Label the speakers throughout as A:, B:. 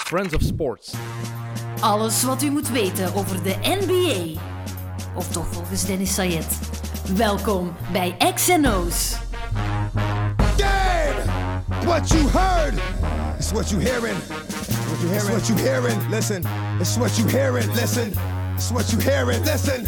A: Friends of Sports.
B: Alles wat u moet weten over de NBA. Of toch volgens Dennis Sayed. Welkom bij X&O's.
C: Damn! What you heard is what you hearing. It's what you hearing. Listen. It's what you hearing. Listen. It's what you hearing. Listen.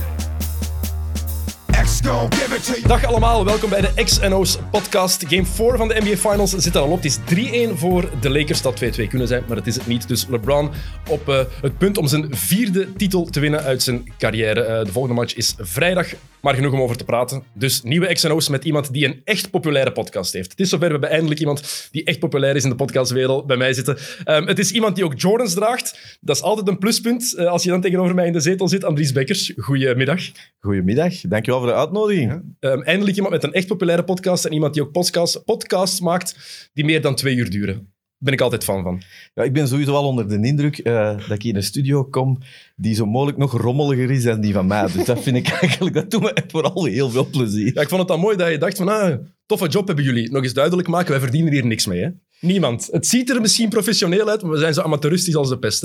A: Dag allemaal, welkom bij de X&O's podcast. Game 4 van de NBA Finals zit er al op. Het is 3-1 voor de Lakers. Dat 2-2 kunnen zijn, maar dat is het niet. Dus LeBron op het punt om zijn 4e titel te winnen uit zijn carrière. De volgende match is vrijdag, maar genoeg om over te praten. Dus nieuwe X&O's met iemand die een echt populaire podcast heeft. Het is zover, we hebben eindelijk iemand die echt populair is in de podcastwereld bij mij zitten. Het is iemand die ook Jordans draagt. Dat is altijd een pluspunt als je dan tegenover mij in de zetel zit. Andries Bekkers, goedemiddag.
D: Goedemiddag, dankjewel voor de uitnodiging.
A: Eindelijk iemand met een echt populaire podcast en iemand die ook podcasts maakt die meer dan 2 uur duren. Daar ben ik altijd fan van.
D: Ja, ik ben sowieso wel onder de indruk dat ik in een studio kom die zo mogelijk nog rommeliger is dan die van mij. Dus dat vind ik eigenlijk, dat doet me vooral heel veel plezier.
A: Ja, ik vond het dan mooi dat je dacht van, toffe job hebben jullie. Nog eens duidelijk maken, wij verdienen hier niks mee. Hè? Niemand. Het ziet er misschien professioneel uit, maar we zijn zo amateuristisch als de pest. Hè?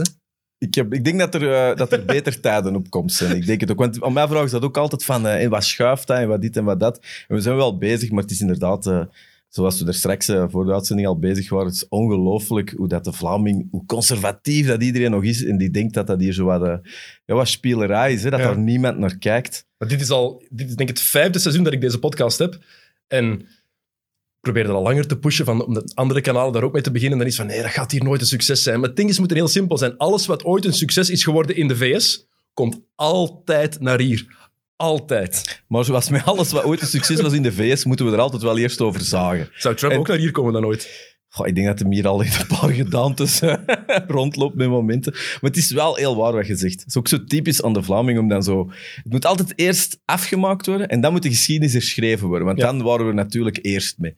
D: Ik denk dat er beter tijden op komst zijn. Ik denk het ook. Want aan mij vragen ze dat ook altijd van en wat schuift dat en wat dit en wat dat. En we zijn wel bezig, maar het is inderdaad, zoals we er straks voor de uitzending al bezig waren, het is ongelooflijk hoe dat de Vlaming, hoe conservatief dat iedereen nog is en die denkt dat hier zo wat spielerij is, hè, dat daar niemand naar kijkt.
A: Maar dit is denk ik het 5e seizoen dat ik deze podcast heb. En ik probeer dat al langer te pushen om de andere kanalen daar ook mee te beginnen. Dan is van, nee, dat gaat hier nooit een succes zijn. Maar het ding moet heel simpel zijn. Alles wat ooit een succes is geworden in de VS, komt altijd naar hier. Altijd.
D: Maar zoals met alles wat ooit een succes was in de VS, moeten we er altijd wel eerst over zagen.
A: Zou Trump ook naar hier komen dan ooit?
D: Goh, ik denk dat hem hier al een paar gedaantes rondloopt met momenten. Maar het is wel heel waar wat je zegt. Het is ook zo typisch aan de Vlaming om dan zo... Het moet altijd eerst afgemaakt worden en dan moet de geschiedenis herschreven worden. Want dan waren we natuurlijk eerst mee.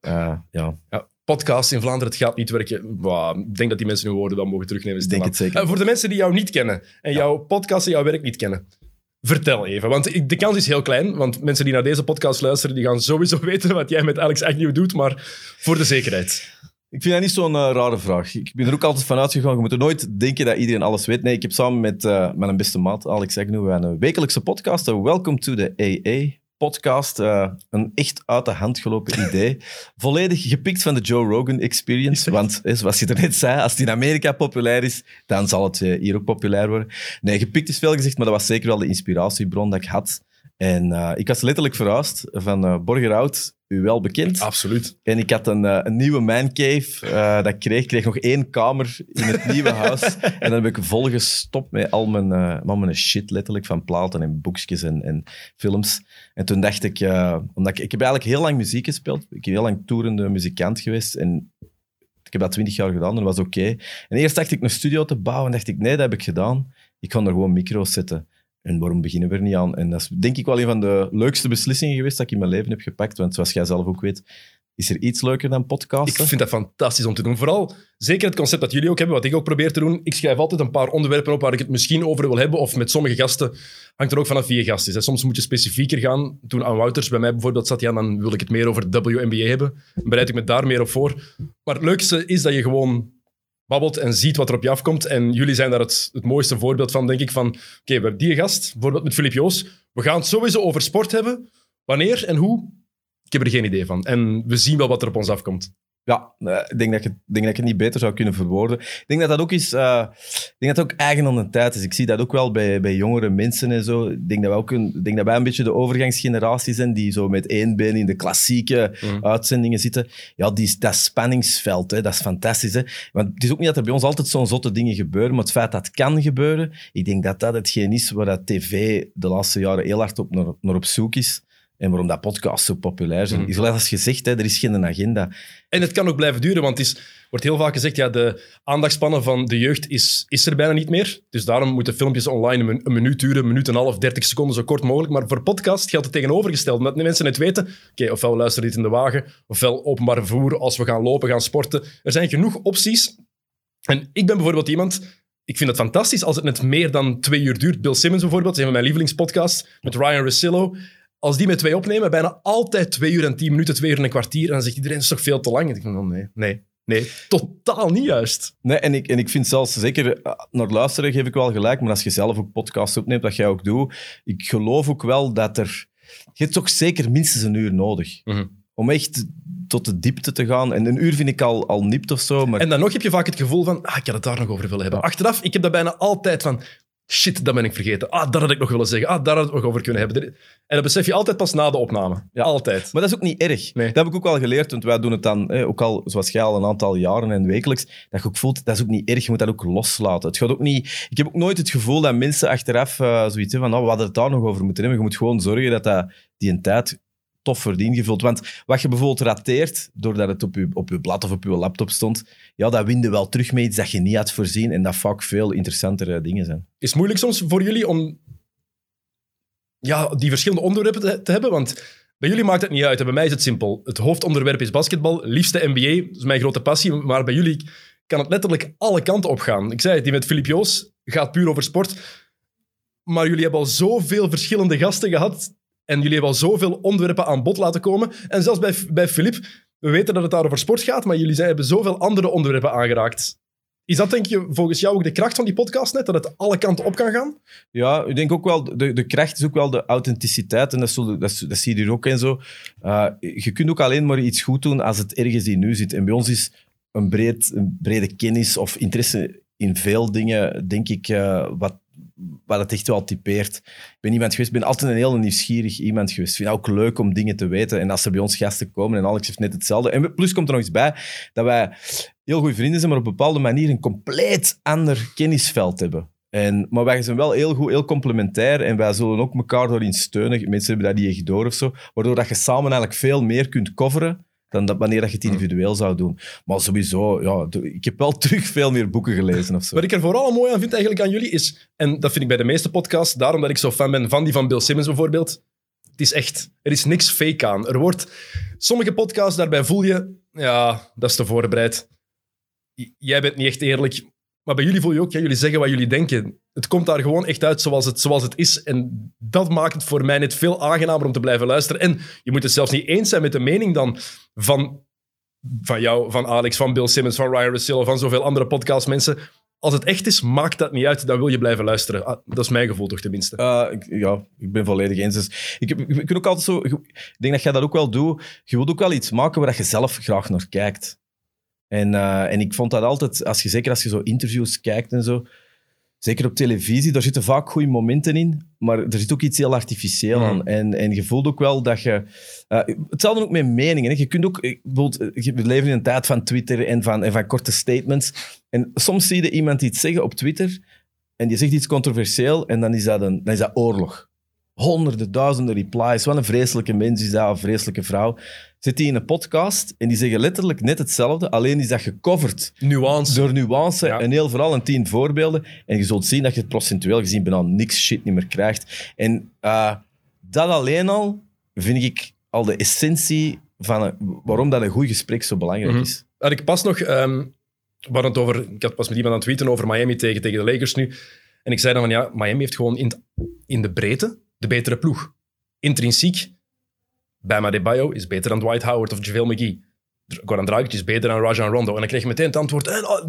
A: Ja. Podcast in Vlaanderen, het gaat niet werken. Ik denk dat die mensen hun woorden wel mogen terugnemen.
D: Ik denk het zeker.
A: Voor de mensen die jou niet kennen en jouw podcast en jouw werk niet kennen, vertel even. Want de kans is heel klein, want mensen die naar deze podcast luisteren, die gaan sowieso weten wat jij met Alex Agnew doet, maar voor de zekerheid.
D: Ik vind dat niet zo'n rare vraag. Ik ben er ook altijd van uitgegaan. Je moet er nooit denken dat iedereen alles weet. Nee, ik heb samen met mijn beste maat, Alex Agnew, een wekelijkse podcast. Welcome to the AA-podcast. Een echt uit de hand gelopen idee. Volledig gepikt van de Joe Rogan Experience. Want, zoals je er net zei, als het in Amerika populair is, dan zal het hier ook populair worden. Nee, gepikt is veel gezegd, maar dat was zeker wel de inspiratiebron dat ik had. En ik was letterlijk verhuisd van Borgerhout, u wel bekend.
A: Absoluut.
D: En ik had een nieuwe mancave dat ik kreeg. Ik kreeg nog 1 kamer in het nieuwe huis. En dan heb ik volgestopt met al mijn shit, letterlijk, van platen en boekjes en films. En toen dacht ik, omdat ik heb eigenlijk heel lang muziek gespeeld. Ik heb heel lang toerende muzikant geweest. En ik heb dat 20 jaar gedaan en dat was oké. En eerst dacht ik een studio te bouwen en dacht ik, nee, dat heb ik gedaan. Ik kan er gewoon micro's zetten. En waarom beginnen we er niet aan? En dat is denk ik wel een van de leukste beslissingen geweest dat ik in mijn leven heb gepakt. Want zoals jij zelf ook weet, is er iets leuker dan podcasten?
A: Ik vind dat fantastisch om te doen. Vooral, zeker het concept dat jullie ook hebben, wat ik ook probeer te doen. Ik schrijf altijd een paar onderwerpen op waar ik het misschien over wil hebben. Of met sommige gasten hangt er ook vanaf wie je gast is. Hè. Soms moet je specifieker gaan. Toen aan Wouters bij mij bijvoorbeeld zat, dan wil ik het meer over de WNBA hebben. Dan bereid ik me daar meer op voor. Maar het leukste is dat je gewoon babbelt en ziet wat er op je afkomt. En jullie zijn daar het mooiste voorbeeld van, denk ik. Oké, we hebben die gast, bijvoorbeeld met Filip Joos. We gaan het sowieso over sport hebben. Wanneer en hoe? Ik heb er geen idee van. En we zien wel wat er op ons afkomt.
D: Ja, ik denk dat ik het niet beter zou kunnen verwoorden. Ik denk dat dat ook is... ik denk dat het ook eigen aan de tijd is. Ik zie dat ook wel bij jongere mensen en zo. Ik denk dat wij een beetje de overgangsgeneratie zijn die zo met 1 been in de klassieke uitzendingen zitten. Ja, dat spanningsveld, hè, dat is fantastisch. Hè. Want het is ook niet dat er bij ons altijd zo'n zotte dingen gebeuren, maar het feit dat het kan gebeuren, ik denk dat dat hetgeen is waar dat tv de laatste jaren heel hard naar op zoek is. En waarom dat podcasts zo populair zijn. Zoals gezegd, er is geen agenda.
A: En het kan ook blijven duren, want wordt heel vaak gezegd, de aandachtspannen van de jeugd is er bijna niet meer. Dus daarom moeten filmpjes online een minuut duren, 1,5 minuut, 30 seconden, zo kort mogelijk. Maar voor podcast geldt het tegenovergesteld. Omdat de mensen net weten, ofwel luisteren dit in de wagen, ofwel openbaar vervoer, als we gaan lopen, gaan sporten. Er zijn genoeg opties. En ik ben bijvoorbeeld iemand... Ik vind het fantastisch als het net meer dan 2 uur duurt. Bill Simmons bijvoorbeeld, een van mijn lievelingspodcasts, met Ryan Russillo. Als die met 2 opnemen, bijna altijd 2 uur en 10 minuten, 2 uur en een kwartier. En dan zegt iedereen, dat is toch veel te lang? En ik denk, nee. Nee, totaal niet juist.
D: Nee, en ik vind zelfs, zeker naar luisteren geef ik wel gelijk, maar als je zelf ook podcasts opneemt, dat jij ook doet, ik geloof ook wel dat je hebt toch zeker minstens een uur nodig. Om echt tot de diepte te gaan. En een uur vind ik al nipt of zo. Maar...
A: En dan nog heb je vaak het gevoel van, ik had het daar nog over willen hebben. Achteraf, ik heb dat bijna altijd van, shit, dat ben ik vergeten. Dat had ik nog willen zeggen. Daar had ik nog over kunnen hebben. En dat besef je altijd pas na de opname.
D: Ja.
A: Altijd.
D: Maar dat is ook niet erg.
A: Nee.
D: Dat heb ik ook wel geleerd, want wij doen het dan, ook al, zoals jij al een aantal jaren en wekelijks, dat je ook voelt, dat is ook niet erg, je moet dat ook loslaten. Het gaat ook niet... Ik heb ook nooit het gevoel dat mensen achteraf zoiets hebben van, we hadden het daar nog over moeten hebben. Je moet gewoon zorgen dat die een tijd tof wordt ingevuld. Want wat je bijvoorbeeld rateert, doordat het op je blad of op je laptop stond, dat win je wel terug met iets dat je niet had voorzien en dat vaak veel interessantere dingen zijn.
A: Is het moeilijk soms voor jullie om die verschillende onderwerpen te hebben? Want bij jullie maakt het niet uit. En bij mij is het simpel. Het hoofdonderwerp is basketbal, liefste NBA. Dat is mijn grote passie. Maar bij jullie kan het letterlijk alle kanten op gaan. Ik zei het, die met Filip Joos gaat puur over sport. Maar jullie hebben al zoveel verschillende gasten gehad. En jullie hebben al zoveel onderwerpen aan bod laten komen. En zelfs bij Filip, we weten dat het daar over sport gaat, maar jullie hebben zoveel andere onderwerpen aangeraakt. Is dat, denk je, volgens jou ook de kracht van die podcast net? Dat het alle kanten op kan gaan?
D: Ja, ik denk ook wel, de kracht is ook wel de authenticiteit. En dat zie je hier ook en zo. Je kunt ook alleen maar iets goed doen als het ergens in nu zit. En bij ons is een brede kennis of interesse in veel dingen, denk ik, wat het echt wel typeert. Ik ben iemand geweest, ben altijd een heel nieuwsgierig iemand geweest. Ik vind het ook leuk om dingen te weten. En als er bij ons gasten komen, en Alex heeft net hetzelfde. En plus komt er nog iets bij, dat wij heel goede vrienden zijn, maar op een bepaalde manier een compleet ander kennisveld hebben. Maar wij zijn wel heel complementair en wij zullen ook elkaar daarin steunen. Mensen hebben dat niet echt door of zo. Waardoor dat je samen eigenlijk veel meer kunt coveren dan wanneer je het individueel zou doen. Maar sowieso, ik heb wel terug veel meer boeken gelezen of zo.
A: Wat ik er vooral mooi aan vind eigenlijk aan jullie is, en dat vind ik bij de meeste podcasts, daarom dat ik zo fan ben van die van Bill Simmons bijvoorbeeld, het is echt, er is niks fake aan. Er wordt, sommige podcasts, daarbij voel je, dat is te voorbereid. Jij bent niet echt eerlijk. Maar bij jullie voel je ook, jullie zeggen wat jullie denken. Het komt daar gewoon echt uit zoals het is. En dat maakt het voor mij net veel aangenamer om te blijven luisteren. En je moet het zelfs niet eens zijn met de mening dan van jou, van Alex, van Bill Simmons, van Ryan Russillo, van zoveel andere podcastmensen. Als het echt is, maakt dat niet uit. Dan wil je blijven luisteren. Dat is mijn gevoel toch tenminste.
D: Ik ben volledig eens. Dus ik kan ook altijd zo... Ik denk dat jij dat ook wel doet. Je wilt ook wel iets maken waar je zelf graag naar kijkt. En ik vond dat altijd, zeker als je zo interviews kijkt en zo, zeker op televisie, daar zitten vaak goede momenten in, maar er zit ook iets heel artificieel aan. En je voelt ook wel dat je... hetzelfde ook met meningen. Hè. Je kunt ook... Bijvoorbeeld, we leven in een tijd van Twitter en van korte statements. En soms zie je iemand iets zeggen op Twitter en die zegt iets controversieel en dan is dat oorlog. Honderden, duizenden replies. Wat een vreselijke mens is dat, een vreselijke vrouw. Zit die in een podcast en die zeggen letterlijk net hetzelfde, alleen is dat gecoverd.
A: Nuance.
D: Door nuance en heel vooral een 10 voorbeelden. En je zult zien dat je het procentueel gezien bijna niks shit niet meer krijgt. En dat alleen al vind ik al de essentie van waarom dat een goed gesprek zo belangrijk is.
A: Had ik pas nog... ik had pas met iemand aan het tweeten over Miami tegen de Lakers nu. En ik zei dan van Miami heeft gewoon in de breedte de betere ploeg. Intrinsiek, Bam Adebayo is beter dan Dwight Howard of JaVale McGee. Goran Dragic is beter dan Rajon Rondo. En dan kreeg je meteen het antwoord,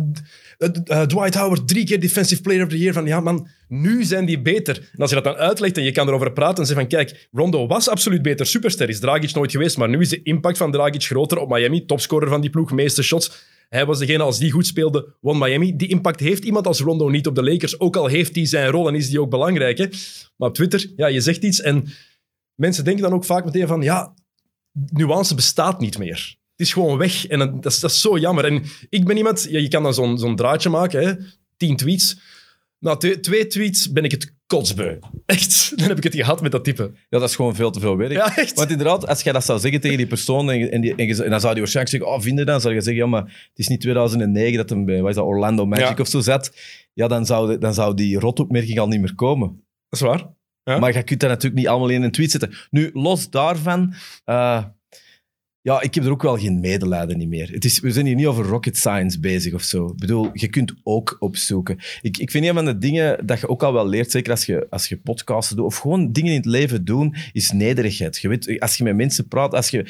A: Dwight Howard 3 keer Defensive Player of the Year. Van ja man, nu zijn die beter. En als je dat dan uitlegt en je kan erover praten en zeggen van kijk, Rondo was absoluut beter. Superster is Dragic nooit geweest, maar nu is de impact van Dragic groter op Miami. Topscorer van die ploeg, meeste shots. Hij was degene, als die goed speelde, won Miami. Die impact heeft iemand als Rondo niet op de Lakers. Ook al heeft hij zijn rol en is die ook belangrijk. Hè? Maar op Twitter, je zegt iets en mensen denken dan ook vaak meteen van nuance bestaat niet meer. Het is gewoon weg en dat is zo jammer. En ik ben iemand, je kan dan zo'n draadje maken, hè? 10 tweets. Na 2 tweets ben ik het kotsbeu. Echt, dan heb ik het gehad met dat type.
D: Ja, dat is gewoon veel te veel werk.
A: Ja, echt.
D: Want inderdaad, als jij dat zou zeggen tegen die persoon en dan zou die waarschijnlijk zeggen, vind je dat? Dan zou je zeggen, maar het is niet 2009 dat hem bij Orlando Magic of zo zat. Ja, dan zou die rotopmerking al niet meer komen.
A: Dat is waar. Ja.
D: Maar je kunt dat natuurlijk niet allemaal in een tweet zetten. Nu, los daarvan... Ja, ik heb er ook wel geen medelijden niet meer. We zijn hier niet over rocket science bezig of zo. Ik bedoel, je kunt ook opzoeken. Ik vind een van de dingen dat je ook al wel leert, zeker als je podcasten doet, of gewoon dingen in het leven doen, is nederigheid. Je weet, als je met mensen praat,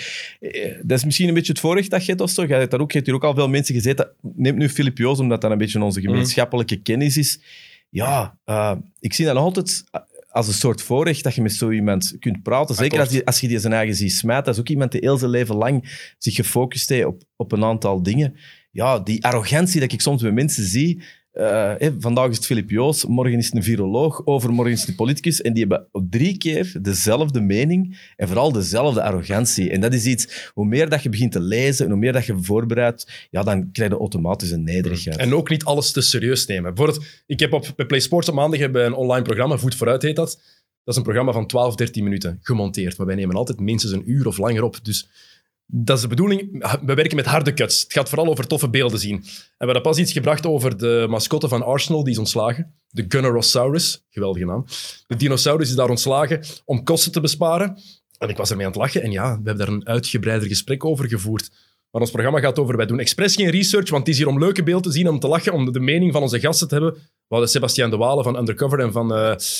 D: dat is misschien een beetje het voorrecht dat je hebt of zo. Je hebt hier ook al veel mensen gezeten. Neem nu Filip Joos, omdat dat een beetje onze gemeenschappelijke kennis is. Ja, ik zie dat nog altijd als een soort voorrecht dat je met zo iemand kunt praten. Zeker als je die zijn eigen ziet smijten. Dat is ook iemand die heel zijn leven lang zich gefocust heeft op een aantal dingen. Ja, die arrogantie dat ik soms bij mensen zie. Vandaag is het Filip Joos, morgen is het een viroloog, overmorgen is het een politicus. En die hebben 3 keer dezelfde mening en vooral dezelfde arrogantie. En dat is iets, hoe meer dat je begint te lezen en hoe meer dat je voorbereidt, ja, dan krijg je automatisch een nederigheid.
A: En ook niet alles te serieus nemen. Bijvoorbeeld, ik heb bij Play Sports op maandag een online programma, Voet Vooruit heet dat. Dat is een programma van 12, 13 minuten gemonteerd. Maar wij nemen altijd minstens een uur of langer op. Dus dat is de bedoeling. We werken met harde cuts. Het gaat vooral over toffe beelden zien. En we hadden pas iets gebracht over de mascotte van Arsenal, die is ontslagen. De Gunnerosaurus. Geweldige naam. De dinosaurus is daar ontslagen om kosten te besparen. En ik was ermee aan het lachen. En ja, we hebben daar een uitgebreider gesprek over gevoerd. Maar ons programma gaat over, wij doen expres geen research, want het is hier om leuke beelden te zien, om te lachen, om de mening van onze gasten te hebben. We hadden Sebastiaan de Walen van Undercover en van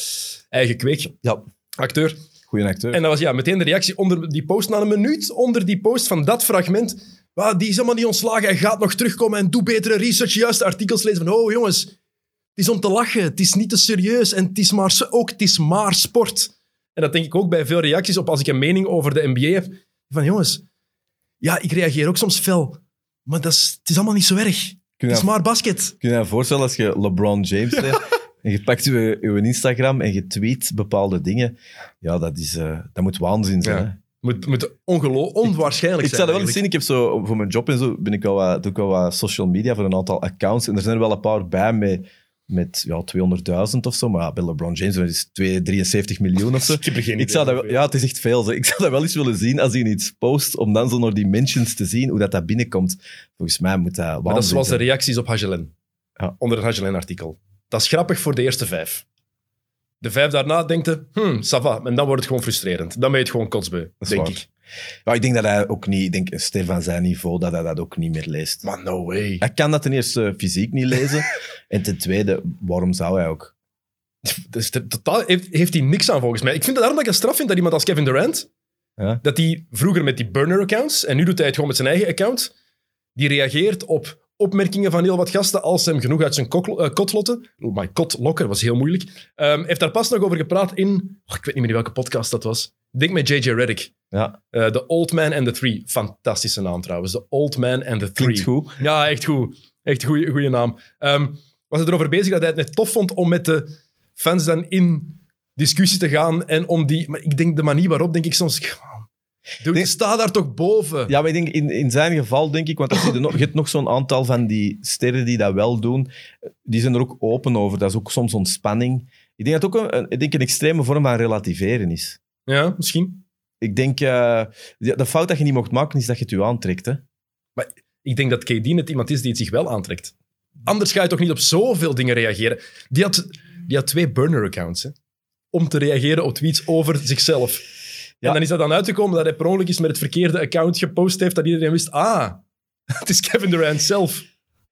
A: Eigen Kweek.
D: Ja.
A: Acteur.
D: Goeie acteur.
A: En dat was meteen de reactie onder die post, na een minuut onder die post van dat fragment. Die is helemaal niet ontslagen, hij gaat nog terugkomen en doe betere research, juiste artikels lezen van, oh jongens, het is om te lachen, het is niet te serieus en het is maar sport. En dat denk ik ook bij veel reacties op als ik een mening over de NBA heb. Van jongens, ja, ik reageer ook soms fel, maar het is allemaal niet zo erg. Het is maar basket.
D: Kun je je voorstellen als je LeBron James bent en je pakt je Instagram en je tweet bepaalde dingen? Ja, dat moet waanzin zijn.
A: Ja. Moet onwaarschijnlijk
D: ik
A: zijn.
D: zou dat wel eens zien. Ik heb zo, voor mijn job en zo, doe ik wel wat social media voor een aantal accounts. En er zijn er wel een paar bij met 200.000 of zo. Maar bij LeBron James is het 73 miljoen of zo.
A: Ik heb er geen idee.
D: Het is echt veel. Ik zou dat wel eens willen zien als hij iets post, om dan zo naar die mentions te zien, hoe dat binnenkomt. Volgens mij moet dat waanzin.
A: Maar dat is zoals de reacties op Hagelin.
D: Ja.
A: Onder een Hagelin-artikel. Dat is grappig voor de eerste 5. De 5 daarna denkt je, ça va. En dan wordt het gewoon frustrerend. Dan ben je het gewoon kotsbeu, denk ik.
D: Ja, ik denk dat hij ook niet... Ik denk, Ster van zijn niveau, dat hij dat ook niet meer leest.
A: Maar no way.
D: Hij kan dat ten eerste fysiek niet lezen. En ten tweede, waarom zou hij ook?
A: Dus totaal heeft hij niks aan, volgens mij. Ik vind het daarom dat ik het straf vind dat iemand als Kevin Durant, dat hij vroeger met die burner-accounts, en nu doet hij het gewoon met zijn eigen account, die reageert op opmerkingen van heel wat gasten als ze hem genoeg uit zijn kot lotten. Oh, my kot lokken, was heel moeilijk. Heeft daar pas nog over gepraat in... ik weet niet meer welke podcast dat was. Ik denk met J.J. Redick.
D: Ja.
A: The Old Man and the Three. Fantastische naam trouwens. The Old Man and the Three.
D: Klinkt goed.
A: Ja, echt goed. Echt goede naam. Was het erover bezig dat hij het net tof vond om met de fans dan in discussie te gaan en om die... Maar ik denk de manier waarop, denk ik soms... Dude, sta daar toch boven?
D: Ja, maar ik denk in zijn geval, denk ik, want je hebt nog zo'n aantal van die sterren die dat wel doen, die zijn er ook open over. Dat is ook soms ontspanning. Ik denk dat het ook een extreme vorm van relativeren is.
A: Ja, misschien.
D: Ik denk, de fout dat je niet mocht maken, is dat je het je aantrekt. Hè?
A: Maar ik denk dat KD net iemand is die het zich wel aantrekt. Anders ga je toch niet op zoveel dingen reageren. Die had 2 burner-accounts, hè, om te reageren op tweets over zichzelf. Ja. En dan is dat dan uitgekomen dat hij per ongeluk eens met het verkeerde account gepost heeft, dat iedereen wist, het is Kevin Durant zelf.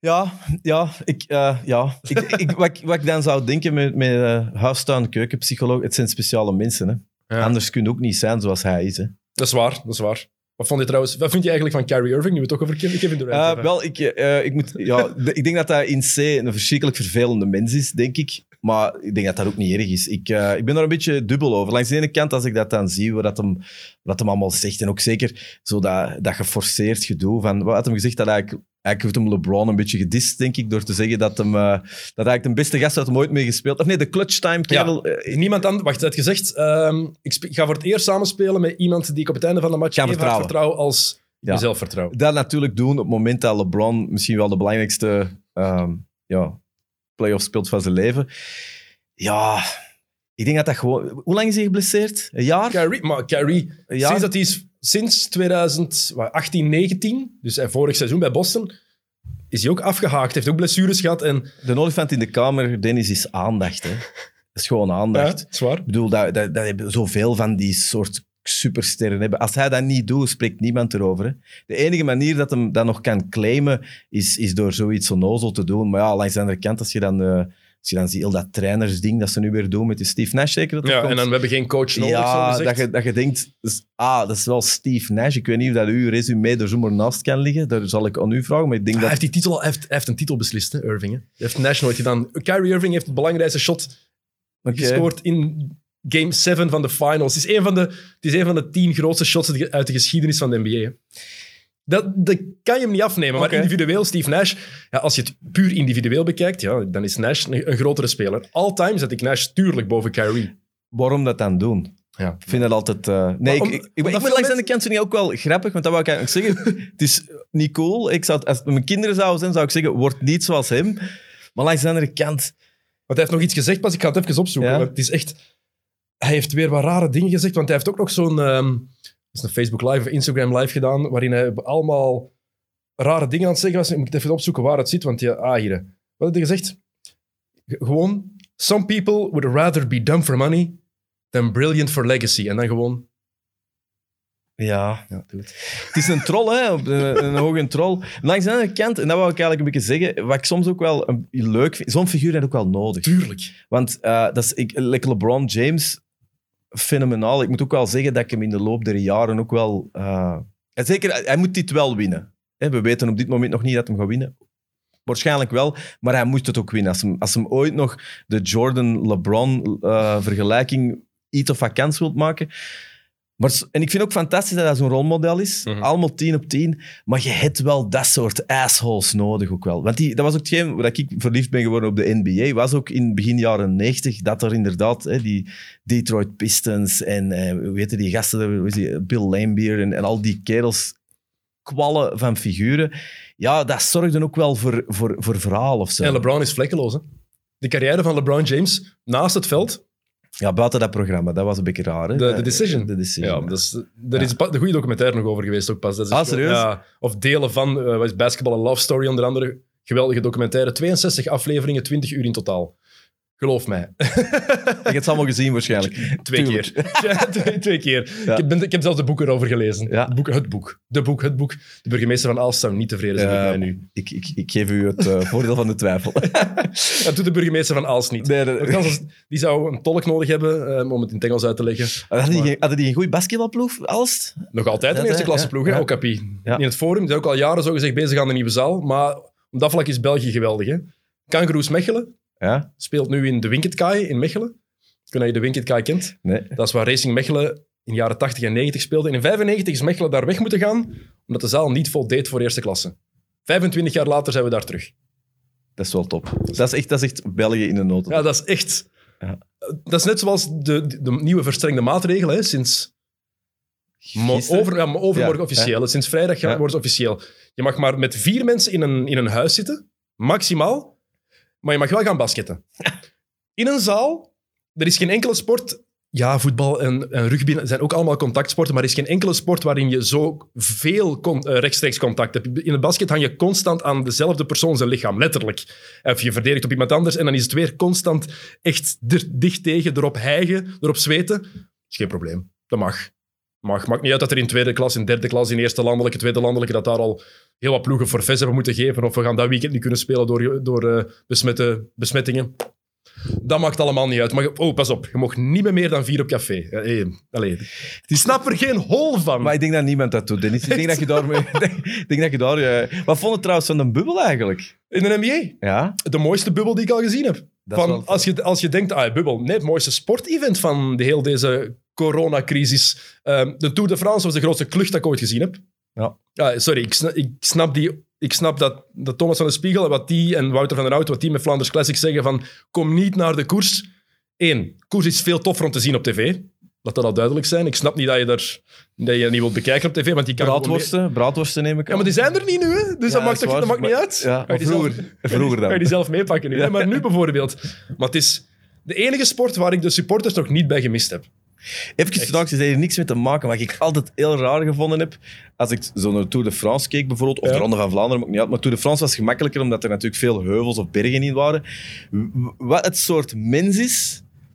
A: Wat ik dan zou denken met huistuin, keukenpsycholoog, het zijn speciale mensen. Hè. Ja. Anders kun je ook niet zijn zoals hij is. Hè. Dat is waar. Wat vind je eigenlijk van Kyrie Irving, nu we toch over Kevin Durant hebben?
D: Ik denk dat hij in C een verschrikkelijk vervelende mens is, denk ik. Maar ik denk dat dat ook niet erg is. Ik ben daar een beetje dubbel over. Langs de ene kant, als ik dat dan zie, wat hem allemaal zegt, en ook zeker zo dat geforceerd gedoe van... Wat had hem gezegd? Dat eigenlijk heeft hem LeBron een beetje gedist, denk ik, door te zeggen dat eigenlijk de beste gast had hem ooit mee gespeeld. Of nee, de clutch time kerel...
A: Niemand aan... Wacht, hij had gezegd, ik ga voor het eerst samenspelen met iemand die ik op het einde van de match even hard vertrouw als mezelf vertrouw.
D: Dat natuurlijk doen op het moment dat LeBron misschien wel de belangrijkste playoff speelt van zijn leven. Ja, ik denk dat gewoon... Hoe lang is hij geblesseerd? Een jaar?
A: Kyrie, sinds dat hij is... Sinds 2018, 19, dus vorig seizoen bij Boston, is hij ook afgehaakt. Heeft ook blessures gehad. En...
D: De olifant in de kamer, Dennis, is aandacht. Hè. Dat is gewoon aandacht.
A: Ja, dat is waar.
D: Ik bedoel, dat hebben zoveel van die soort supersterren hebben. Als hij dat niet doet, spreekt niemand erover. Hè. De enige manier dat hem dat nog kan claimen, is door zoiets onnozel te doen. Maar ja, langs de andere kant, als je dan ziet heel dat trainersding dat ze nu weer doen met die Steve Nash, zeker? Dat
A: Ja,
D: komt.
A: en dan we hebben geen coach nodig, zo
D: Ja,
A: gezegd.
D: dat je denkt, dus, dat is wel Steve Nash. Ik weet niet of dat uw resume er zomaar naast kan liggen. Daar zal ik aan u vragen, maar ik denk
A: Hij
D: dat...
A: heeft hij heeft een titel beslist, hè, Irving. Hè. Hij heeft Nash nooit gedaan. Kyrie Irving heeft het belangrijkste shot
D: Oké.
A: gescoord in Game 7 van de finals. Het is een van de 10 grootste shots uit de geschiedenis van de NBA. Hè. Dat kan je hem niet afnemen. Maar
D: Oké.
A: individueel, Steve Nash, ja, als je het puur individueel bekijkt, ja, dan is Nash een grotere speler. All-time zet ik Nash tuurlijk boven Kyrie.
D: Waarom dat dan doen?
A: Ja.
D: Ik vind dat altijd...
A: Maar
D: ik
A: veel
D: moet langs
A: mensen-
D: de kant vind ik ook wel grappig, want dat wou ik eigenlijk zeggen. Het is niet cool. Als het mijn kinderen zouden zijn, zou ik zeggen, word niet zoals hem. Maar langs de andere kant...
A: Want hij heeft nog iets gezegd, pas ik ga het even opzoeken.
D: Ja.
A: Maar het is echt... Hij heeft weer wat rare dingen gezegd, want hij heeft ook nog zo'n... dat is een Facebook Live of Instagram Live gedaan, waarin hij allemaal rare dingen aan het zeggen was. Ik moet even opzoeken waar het zit, want ja, hier. Wat had hij gezegd? Gewoon... Some people would rather be dumb for money than brilliant for legacy. En dan gewoon...
D: Ja,
A: Ja, doe het.
D: het is een troll, hè? Een hoge troll. Langs de andere kant, en dat wou ik eigenlijk een beetje zeggen, wat ik soms ook wel leuk vind, zo'n figuur heb ik ook wel nodig.
A: Tuurlijk.
D: Want like LeBron James, fenomenaal. Ik moet ook wel zeggen dat ik hem in de loop der jaren ook wel... zeker, hij moet dit wel winnen. Hè, we weten op dit moment nog niet dat hij gaat winnen. Waarschijnlijk wel, maar hij moet het ook winnen. Als hem ooit nog de Jordan-LeBron vergelijking iets of vakant wilt maken... En ik vind ook fantastisch dat hij zo'n rolmodel is.
A: Mhm.
D: Allemaal 10 op 10. Maar je hebt wel dat soort assholes nodig ook wel. Want dat was ook hetgeen waar ik verliefd ben geworden op de NBA. Was ook in begin jaren 90 dat er inderdaad die Detroit Pistons en hoe heet die gasten, hoe is die, Bill Laimbeer en al die kerels kwallen van figuren. Ja, dat zorgde ook wel voor verhaal of zo.
A: En LeBron is vlekkeloos. Hè? De carrière van LeBron James naast het veld...
D: Ja, buiten dat programma. Dat was een beetje raar. Hè?
A: De Decision.
D: De Decision.
A: Ja, er is de goede documentaire nog over geweest ook pas. Dat is gewoon-
D: serieus?
A: Ja, of delen van wat is Basketball and Love Story onder andere. Geweldige documentaire. 62 afleveringen, 20 uur in totaal. Geloof mij.
D: Ik heb het allemaal gezien waarschijnlijk.
A: Twee
D: Tuurlijk.
A: keer. Ja, twee keer.
D: Ja.
A: Ik heb zelfs de boek erover gelezen.
D: Ja.
A: Het boek. De burgemeester van Aalst zou niet tevreden zijn met mij nu.
D: Ik geef u het voordeel van de twijfel.
A: Dat doet de burgemeester van Aalst niet.
D: Nee.
A: Nogthans, die zou een tolk nodig hebben om het in het Engels uit te leggen.
D: Hadden die een goede basketbalploeg, Alst?
A: Nog altijd een
D: Dat,
A: eerste
D: hè?
A: klasse
D: Ja.
A: ploeg, hè,
D: Ja.
A: Okapi.
D: Ja.
A: In het forum, die zijn ook al jaren zogezegd bezig aan de nieuwe zaal. Maar op dat vlak is België geweldig. Hè. Kangaroos Mechelen
D: Ja?
A: speelt nu in de Winketkaai in Mechelen. Ik weet niet of je de Winketkaai kent.
D: Nee.
A: Dat is waar Racing Mechelen in de jaren 80 en 90 speelde. En in 95 is Mechelen daar weg moeten gaan, omdat de zaal niet voldeed voor eerste klasse. 25 jaar later zijn we daar terug.
D: Dat is wel top. Dat is echt België in een notendop.
A: Ja, dat is echt...
D: Ja.
A: Dat is net zoals de nieuwe verstrengde maatregelen, hè, sinds...
D: Gisteren?
A: Overmorgen
D: Ja,
A: officieel. Sinds vrijdag
D: Ja.
A: wordt het officieel. Je mag maar met 4 mensen in een huis zitten, maximaal. Maar je mag wel gaan basketten. In een zaal, er is geen enkele sport... Ja, voetbal en rugby zijn ook allemaal contactsporten, maar er is geen enkele sport waarin je zo veel rechtstreeks contact hebt. In het basket hang je constant aan dezelfde persoon zijn lichaam, letterlijk. Of je verdedigt op iemand anders en dan is het weer constant echt dicht tegen, erop hijgen, erop zweten. Is geen probleem. Dat mag. Maakt niet uit dat er in tweede klas, in derde klas, in eerste landelijke, tweede landelijke, dat daar al heel wat ploegen forfaits hebben moeten geven. Of we gaan dat weekend niet kunnen spelen door besmettingen. Dat maakt allemaal niet uit. Maar pas op, je mag niet meer dan 4 op café. Ik snap er geen hol van.
D: Maar ik denk dat niemand dat doet, Dennis. Ik denk dat je daar... Wat vond je trouwens van de bubbel eigenlijk?
A: In de NBA,
D: Ja?
A: de mooiste bubbel die ik al gezien heb.
D: Dat is
A: Van,
D: wel
A: als je denkt, bubbel, nee, het mooiste sportevent van heel deze coronacrisis. De Tour de France was de grootste klucht dat ik ooit gezien heb.
D: Ja.
A: Sorry, ik snap dat Thomas van de Spiegel wat die en Wouter van der Hout, wat die met Flanders Classic zeggen van kom niet naar de koers. 1, koers is veel toffer om te zien op tv. Laat dat al duidelijk zijn. Ik snap niet dat je niet wilt bekijken op tv, want die kan
D: Braadworsten neem ik aan.
A: Ja, maar die zijn er niet nu, hè? Dus dat maakt,
D: is waar.
A: dat maakt niet uit.
D: Ja,
A: Kan je die
D: vroeger
A: kan je
D: dan.
A: die zelf meepakken nu.
D: Ja.
A: Hè? Maar nu bijvoorbeeld. Maar het is de enige sport waar ik de supporters nog niet bij gemist heb.
D: Even straks, er heeft niks mee te maken. Wat ik altijd heel raar gevonden heb, als ik zo naar Tour de France keek bijvoorbeeld, of
A: Ja.
D: de Ronde van Vlaanderen, maakt niet uit, maar Tour de France was gemakkelijker omdat er natuurlijk veel heuvels of bergen in waren. Wat het soort mens is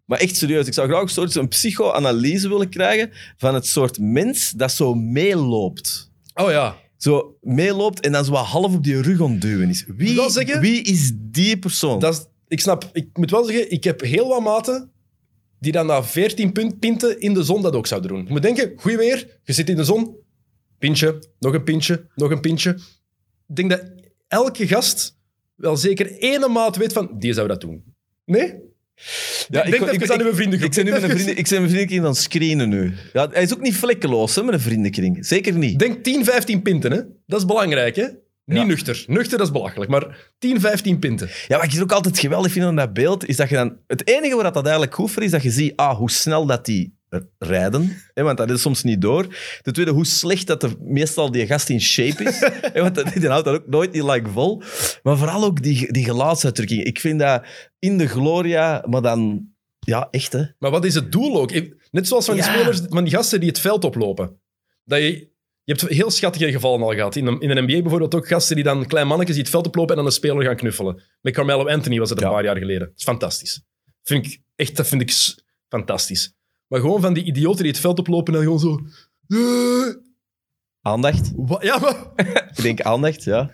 D: Maar echt serieus, ik zou graag een soort een psychoanalyse willen krijgen van het soort mens dat zo meeloopt.
A: Oh ja.
D: Zo meeloopt en dan zo wat half op die rug ontduwen is. Wie is die persoon?
A: Ik moet wel zeggen, ik heb heel wat maten die dan na 14 pinten in de zon dat ook zouden doen. Je moet denken, goed weer, je zit in de zon, pintje, nog een pintje, nog een pintje. Ik denk dat elke gast wel zeker één maat weet van, die zou dat doen. Nee?
D: Ja,
A: ik denk dat aan uw vriendengroep.
D: Ik ben mijn vriendenkring aan het screenen nu. Ja, hij is ook niet vlekkeloos, hè, met een vriendenkring. Zeker niet.
A: Denk 10, 15 pinten, hè. Dat is belangrijk, hè. Niet nuchter. Nuchter, dat is belachelijk. Maar 10, 15 pinten.
D: Ja, wat ik ook altijd geweldig vind aan dat beeld, is dat je dan... Het enige waar dat eigenlijk goed voor is, dat je ziet hoe snel dat die rijden. Hè, want dat is soms niet door. Ten tweede, hoe slecht dat meestal die gast in shape is. Hè, want die houdt dat ook nooit niet lang vol. Maar vooral ook die gelaatsuitdrukking. Ik vind dat in de gloria, maar dan... Ja, echt, hè.
A: Maar wat is het doel ook? Net zoals van die spelers, van die gasten die het veld oplopen. Dat je hebt heel schattige gevallen al gehad. In de NBA bijvoorbeeld ook gasten die dan, klein mannetjes die het veld oplopen en dan een speler gaan knuffelen. Met Carmelo Anthony was het een paar jaar geleden. Dat is fantastisch. Dat vind ik fantastisch. Maar gewoon van die idioten die het veld oplopen en dan gewoon zo...
D: Aandacht.
A: Ja, maar...
D: Ik denk aandacht, ja.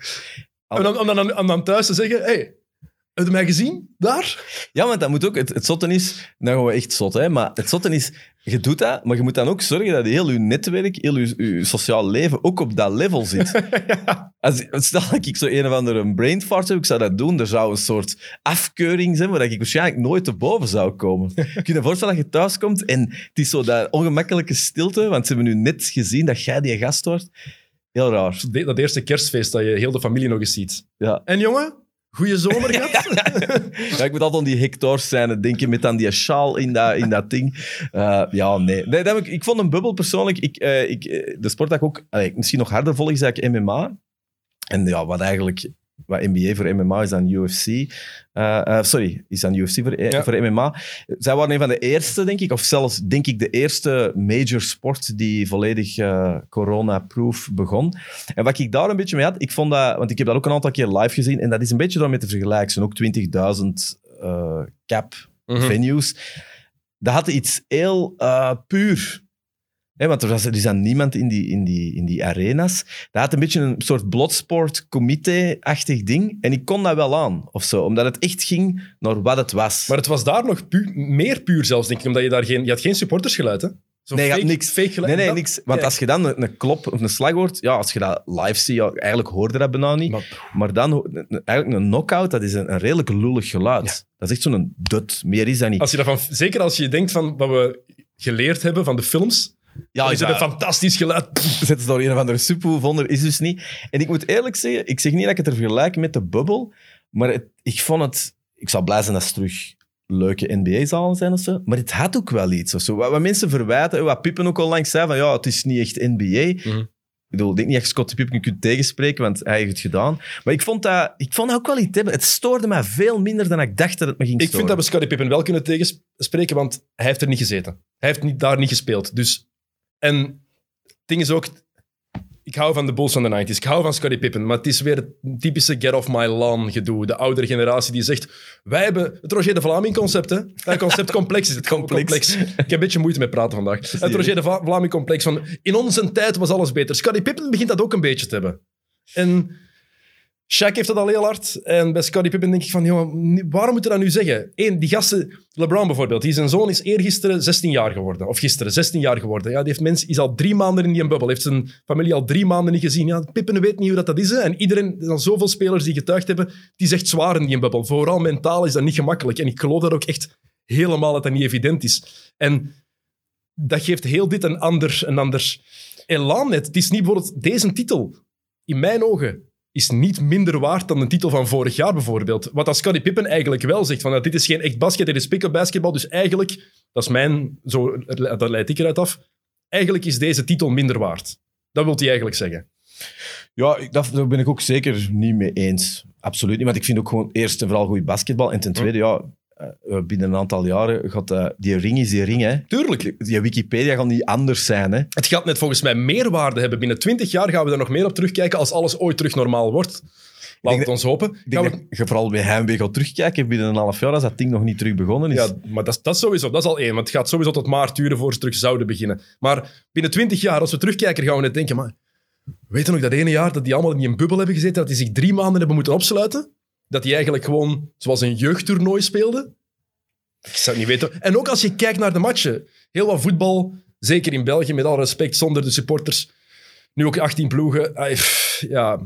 A: Om dan thuis te zeggen... Hey, heb je mij gezien? Daar?
D: Ja, want dat moet ook... Het zotte is... Nou gaan we echt zot, hè. Maar het zotte is... Je doet dat, maar je moet dan ook zorgen dat heel je netwerk, heel je sociaal leven ook op dat level zit. Ja. Stel dat ik zo een of andere brain fart heb, ik zou dat doen. Er zou een soort afkeuring zijn, waar ik waarschijnlijk nooit te boven zou komen. Kun je je voorstellen dat je thuis komt en het is zo dat ongemakkelijke stilte, want ze hebben nu net gezien dat jij die gast wordt. Heel raar.
A: Dat eerste kerstfeest dat je heel de familie nog eens ziet.
D: Ja.
A: En jongen? Goeie zomer gehad?
D: Ja, ik moet altijd aan die Hector-scène denken met dan die sjaal in dat ding. Ja, nee. Ik vond een bubbel persoonlijk. De sport dat ik ook misschien nog harder volg, is eigenlijk MMA. En ja, wat NBA voor MMA is dan UFC. Is dan UFC voor MMA. Zij waren een van de eerste, denk ik, of zelfs, denk ik, de eerste major sport die volledig corona-proof begon. En wat ik daar een beetje mee had, ik vond dat, want ik heb dat ook een aantal keer live gezien, en dat is een beetje daarmee te vergelijken. Zijn ook 20.000 cap venues. Dat had iets heel puur. Want er is dan niemand in die arena's. Dat had een beetje een soort bloodsport-comité-achtig ding. En ik kon dat wel aan, of zo. Omdat het echt ging naar wat het was.
A: Maar het was daar nog meer puur zelfs, denk ik. Omdat je had geen supportersgeluid, hè?
D: Nee, je had niks.
A: Fake geluid.
D: Nee, niks. Want als je dan een klop of een slag hoort... Ja, als je dat live ziet, eigenlijk hoorde dat bijna niet. Maar dan... Eigenlijk een knockout, dat is een redelijk lullig geluid. Ja. Dat is echt zo'n dut. Meer is dat niet.
A: Zeker als je denkt van wat we geleerd hebben van de films... Ja, is het een fantastisch geluid.
D: Zetten ze daar een of andere subwoofer onder, is dus niet. En ik moet eerlijk zeggen, ik zeg niet dat ik het er vergelijk met de bubbel, maar ik vond het... Ik zou blij zijn dat ze terug leuke NBA-zalen zijn of zo, maar het had ook wel iets of zo. Wat mensen verwijten, wat Pippen ook al langs zei, van ja, het is niet echt NBA. Mm-hmm. Ik denk niet dat je Scottie Pippen kunt tegenspreken, want hij heeft het gedaan. Maar ik vond dat ook wel iets hebben. Het stoorde mij veel minder dan ik dacht dat het me ging storen.
A: Ik vind dat we Scottie Pippen wel kunnen tegenspreken, want hij heeft er niet gezeten. Hij heeft daar niet gespeeld. Dus... En het ding is ook... Ik hou van de Bulls van de 90s. Ik hou van Scottie Pippen. Maar het is weer het typische get off my lawn gedoe. De oudere generatie die zegt... Wij hebben het Roger de Vlaming concept, hè. Dat concept complex is het. Complex. Ik heb een beetje moeite met praten vandaag. Het Roger de Vlaming complex van... In onze tijd was alles beter. Scottie Pippen begint dat ook een beetje te hebben. En... Shaq heeft dat al heel hard. En bij Scottie Pippen denk ik van... Jongen, waarom moet je dat nu zeggen? Die gasten... LeBron bijvoorbeeld. Zijn zoon is eergisteren 16 jaar geworden. Of gisteren 16 jaar geworden. Ja, is al 3 maanden in die bubbel. Heeft zijn familie al 3 maanden niet gezien. Ja, Pippen weet niet hoe dat is. Hè? En iedereen... Er zijn zoveel spelers die getuigd hebben. Die zegt zwaar in die bubbel. Vooral mentaal is dat niet gemakkelijk. En ik geloof dat ook echt helemaal dat niet evident is. En dat geeft heel dit een ander elan net. Het is niet bijvoorbeeld... Deze titel, in mijn ogen... is niet minder waard dan de titel van vorig jaar bijvoorbeeld. Wat als Scottie Pippen eigenlijk wel zegt, van, dit is geen echt basket, dit is pick-up basketbal, dus eigenlijk, dat is dat leid ik eruit af, eigenlijk is deze titel minder waard. Dat wil hij eigenlijk zeggen.
D: Ja, daar ben ik ook zeker niet mee eens. Absoluut niet, want ik vind ook gewoon eerst en vooral goed basketbal en ten tweede, binnen een aantal jaren gaat die ring, hè.
A: Tuurlijk.
D: Die Wikipedia gaat niet anders zijn, hè.
A: Het gaat net volgens mij meer waarde hebben. Binnen 20 jaar gaan we daar nog meer op terugkijken als alles ooit terug normaal wordt. Laat het ons hopen.
D: Ik denk dat je vooral bij heimwee gaat terugkijken binnen een half jaar als dat ding nog niet terug begonnen is.
A: Ja, maar dat is sowieso. Dat is al één. Want het gaat sowieso tot maart duren voor ze terug zouden beginnen. Maar binnen 20 jaar, als we terugkijken, gaan we net denken... Maar, weet je nog dat ene jaar dat die allemaal in een bubbel hebben gezeten, dat die zich 3 maanden hebben moeten opsluiten? Dat die eigenlijk gewoon zoals een jeugdtoernooi speelden? Ik zou het niet weten. En ook als je kijkt naar de matchen. Heel wat voetbal, zeker in België, met alle respect, zonder de supporters. Nu ook 18 ploegen. Ja...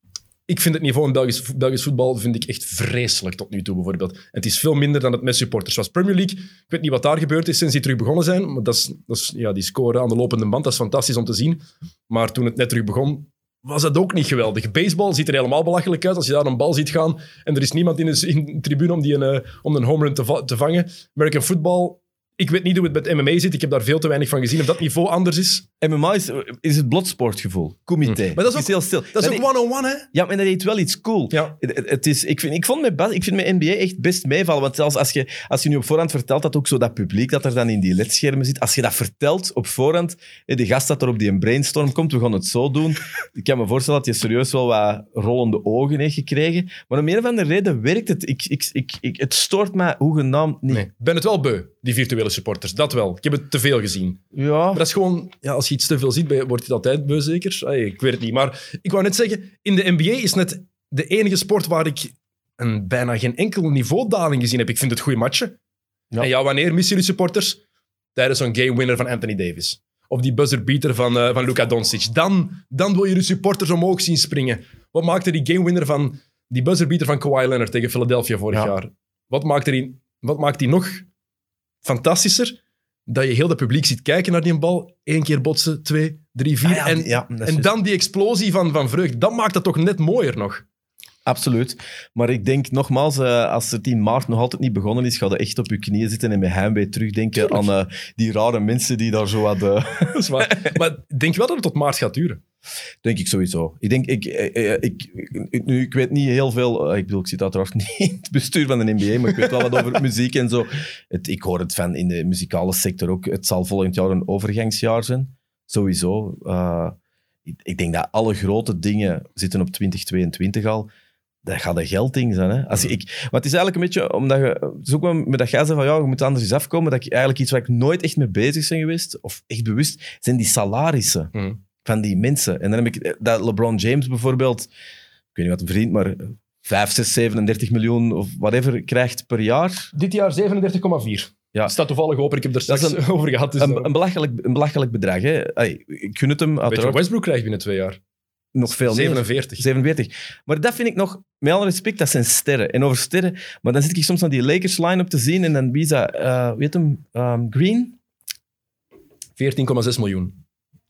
A: Ik vind het niveau in Belgisch voetbal vind ik echt vreselijk tot nu toe, bijvoorbeeld. En het is veel minder dan het met supporters was. Premier League, ik weet niet wat daar gebeurd is sinds die terug begonnen zijn, maar die scoren aan de lopende band, dat is fantastisch om te zien. Maar toen het net terug begon, was dat ook niet geweldig. Baseball ziet er helemaal belachelijk uit als je daar een bal ziet gaan en er is niemand in de tribune om een home run te vangen. American football... Ik weet niet hoe het met MMA zit. Ik heb daar veel te weinig van gezien. Of dat niveau anders is.
D: MMA is het bloedsportgevoel. Comité.
A: Maar dat is ook,
D: heel stil.
A: Dat is ook one-on-one, hè?
D: Ja, maar dat heet wel iets cool.
A: Ja.
D: Ik vind mijn NBA echt best meevallen. Want zelfs als je nu op voorhand vertelt, dat ook zo dat publiek dat er dan in die ledschermen zit, als je dat vertelt op voorhand, de gast dat er op die brainstorm komt, we gaan het zo doen. Ik kan me voorstellen dat je serieus wel wat rollende ogen heeft gekregen. Maar om een of andere reden werkt het. Het stoort mij hoegenaamd niet.
A: Nee. Ik ben het wel beu, die virtuele supporters. Dat wel. Ik heb het te veel gezien.
D: Ja.
A: Maar dat is gewoon... Ja, als je iets te veel ziet, word je het altijd beu, zeker? Ik weet het niet. Maar ik wou net zeggen, in de NBA is net de enige sport waar ik bijna geen enkel niveaudaling gezien heb. Ik vind het goede matchen.
D: Ja.
A: En ja, wanneer missen jullie supporters? Tijdens zo'n game winner van Anthony Davis. Of die buzzer beater van Luka Doncic. Dan wil je de supporters omhoog zien springen. Wat maakte die game winner van... Die buzzer beater van Kawhi Leonard tegen Philadelphia vorig jaar? Wat maakt die nog fantastischer? Dat je heel dat publiek ziet kijken naar die bal. 1 keer botsen, 2, 3, 4. En dan die explosie van vreugde. Dat maakt het toch net mooier nog.
D: Absoluut. Maar ik denk nogmaals, als het in maart nog altijd niet begonnen is, ga je echt op je knieën zitten en met heimwee terugdenken aan die rare mensen die daar zo hadden.
A: Dat is waar. Maar ik denk wel dat het tot maart gaat duren.
D: Denk ik sowieso. Ik weet niet heel veel... Ik zit uiteraard niet in het bestuur van de NBA, maar ik weet wel wat over muziek en zo. Ik hoor het van in de muzikale sector ook. Het zal volgend jaar een overgangsjaar zijn. Sowieso. Ik denk dat alle grote dingen zitten op 2022 al. Dat gaat een geldding zijn. Hè? Maar het is eigenlijk een beetje... Omdat het is ook wel met dat jij zei van ja, je moet anders eens afkomen. Dat ik eigenlijk iets waar ik nooit echt mee bezig ben geweest, of echt bewust, zijn die salarissen van die mensen. En dan heb ik dat LeBron James bijvoorbeeld, ik weet niet wat hij verdient, maar 5, 6, 37 miljoen of whatever krijgt per jaar.
A: Dit jaar 37,4. Ja. Staat toevallig open, ik heb er straks over gehad. Dus
D: een belachelijk bedrag. Hè? Ik gun het hem.
A: Weet je wat Westbrook krijgt binnen 2 jaar?
D: Nog veel
A: 47.
D: Meer. 47. Maar dat vind ik nog, met alle respect, dat zijn sterren. En over sterren, maar dan zit ik soms naar die Lakers line-up te zien en dan wie is dat? Weet hem? Green?
A: 14,6 miljoen.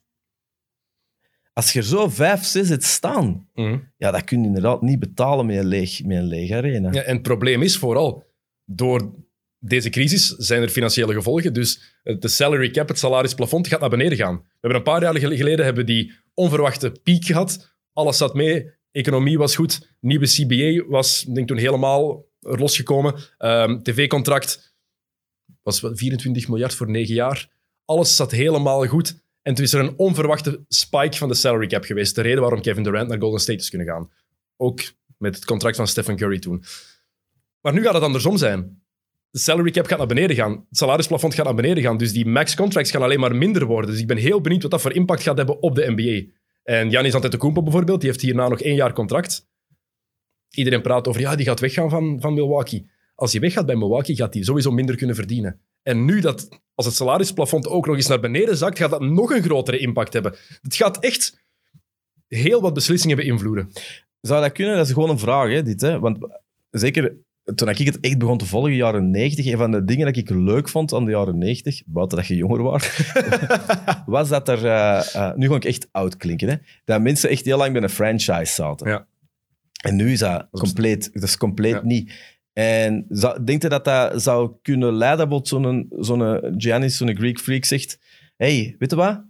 D: Als je er zo 5, 6 hebt staan, ja, dat kun je inderdaad niet betalen met een leeg arena.
A: Ja, en het probleem is vooral, door deze crisis zijn er financiële gevolgen. Dus de salary cap, het salarisplafond, gaat naar beneden gaan. We hebben een paar jaar geleden die onverwachte piek gehad. Alles zat mee, economie was goed. Nieuwe CBA was, denk toen, helemaal losgekomen. TV-contract was 24 miljard voor 9 jaar. Alles zat helemaal goed. En toen is er een onverwachte spike van de salary cap geweest. De reden waarom Kevin Durant naar Golden State is kunnen gaan. Ook met het contract van Stephen Curry toen. Maar nu gaat het andersom zijn. De salary cap gaat naar beneden gaan. Het salarisplafond gaat naar beneden gaan. Dus die max contracts gaan alleen maar minder worden. Dus ik ben heel benieuwd wat dat voor impact gaat hebben op de NBA. En Giannis Antetokounmpo bijvoorbeeld, die heeft hierna nog 1 jaar contract. Iedereen praat over, ja, die gaat weggaan van Milwaukee. Als hij weggaat bij Milwaukee, gaat hij sowieso minder kunnen verdienen. En nu, als het salarisplafond ook nog eens naar beneden zakt, gaat dat nog een grotere impact hebben. Het gaat echt heel wat beslissingen beïnvloeden.
D: Zou dat kunnen? Dat is gewoon een vraag, hè, dit. Hè? Want zeker toen ik het echt begon te volgen, jaren 90, een van de dingen dat ik leuk vond aan de jaren 90, buiten dat je jonger was, was dat er... nu ga ik echt oud klinken, hè, dat mensen echt heel lang bij een franchise zaten.
A: Ja.
D: En nu is dat compleet niet. En denk je dat dat zou kunnen leiden dat zo'n Giannis, zo'n Greek Freak zegt, hey, weet je wat?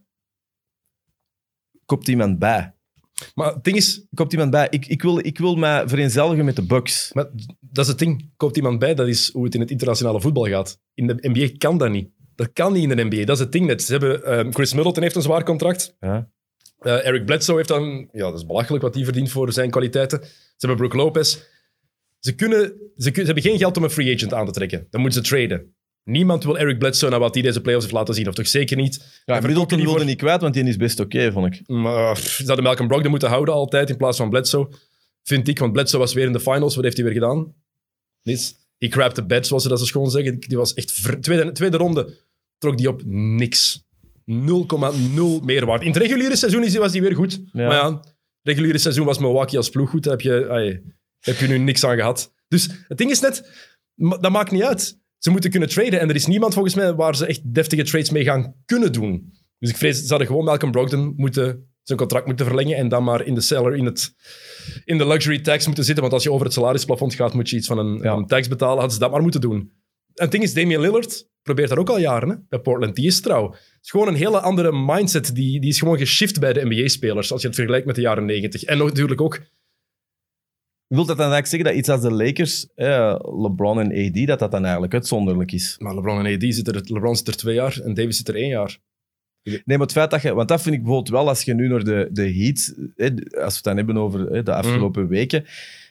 D: Koopt iemand bij.
A: Maar het ding is...
D: Koopt iemand bij. Ik wil mij vereenzelvigen met de Bucks.
A: Maar dat is het ding. Koopt iemand bij, dat is hoe het in het internationale voetbal gaat. In de NBA kan dat niet. Dat kan niet in de NBA. Dat is het ding net. Ze hebben, Chris Middleton heeft een zwaar contract.
D: Ja.
A: Eric Bledsoe heeft dan... Ja, dat is belachelijk wat hij verdient voor zijn kwaliteiten. Ze hebben Brook Lopez. Ze hebben geen geld om een free agent aan te trekken. Dan moeten ze traden. Niemand wil Eric Bledsoe naar wat hij deze playoffs heeft laten zien. Of toch zeker niet.
D: Ja, Middleton wilde niet kwijt, want die is best oké, vond ik.
A: Maar ze hadden Malcolm Brogdon moeten houden altijd in plaats van Bledsoe. Vind ik, want Bledsoe was weer in de finals. Wat heeft hij weer gedaan? Niets. He crapped the bed, zoals ze dat zo schoon zeggen. Die was echt... Tweede ronde trok die op niks. 0,0 meer waard. In het reguliere seizoen was hij weer goed.
D: Ja.
A: Maar ja, het reguliere seizoen was Milwaukee als ploeg goed. Daar heb je nu niks aan gehad. Dus het ding is net... Dat maakt niet uit. Ze moeten kunnen traden. En er is niemand volgens mij waar ze echt deftige trades mee gaan kunnen doen. Dus ik vrees, ze hadden gewoon Malcolm Brogdon zijn contract moeten verlengen en dan maar in de salary, in de luxury tax moeten zitten. Want als je over het salarisplafond gaat, moet je iets van een tax betalen. Hadden ze dat maar moeten doen. En het ding is, Damian Lillard probeert dat ook al jaren. Hè? Bij Portland, die is trouw. Het is gewoon een hele andere mindset. Die is gewoon geshift bij de NBA-spelers, als je het vergelijkt met de jaren 90. En natuurlijk ook...
D: Wil dat dan eigenlijk zeggen dat iets als de Lakers, LeBron en AD, dat dan eigenlijk uitzonderlijk is?
A: Maar LeBron en AD LeBron zit er 2 jaar en Davis zit er 1 jaar.
D: Nee, maar het feit dat je... Want dat vind ik bijvoorbeeld wel, als je nu naar de Heat... als we het dan hebben over de afgelopen weken...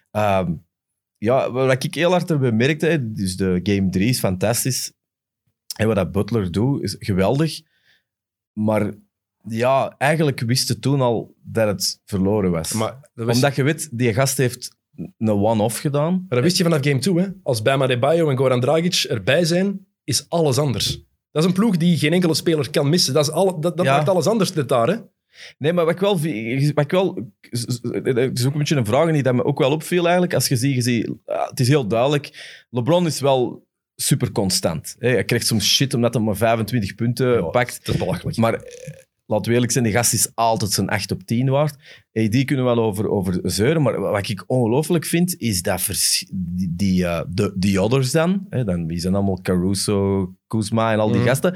D: wat ik heel hard heb bemerkt, dus de Game 3 is fantastisch. En wat dat Butler doet, is geweldig. Maar ja, eigenlijk wisten toen al dat het verloren was. Omdat je weet, die gast heeft een one-off gedaan.
A: Maar dat wist je vanaf Game 2, hè? Als Bam Adebayo en Goran Dragic erbij zijn, is alles anders. Dat is een ploeg die geen enkele speler kan missen. Dat maakt alles anders dit daar, hè?
D: Nee, maar wat ik wel... Het is ook een beetje een vraag die me ook wel opviel eigenlijk. Als je ziet, het is heel duidelijk. LeBron is wel super constant. Hij krijgt soms shit omdat hij maar 25 punten pakt.
A: Dat is belachelijk.
D: Maar laten we eerlijk zijn, die gast is altijd zijn 8 op 10 waard. Die kunnen wel over zeuren, maar wat ik ongelooflijk vind, is dat die others dan, wie zijn allemaal Caruso, Kuzma en al die gasten,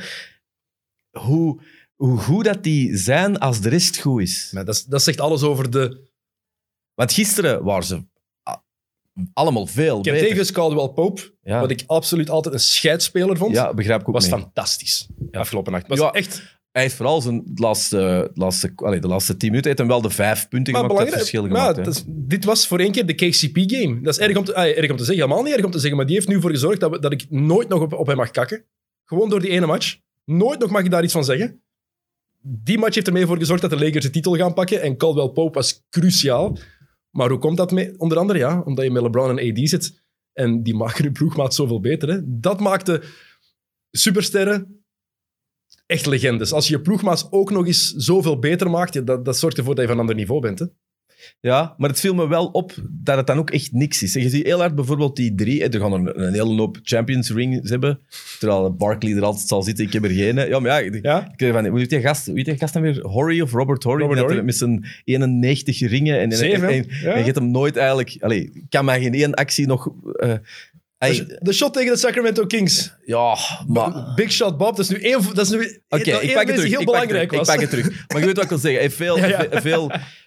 D: hoe goed dat die zijn als de rest goed is.
A: Maar dat zegt alles over de...
D: Want gisteren waren ze allemaal veel beter.
A: Tegen Caldwell Pope, wat ik absoluut altijd een scheidsspeler vond,
D: begrijp ik ook
A: was
D: mee.
A: Fantastisch. Afgelopen nacht. Was echt...
D: Hij heeft vooral de laatste 10 minuten heeft hem wel de 5 punten gemaakt, dat verschil gemaakt.
A: Dit was voor 1 keer de KCP-game. Dat is erg om te zeggen. Helemaal niet erg om te zeggen, maar die heeft nu voor gezorgd dat ik nooit nog op hem mag kakken. Gewoon door die ene match. Nooit nog mag ik daar iets van zeggen. Die match heeft ermee voor gezorgd dat de Lakers de titel gaan pakken en Caldwell Pope was cruciaal. Maar hoe komt dat mee? Onder andere, omdat je met LeBron en AD zit en die maken je ploegmaat zoveel beter. Hè? Dat maakt de supersterren echt legendes. Als je je ploegmaats ook nog eens zoveel beter maakt, dat zorgt ervoor dat je van een ander niveau bent. Hè?
D: Ja, maar het viel me wel op dat het dan ook echt niks is. Je ziet heel hard bijvoorbeeld die 3, er gaan er een hele hoop Champions Rings hebben, terwijl Barkley er altijd zal zitten, ik heb er geen. Ja, maar ik kreeg van, hoe heet die gast dan weer? Horry of Robert Horry? Met zijn 91 ringen. En je hebt hem nooit eigenlijk... ik kan mij geen één actie nog...
A: De shot tegen de Sacramento Kings.
D: Ja, maar...
A: Big shot Bob, dat is nu één...
D: Oké, ik pak het terug.
A: Heel belangrijk was.
D: Ik pak het terug. Maar je weet wat ik wil zeggen. Hij heeft veel...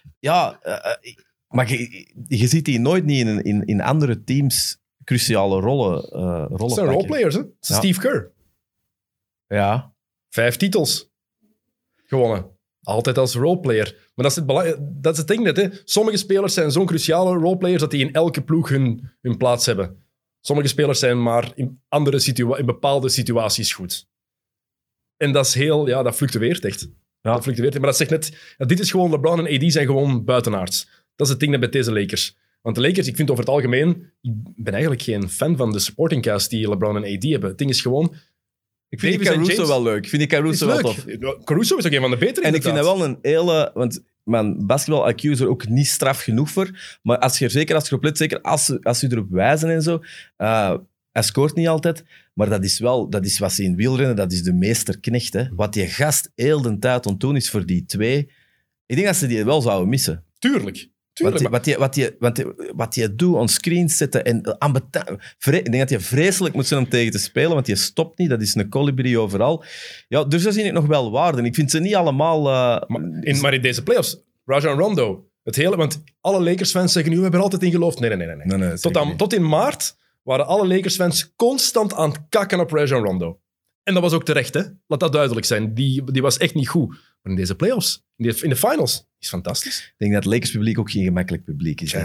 D: maar je ziet die nooit niet in andere teams cruciale rollen
A: Dat zijn roleplayers, hè? Steve Kerr.
D: Ja.
A: 5 titels gewonnen. Altijd als roleplayer. Maar dat is het ding net, hè. Sommige spelers zijn zo'n cruciale roleplayers dat die in elke ploeg hun plaats hebben. Sommige spelers zijn maar in bepaalde situaties goed. En dat is heel... Ja, dat fluctueert echt.
D: Ja.
A: Dat fluctueert. Maar dat zegt net... dit is gewoon... LeBron en AD zijn gewoon buitenaards. Dat is het ding net met deze Lakers. Want de Lakers, ik vind over het algemeen... Ik ben eigenlijk geen fan van de supporting cast die LeBron en AD hebben. Het ding is gewoon...
D: Ik vind Caruso wel leuk. Ik vind die Caruso wel tof.
A: Caruso is ook een van de betere.
D: En ik vind dat wel een hele... Want mijn basketbal-IQ is er ook niet straf genoeg voor. Maar als je je oplet, zeker als je erop wijzen en zo... hij scoort niet altijd, maar dat is wat ze in wielrennen, dat is de meesterknecht. Hè. Wat die gast heel de tijd aan het doen is voor die 2. Ik denk dat ze die wel zouden missen.
A: Tuurlijk.
D: Wat je doet, on screen zetten en ik denk dat je vreselijk moet zijn om tegen te spelen, want je stopt niet, dat is een colibri overal. Ja, dus daar zie ik nog wel waarde. Ik vind ze niet allemaal...
A: Maar in deze playoffs, Rajon Rondo, want alle Lakers-fans zeggen nu, we hebben er altijd in geloofd. Nee. Tot in maart waren alle Lakers-fans constant aan het kakken op Rajon Rondo. En dat was ook terecht, hè? Laat dat duidelijk zijn. Die was echt niet goed. Maar in deze playoffs, in de finals, is fantastisch.
D: Ik denk dat het Lakers-publiek ook geen gemakkelijk publiek is, denk ik.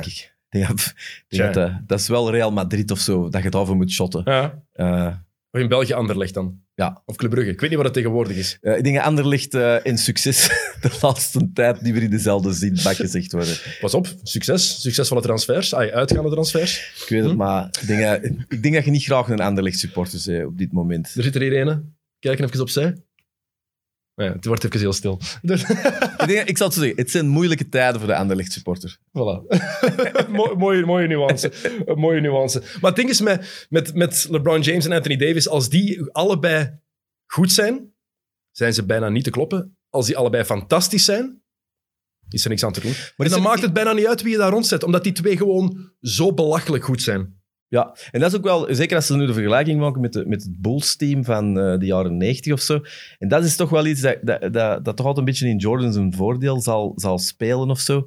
D: Ik denk dat is wel Real Madrid of zo, dat je het over moet shotten.
A: Ja. Of in België Anderlecht dan?
D: Ja.
A: Of Club Brugge? Ik weet niet wat het tegenwoordig is.
D: Ik denk dat Anderlecht in succes de laatste tijd niet meer in dezelfde zin gezegd worden.
A: Pas op, succes. Succesvolle transfers. Uitgaande transfers.
D: Ik weet het, maar ik denk dat je niet graag een Anderlecht supporter bent op dit moment.
A: Er zit er hier een. Kijken even opzij. Ja, het wordt even heel stil.
D: Ik zal het zo zeggen, het zijn moeilijke tijden voor de Anderlecht supporter.
A: Voilà. mooie nuance. Mooie nuance. Maar het ding is met LeBron James en Anthony Davis, als die allebei goed zijn, zijn ze bijna niet te kloppen. Als die allebei fantastisch zijn, is er niks aan te doen. Maar dan maakt het bijna niet uit wie je daar rondzet, omdat die twee gewoon zo belachelijk goed zijn.
D: Ja, en dat is ook wel, zeker als ze nu de vergelijking maken met het Bulls-team van de jaren 90 of zo. En dat is toch wel iets dat toch altijd een beetje in Jordan zijn voordeel zal spelen of zo.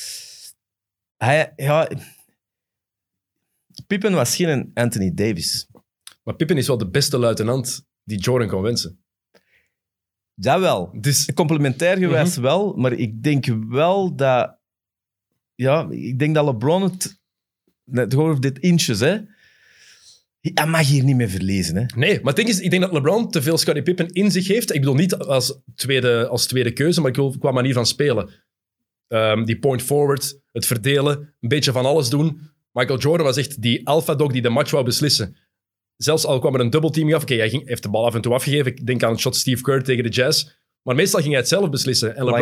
D: Pippen was geen Anthony Davis.
A: Maar Pippen is wel de beste luitenant die Jordan kon wensen.
D: Dat wel.
A: Dus,
D: complementair gewijs wel, maar ik denk wel dat... Ja, ik denk dat LeBron het... Gewoon over dit inches, hè. Hij mag hier niet meer verliezen, hè.
A: Nee, maar het ding is, ik denk dat LeBron te veel Scottie Pippen in zich heeft. Ik bedoel niet als tweede keuze, maar ik wil qua manier van spelen. Die point forward, het verdelen, een beetje van alles doen. Michael Jordan was echt die alpha dog die de match wou beslissen. Zelfs al kwam er een dubbelteaming af. Oké, hij heeft de bal af en toe afgegeven. Ik denk aan het shot Steve Kerr tegen de Jazz. Maar meestal ging hij het zelf beslissen. En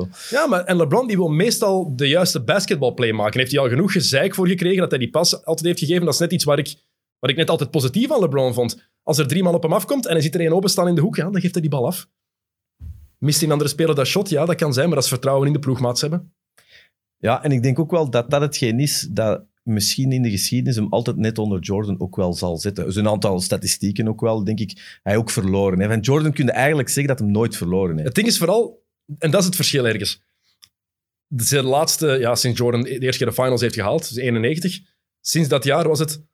A: LeBron die wil meestal de juiste basketbalplay maken. Heeft hij al genoeg gezeik voor gekregen dat hij die pas altijd heeft gegeven. Dat is net iets waar ik net altijd positief aan LeBron vond. Als er 3 man op hem afkomt en hij ziet er één openstaan in de hoek, ja, dan geeft hij die bal af. Mist hij een andere speler dat shot? Ja, dat kan zijn, maar dat is vertrouwen in de ploegmaats hebben.
D: Ja, en ik denk ook wel dat hetgeen is dat misschien in de geschiedenis hem altijd net onder Jordan ook wel zal zitten. Dus een aantal statistieken ook wel, denk ik, hij ook verloren. Hè. Van Jordan kun je eigenlijk zeggen dat hem nooit verloren heeft.
A: Het ding is vooral, en dat is het verschil ergens. De laatste, sinds Jordan de eerste keer de finals heeft gehaald, dus 91, sinds dat jaar was het,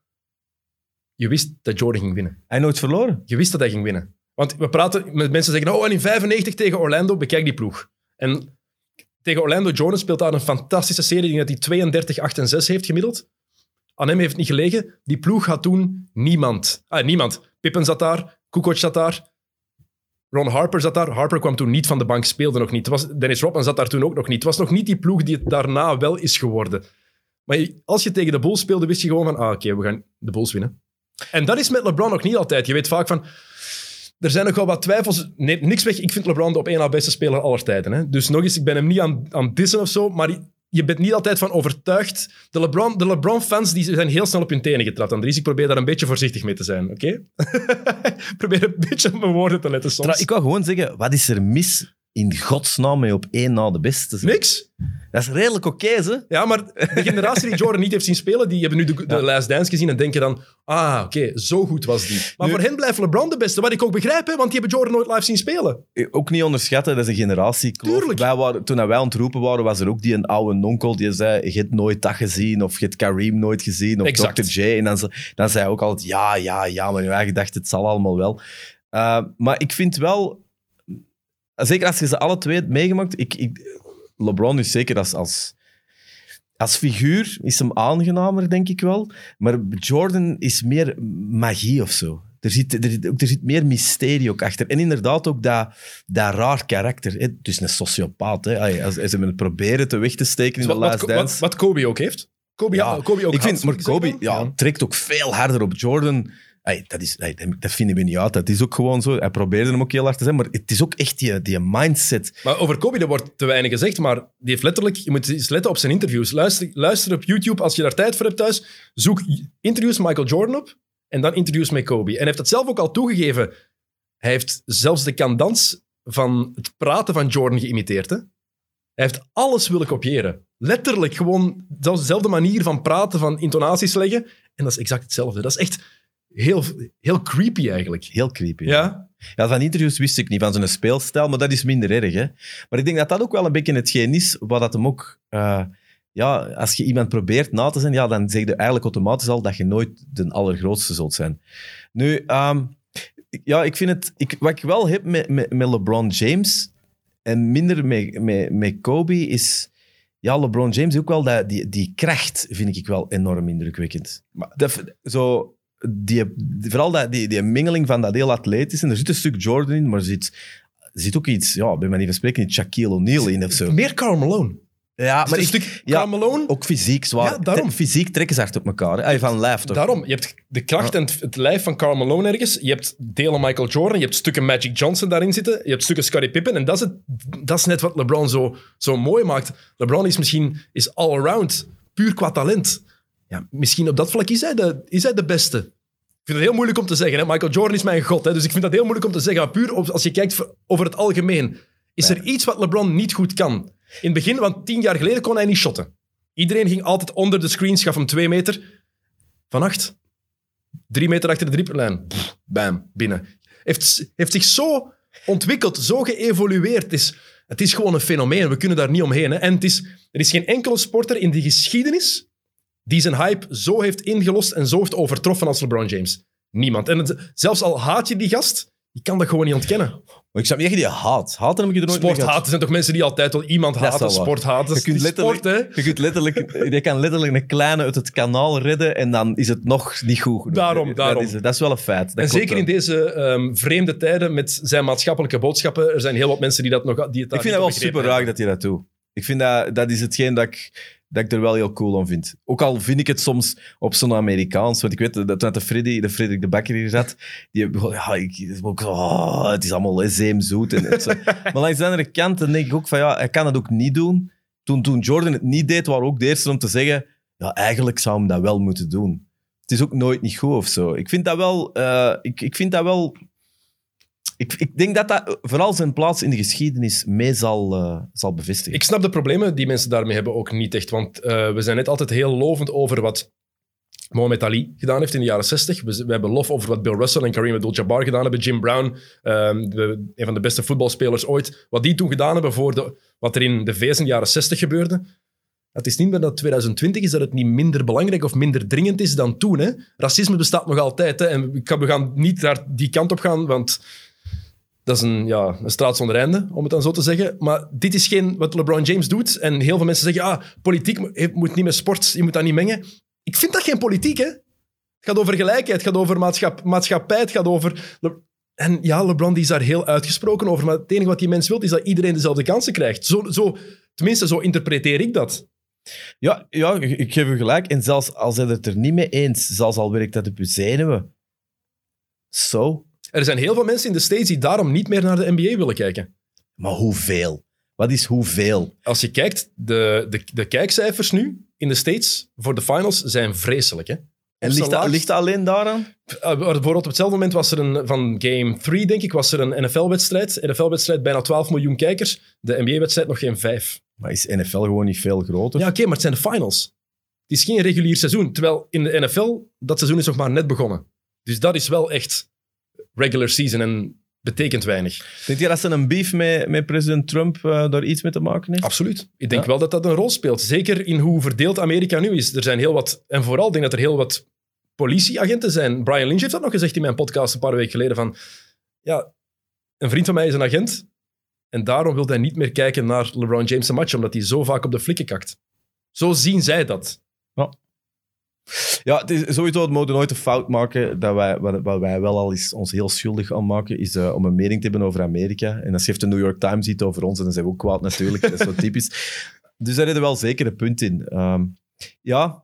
A: je wist dat Jordan ging winnen.
D: Hij nooit verloren?
A: Je wist dat hij ging winnen. Want we praten met mensen die zeggen, en in 95 tegen Orlando, bekijk die ploeg. En tegen Orlando, Jordan speelt daar een fantastische serie. Ik denk dat hij 32, 8 en 6 heeft gemiddeld. Aan hem heeft het niet gelegen. Die ploeg had toen niemand. Pippen zat daar, Kukoc zat daar, Ron Harper zat daar. Harper kwam toen niet van de bank, speelde nog niet. Dennis Rodman zat daar toen ook nog niet. Het was nog niet die ploeg die het daarna wel is geworden. Maar als je tegen de Bulls speelde, wist je gewoon van, oké, we gaan de Bulls winnen. En dat is met LeBron nog niet altijd. Je weet vaak van... Er zijn nog wel wat twijfels. Nee, niks weg. Ik vind LeBron de op één na beste speler aller tijden. Hè. Dus nog eens, ik ben hem niet aan dissen of zo, maar je bent niet altijd van overtuigd. De LeBron-fans die zijn heel snel op hun tenen getrapt, Andries. Ik probeer daar een beetje voorzichtig mee te zijn, oké? Probeer een beetje op mijn woorden te letten soms.
D: Ik wou gewoon zeggen, wat is er mis in godsnaam mee op één na de beste te zijn?
A: Niks.
D: Dat is redelijk oké, hè?
A: Ja, maar de generatie die Jordan niet heeft zien spelen, die hebben nu de Last Dance gezien en denken dan, oké, zo goed was die. Maar voor hen blijft LeBron de beste, wat ik ook begrijp, hè, want die hebben Jordan nooit live zien spelen.
D: Ook niet onderschatten, dat is een generatie-kloof. Toen wij aan het roepen waren, was er ook die een oude onkel die zei, je hebt nooit dat gezien, of je hebt Kareem nooit gezien, of exact. Dr. J. En dan zei hij ook altijd, ja, maar je dacht, het zal allemaal wel. Maar ik vind wel, zeker als je ze alle twee hebt meegemaakt, LeBron is zeker als figuur is hem aangenamer, denk ik wel. Maar Jordan is meer magie of zo. Er zit meer mysterie ook achter. En inderdaad ook dat raar karakter. Het is een sociopaat. Hè. Als ze hem het proberen te weg te steken in de Last Dance.
A: Wat Kobe ook heeft. Kobe ook
D: ik vind, maar Kobe trekt ook veel harder op Jordan. Dat vinden we niet uit. Dat is ook gewoon zo. Hij probeerde hem ook heel hard te zijn, maar het is ook echt die mindset.
A: Maar over Kobe, dat wordt te weinig gezegd, maar die heeft letterlijk... Je moet eens letten op zijn interviews. Luister op YouTube, als je daar tijd voor hebt thuis. Zoek interviews Michael Jordan op en dan interviews met Kobe. En hij heeft dat zelf ook al toegegeven. Hij heeft zelfs de cadans van het praten van Jordan geïmiteerd. Hè? Hij heeft alles willen kopiëren. Letterlijk gewoon zelfs dezelfde manier van praten, van intonaties leggen. En dat is exact hetzelfde. Dat is echt... Heel creepy eigenlijk.
D: Heel creepy.
A: Ja?
D: Ja, van interviews wist ik niet, van zijn speelstijl, maar dat is minder erg. Hè? Maar ik denk dat dat ook wel een beetje hetgeen is, wat dat hem ook... als je iemand probeert na te zijn, dan zeg je eigenlijk automatisch al dat je nooit de allergrootste zult zijn. Nu, ik vind het... Wat ik wel heb met LeBron James en minder met Kobe is... Ja, LeBron James ook wel, die kracht vind ik wel enorm indrukwekkend. Maar vooral die mengeling van dat heel atletische. En er zit een stuk Jordan in, maar er zit ook iets, bij manier van spreken, iets Shaquille O'Neal in of zo.
A: Meer Karl Malone.
D: Ja, maar
A: een stuk Karl Malone.
D: Ook fysiek zwaar.
A: Ja, daarom.
D: Fysiek trekken ze hard op elkaar. Hè? Van lijf toch?
A: Daarom. Je hebt de kracht en het lijf van Karl Malone ergens. Je hebt delen Michael Jordan. Je hebt stukken Magic Johnson daarin zitten. Je hebt stukken Scottie Pippen. En dat is net wat LeBron zo mooi maakt. LeBron is all-around. Puur qua talent. Ja, misschien op dat vlak is hij de beste. Ik vind het heel moeilijk om te zeggen. Hè? Michael Jordan is mijn god. Hè? Dus ik vind dat heel moeilijk om te zeggen. Maar puur als je kijkt over het algemeen. Is er iets wat LeBron niet goed kan? In het begin, want 10 jaar geleden kon hij niet shotten. Iedereen ging altijd onder de screen, gaf hem 2 meter. Van 8. 3 meter achter de driepuntlijn. Bam, binnen. Heeft zich zo ontwikkeld, zo geëvolueerd. Het is gewoon een fenomeen. We kunnen daar niet omheen. Hè? En er is geen enkele sporter in de geschiedenis die zijn hype zo heeft ingelost en zo heeft overtroffen als LeBron James. Niemand. En zelfs al haat je die gast, je kan dat gewoon niet ontkennen.
D: Maar ik snap niet echt die haat. Haten heb ik er nooit mee gehad.
A: Sporthaten zijn toch mensen die altijd wel iemand haten. Sporthaten.
D: Je kan letterlijk een kleine uit het kanaal redden en dan is het nog niet goed.
A: Daarom.
D: Dat is wel een feit.
A: En zeker in deze vreemde tijden met zijn maatschappelijke boodschappen, er zijn heel wat mensen die het daar
D: Ik vind dat wel super raar dat hij dat doet. Ik vind dat is hetgeen dat ik er wel heel cool aan vind. Ook al vind ik het soms op zo'n Amerikaans. Want ik weet dat toen de Frederik de Bakker hier zat, het is allemaal zeemzoet. En zo. Maar langs de andere kant dan denk ik ook van hij kan het ook niet doen. Toen Jordan het niet deed, waren we ook de eerste om te zeggen, eigenlijk zou hem dat wel moeten doen. Het is ook nooit niet goed of zo. Ik vind dat wel... Ik denk dat vooral zijn plaats in de geschiedenis mee zal bevestigen.
A: Ik snap de problemen die mensen daarmee hebben ook niet echt. Want we zijn net altijd heel lovend over wat Mohamed Ali gedaan heeft in de jaren 60. We hebben lof over wat Bill Russell en Kareem Abdul-Jabbar gedaan hebben. Jim Brown, een van de beste voetbalspelers ooit. Wat die toen gedaan hebben voor wat er in de VS in de jaren 60 gebeurde. Het is niet meer dat 2020 is dat het niet minder belangrijk of minder dringend is dan toen. Hè? Racisme bestaat nog altijd. Hè? En we gaan niet daar die kant op gaan, want... Dat is een straat zonder einde, om het dan zo te zeggen. Maar dit is geen wat LeBron James doet. En heel veel mensen zeggen, politiek moet niet met sport, je moet dat niet mengen. Ik vind dat geen politiek, hè. Het gaat over gelijkheid, het gaat over maatschappij, het gaat over... En ja, LeBron die is daar heel uitgesproken over, maar het enige wat die mens wil, is dat iedereen dezelfde kansen krijgt. Tenminste, zo interpreteer ik dat.
D: Ja, ik geef u gelijk. En zelfs als hij het er niet mee eens, zelfs al werkt dat op uw zenuwen. Zo...
A: Er zijn heel veel mensen in de States die daarom niet meer naar de NBA willen kijken.
D: Maar hoeveel? Wat is hoeveel?
A: Als je kijkt, de kijkcijfers nu in de States voor de finals zijn vreselijk. Hè?
D: En ligt dat alleen daaraan?
A: Bijvoorbeeld op hetzelfde moment was er van Game 3, denk ik, was er een NFL-wedstrijd. NFL-wedstrijd, bijna 12 miljoen kijkers. De NBA-wedstrijd nog geen 5.
D: Maar is NFL gewoon niet veel groter?
A: Ja, oké, maar het zijn de finals. Het is geen regulier seizoen. Terwijl in de NFL, dat seizoen is nog maar net begonnen. Dus dat is wel echt... regular season en betekent weinig.
D: Denk je dat ze een beef met president Trump daar iets mee te maken heeft?
A: Absoluut. Ik denk wel dat dat een rol speelt. Zeker in hoe verdeeld Amerika nu is. Er zijn heel wat... En vooral denk ik dat er heel wat politieagenten zijn. Brian Lynch heeft dat nog gezegd in mijn podcast een paar weken geleden. Van, een vriend van mij is een agent en daarom wil hij niet meer kijken naar LeBron James' match, omdat hij zo vaak op de flikken kakt. Zo zien zij dat.
D: Ja, het is sowieso, het moeten nooit een fout maken. Wat wij wel al eens ons heel schuldig aan maken, is om een mening te hebben over Amerika. En dan schrijft de New York Times iets over ons en dan zijn we ook kwaad natuurlijk. Dat is zo typisch. Dus daar zit wel zeker een punt in. Ja,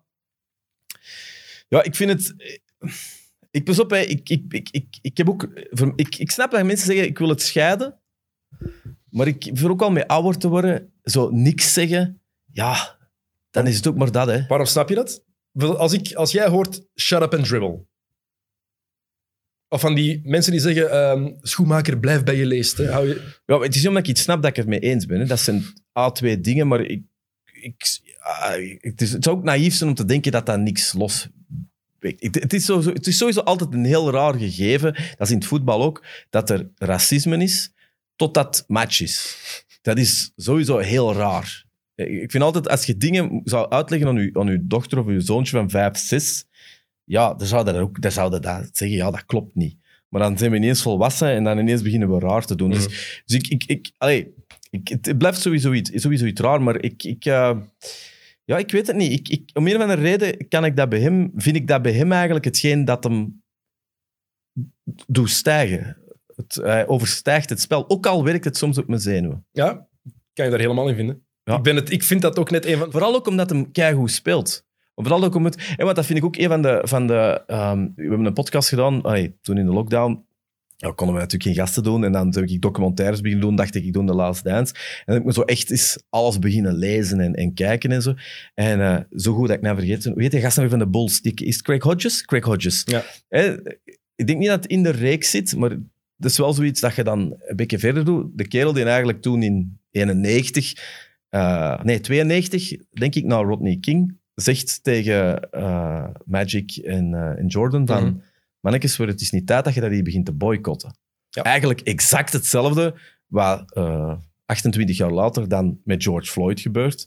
D: ik vind het... Ik pas op, ik heb ook... Ik snap dat mensen zeggen, ik wil het scheiden. Maar ik vind ook wel mee ouder te worden. Zo niks zeggen. Ja, dan is het ook maar dat, hè.
A: Waarom snap je dat? Als jij hoort shut up and dribble. Of van die mensen die zeggen schoenmaker, blijf bij je leest. Hè. Hou je...
D: Ja, het is niet omdat ik iets snap dat ik het mee eens ben. Hè. Dat zijn A2 dingen, maar het zou ook naïef zijn om te denken dat dat niks los... Het is sowieso altijd een heel raar gegeven, dat is in het voetbal ook, dat er racisme is totdat match is. Dat is sowieso heel raar. Ik vind altijd, als je dingen zou uitleggen aan je dochter of je zoontje van 5, 6, ja, dan zou dat zeggen, ja, dat klopt niet. Maar dan zijn we ineens volwassen en dan ineens beginnen we raar te doen. Dus Het blijft sowieso iets raar, maar ik weet het niet. Om een of andere reden vind ik dat bij hem eigenlijk hetgeen dat hem doet stijgen. Hij overstijgt het spel, ook al werkt het soms op mijn zenuwen.
A: Ja, kan je daar helemaal in vinden.
D: Ja.
A: Ik vind dat ook net een van...
D: Vooral ook omdat hem keigoed speelt. Vooral ook want dat vind ik ook een van de we hebben een podcast gedaan, toen in de lockdown. Ja, konden we natuurlijk geen gasten doen. En dan heb ik documentaires beginnen doen. Dacht ik doe The Last Dance. En dan heb ik me zo echt eens alles beginnen lezen en kijken en zo. En zo goed dat ik nou vergeten. Hoe heet die gast nou weer van de Bulls? Is het Craig Hodges? Craig Hodges.
A: Ja.
D: Ik denk niet dat het in de reeks zit, maar dat is wel zoiets dat je dan een beetje verder doet. De kerel die eigenlijk toen in 92, denk ik, naar Rodney King, zegt tegen Magic en Jordan van... Mannetjes, het is niet tijd dat je dat hier begint te boycotten. Ja. Eigenlijk exact hetzelfde wat 28 jaar later dan met George Floyd gebeurt.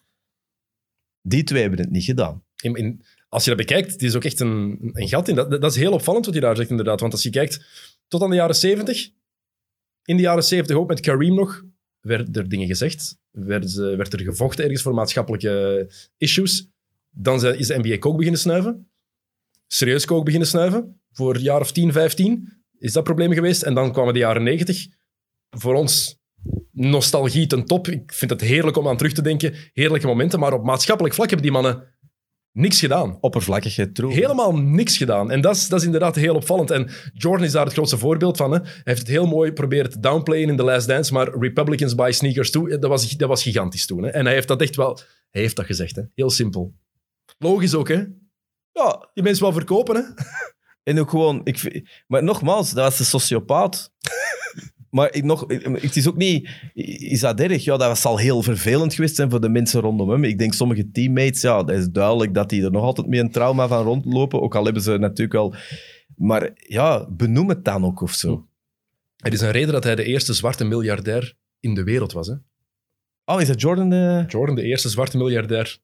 D: Die twee hebben het niet gedaan.
A: Als je dat bekijkt, het is ook echt een gat in. Dat is heel opvallend wat je daar zegt, inderdaad. Want als je kijkt tot aan de jaren 70, in de jaren 70 ook met Kareem nog, werden er dingen gezegd. Werd er gevochten ergens voor maatschappelijke issues. Dan is de NBA coke beginnen snuiven. Serieus coke beginnen snuiven. Voor een jaar of 10, 15 is dat probleem geweest. En dan kwamen de jaren 90. Voor ons nostalgie ten top. Ik vind het heerlijk om aan terug te denken. Heerlijke momenten. Maar op maatschappelijk vlak hebben die mannen niks gedaan.
D: Oppervlakkig troep.
A: Helemaal niks gedaan. En dat is inderdaad heel opvallend. En Jordan is daar het grootste voorbeeld van. Hè. Hij heeft het heel mooi proberen te downplayen in The Last Dance. Maar Republicans buy sneakers too, dat was gigantisch toen. Hè. En hij heeft dat echt wel... Hij heeft dat gezegd. Hè. Heel simpel. Logisch ook, hè. Ja, die mensen wel verkopen, hè.
D: En ook gewoon... Maar nogmaals, dat was de sociopaat. Maar het is ook niet... Is dat erg? Ja, dat zal heel vervelend geweest zijn voor de mensen rondom hem. Ik denk sommige teammates, ja, dat is duidelijk dat die er nog altijd mee een trauma van rondlopen. Ook al hebben ze natuurlijk wel... Maar ja, benoem het dan ook of zo.
A: Er is een reden dat hij de eerste zwarte miljardair in de wereld was, hè.
D: Oh, is dat Jordan?
A: Jordan, de eerste zwarte miljardair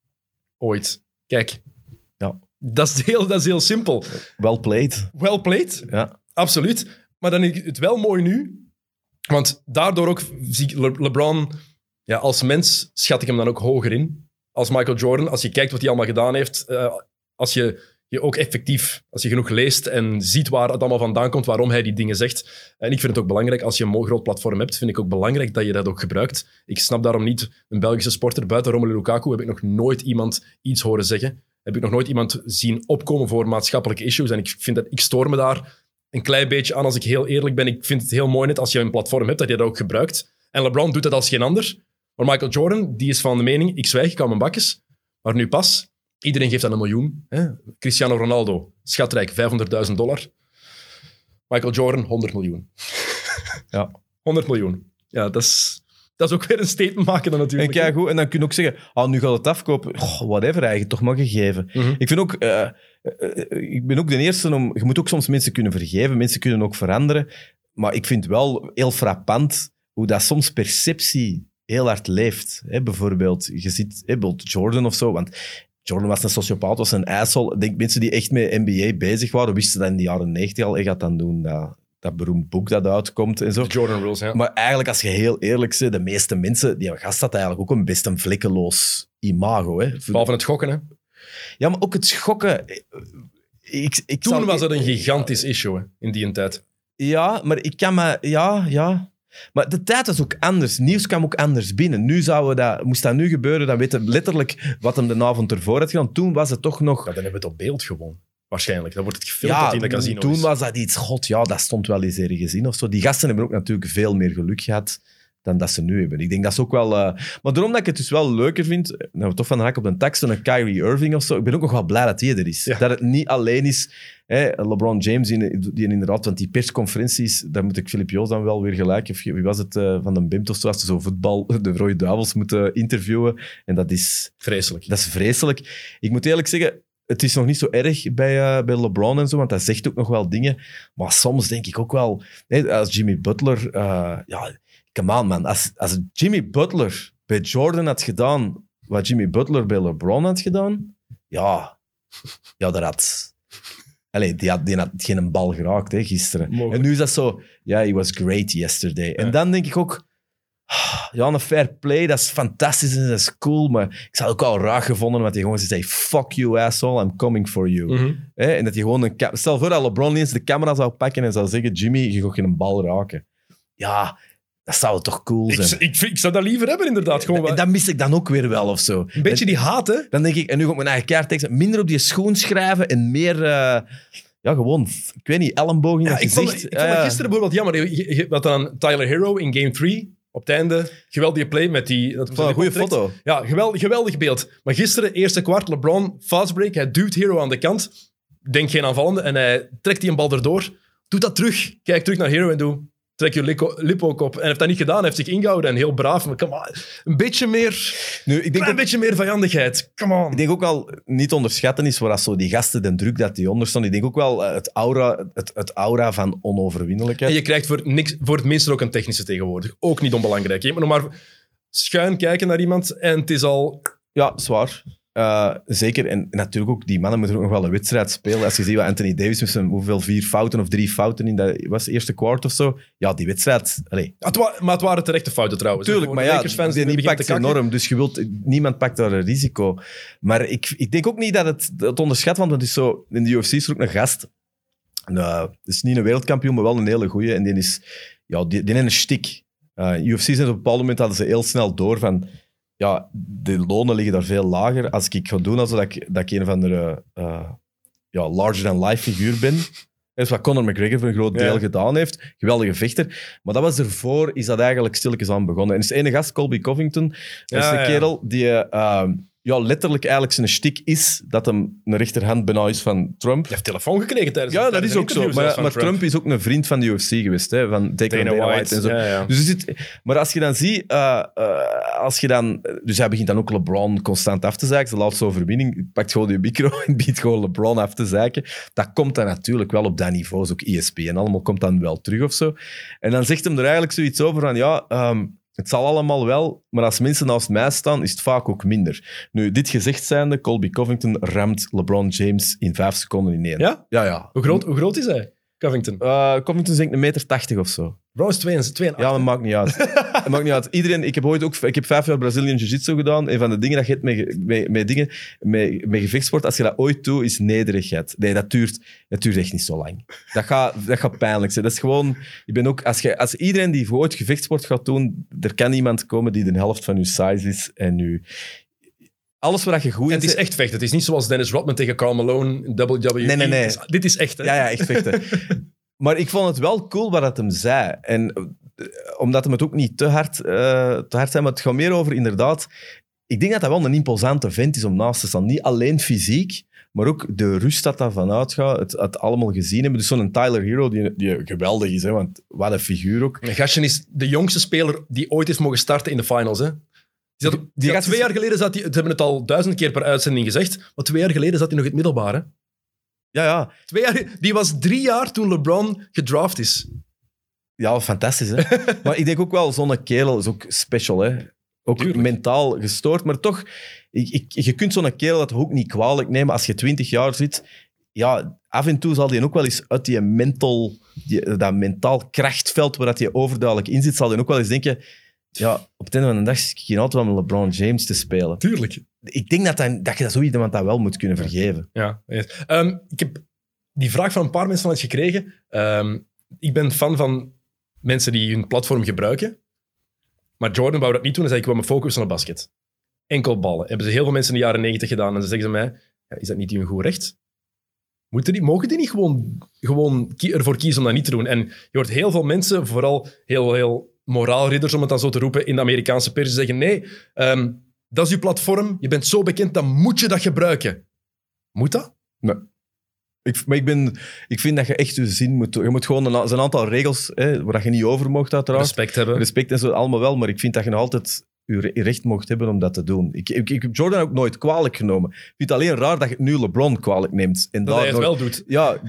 A: ooit. Kijk.
D: Ja.
A: Dat is heel simpel.
D: Well played.
A: Well played,
D: ja.
A: Absoluut. Maar dan is het wel mooi nu, want daardoor ook zie ik LeBron, ja, als mens schat ik hem dan ook hoger in. Als Michael Jordan, als je kijkt wat hij allemaal gedaan heeft, als je ook effectief, als je genoeg leest en ziet waar het allemaal vandaan komt, waarom hij die dingen zegt. En ik vind het ook belangrijk, als je een groot platform hebt, vind ik ook belangrijk dat je dat ook gebruikt. Ik snap daarom niet, een Belgische sporter, buiten Romelu Lukaku, heb ik nog nooit iemand iets horen zeggen. Heb ik nog nooit iemand zien opkomen voor maatschappelijke issues. En ik stoor me daar een klein beetje aan, als ik heel eerlijk ben. Ik vind het heel mooi net als je een platform hebt, dat je dat ook gebruikt. En LeBron doet dat als geen ander. Maar Michael Jordan, die is van de mening, ik zwijg, ik hou mijn bakjes. Maar nu pas, iedereen geeft aan $1 miljoen. Hè? Cristiano Ronaldo, schatrijk, $500.000. Michael Jordan, 100 miljoen.
D: Ja.
A: 100 miljoen. Ja, dat is ook weer een statement maken dan natuurlijk.
D: En kijk goed, en dan kun je ook zeggen, nu gaat het afkopen. Whatever, eigenlijk toch maar gegeven. Mm-hmm. Ik vind ook... ik ben ook de eerste om... Je moet ook soms mensen kunnen vergeven. Mensen kunnen ook veranderen. Maar ik vind wel heel frappant hoe dat soms perceptie heel hard leeft. Hè, bijvoorbeeld, je ziet bijvoorbeeld Jordan of zo, want Jordan was een sociopaat, was een asshole. Ik denk mensen die echt met NBA bezig waren, wisten dat in de jaren 90 al. Hij gaat dan doen dat beroemd boek dat uitkomt en zo.
A: Jordan Rules, ja.
D: Maar eigenlijk, als je heel eerlijk bent, de meeste mensen, die gast had eigenlijk ook een best een vlekkeloos imago. Hè.
A: Behalve het gokken, hè.
D: Ja, maar ook het schokken.
A: Toen was het een gigantisch issue, hè, in die tijd.
D: Ja, maar ik kan me... Ja. Maar de tijd was ook anders. Nieuws kwam ook anders binnen. Nu moest dat nu gebeuren, dan weten we letterlijk wat hem de avond ervoor had gedaan. Toen was het toch nog...
A: Ja, dan hebben we het op beeld gewoon. Waarschijnlijk. Dan wordt het gefilmd in de casino.
D: Toen was dat iets... God, ja, dat stond wel eens ergens in of zo. Die gasten hebben ook natuurlijk veel meer geluk gehad dan dat ze nu hebben. Ik denk dat is ook wel... Maar daarom dat ik het dus wel leuker vind, nou, toch van de hak op de tak, zo'n Kyrie Irving of zo, ik ben ook nog wel blij dat die er is. Ja. Dat het niet alleen is LeBron James, die inderdaad, want die persconferenties, daar moet ik Filip Joos dan wel weer gelijk, of wie was het, van de Bimt of zo, als ze zo voetbal, de Rode Duivels moeten interviewen. En dat is...
A: Vreselijk.
D: Dat is vreselijk. Ik moet eerlijk zeggen, het is nog niet zo erg bij LeBron en zo, want hij zegt ook nog wel dingen. Maar soms denk ik ook wel, als Jimmy Butler... Come on, man. Als Jimmy Butler bij Jordan had gedaan wat Jimmy Butler bij LeBron had gedaan, daar had... die had geen bal geraakt gisteren. Mogelijk. En nu is dat zo... Ja, he was great yesterday. Ja. En dan denk ik ook... ja, een fair play, dat is fantastisch en dat is cool, maar ik zou het ook wel raar gevonden, want hij gewoon zei, fuck you asshole, I'm coming for you. En dat hij gewoon stel voor dat LeBron eens de camera zou pakken en zou zeggen, Jimmy, je gaat geen bal raken. Ja, dat zou toch cool zijn.
A: Ik zou dat liever hebben, inderdaad. Gewoon
D: En dat mis ik dan ook weer wel, of zo.
A: een beetje die haat, hè?
D: Dan denk ik, en nu ga ik mijn eigen kaarttekst minder op die schoen schrijven en meer, ja, gewoon, ik weet niet, elleboog in het
A: Ik vond
D: gezicht.
A: het gisteren bijvoorbeeld jammer. Je had dan Tyler Hero in Game 3 op het einde. Geweldige play met die... Dat
D: Een goede foto.
A: Ja, geweldig beeld. Maar gisteren, eerste kwart, LeBron, fastbreak. Hij duwt Hero aan de kant. Denk geen aanvallende. En hij trekt die een bal erdoor. Doet dat terug. Kijk terug naar Hero en doe... Trek je lip ook op. En heeft dat niet gedaan. Hij heeft zich ingehouden en heel braaf. Maar come on, een beetje meer...
D: Nu, ik denk
A: een beetje meer vijandigheid. Come on.
D: Ik denk ook wel, niet onderschatten is waar dat zo die gasten de druk dat die onder staan. Ik denk ook wel het aura van onoverwinnelijkheid.
A: En je krijgt voor het minste ook een technische tegenwoordig. Ook niet onbelangrijk. Je moet nog maar schuin kijken naar iemand en het is al...
D: Ja, zwaar. Zeker. En natuurlijk ook, die mannen moeten ook nog wel een wedstrijd spelen. Als je ziet wat Anthony Davis met zijn hoeveel 4 fouten of 3 fouten in dat was eerste kwart of zo. Ja, die wedstrijd... Allez.
A: Maar het waren terechte fouten trouwens.
D: Tuurlijk, maar ja, die impact is
A: enorm.
D: enorm. Dus niemand pakt daar een risico. Maar ik denk ook niet dat het onderschat, want het is zo... In de UFC is er ook een gast. Het is niet een wereldkampioen, maar wel een hele goeie. En die is... Ja, die heeft een stik. UFC zijn op een bepaald moment hadden ze heel snel door van... Ja, de lonen liggen daar veel lager. Als ik ga doen alsof ik een of andere larger-than-life figuur ben. Dat is wat Conor McGregor voor een groot deel gedaan heeft. Geweldige vechter. Maar dat was ervoor, is dat eigenlijk stilletjes aan begonnen. En is de ene gast, Colby Covington, dat is de kerel die letterlijk eigenlijk zijn shtick is dat hem een rechterhand bijna is van Trump.
A: Je hebt telefoon gekregen tijdens
D: Ja, dat is ook zo. Maar Trump is ook een vriend van de UFC geweest, hè, van Dana White en zo.
A: Ja.
D: Dus maar als je dan ziet, dus hij begint dan ook LeBron constant af te zeiken. Zijn laatste overwinning, pakt gewoon die micro en biedt gewoon LeBron af te zeiken. Dat komt dan natuurlijk wel op dat niveau, ook ESPN allemaal komt dan wel terug of zo. En dan zegt hem er eigenlijk zoiets over van, het zal allemaal wel, maar als mensen naast mij staan, is het vaak ook minder. Nu, dit gezegd zijnde, Colby Covington ramt LeBron James in 5 seconden in 1.
A: Ja?
D: Ja.
A: Hoe groot is hij, Covington?
D: Covington is denk ik 1,80 m of zo.
A: Bro is 2,8.
D: Ja, maar maakt niet uit. Het maakt niet uit. Iedereen, ik heb 5 jaar Brazilian Jiu-Jitsu gedaan. Een van de dingen dat je hebt met gevechtssport, als je dat ooit doet, is nederigheid. Nee, dat duurt echt niet zo lang. Dat gaat pijnlijk zijn. Dat is gewoon... Ik ben ook, als iedereen die ooit gevechtssport gaat doen, er kan iemand komen die de helft van je size is en nu... Alles waar je goed in
A: het is echt vechten. Het is niet zoals Dennis Rodman tegen Karl Malone in WWE.
D: Nee.
A: Dit is echt, hè?
D: Ja, echt vechten. Maar ik vond het wel cool wat hem zei. En omdat hem het ook niet te hard zei, maar het gaat meer over inderdaad... Ik denk dat dat wel een imposante vent is om naast te staan. Niet alleen fysiek, maar ook de rust dat daarvan uitgaat. Het allemaal gezien hebben. Dus zo'n Tyler Hero, die geweldig is, hè, want wat een figuur ook.
A: En Gastje is de jongste speler die ooit is mogen starten in de finals, hè? Die 2 jaar geleden zat hij... Ze hebben het al 1000 keer per uitzending gezegd, maar 2 jaar geleden zat hij nog in het middelbaar, hè?
D: Ja.
A: 2 jaar... Die was 3 jaar toen LeBron gedraft is.
D: Ja, fantastisch, hè? Maar ik denk ook wel, zo'n kerel is ook special, hè? Ook
A: Tuurlijk.
D: mentaal gestoord, maar toch... Je kunt zo'n kerel dat ook niet kwalijk nemen als je 20 jaar zit. Ja, af en toe zal die ook wel eens uit dat mentaal krachtveld waar dat je overduidelijk in zit, zal die ook wel eens denken... Ja, op het einde van de dag is ik altijd wel met LeBron James te spelen.
A: Tuurlijk.
D: Ik denk dat je dat zo iemand dat wel moet kunnen vergeven.
A: Ja. Ik heb die vraag van een paar mensen vanuit gekregen. Ik ben fan van mensen die hun platform gebruiken. Maar Jordan wou dat niet doen. Hij zei, ik wil me focussen op basket. Enkel ballen. Hebben ze heel veel mensen in de jaren 90 gedaan. En dan zeggen ze mij, is dat niet hun goed recht? Mogen die niet gewoon ervoor kiezen om dat niet te doen? En je hoort heel veel mensen, vooral heel moraalridders, om het dan zo te roepen, in de Amerikaanse pers, zeggen, nee, dat is je platform, je bent zo bekend, dan moet je dat gebruiken. Moet dat?
D: Nee. Ik vind dat je echt je zin moet... Je moet gewoon een aantal regels, waar je niet over mocht, uiteraard.
A: Respect hebben.
D: Respect en zo, allemaal wel, maar ik vind dat je nog altijd je recht mocht hebben om dat te doen. Ik heb Jordan ook nooit kwalijk genomen. Ik vind het alleen raar dat je nu LeBron kwalijk neemt. En
A: dat hij het wel doet.
D: Ja,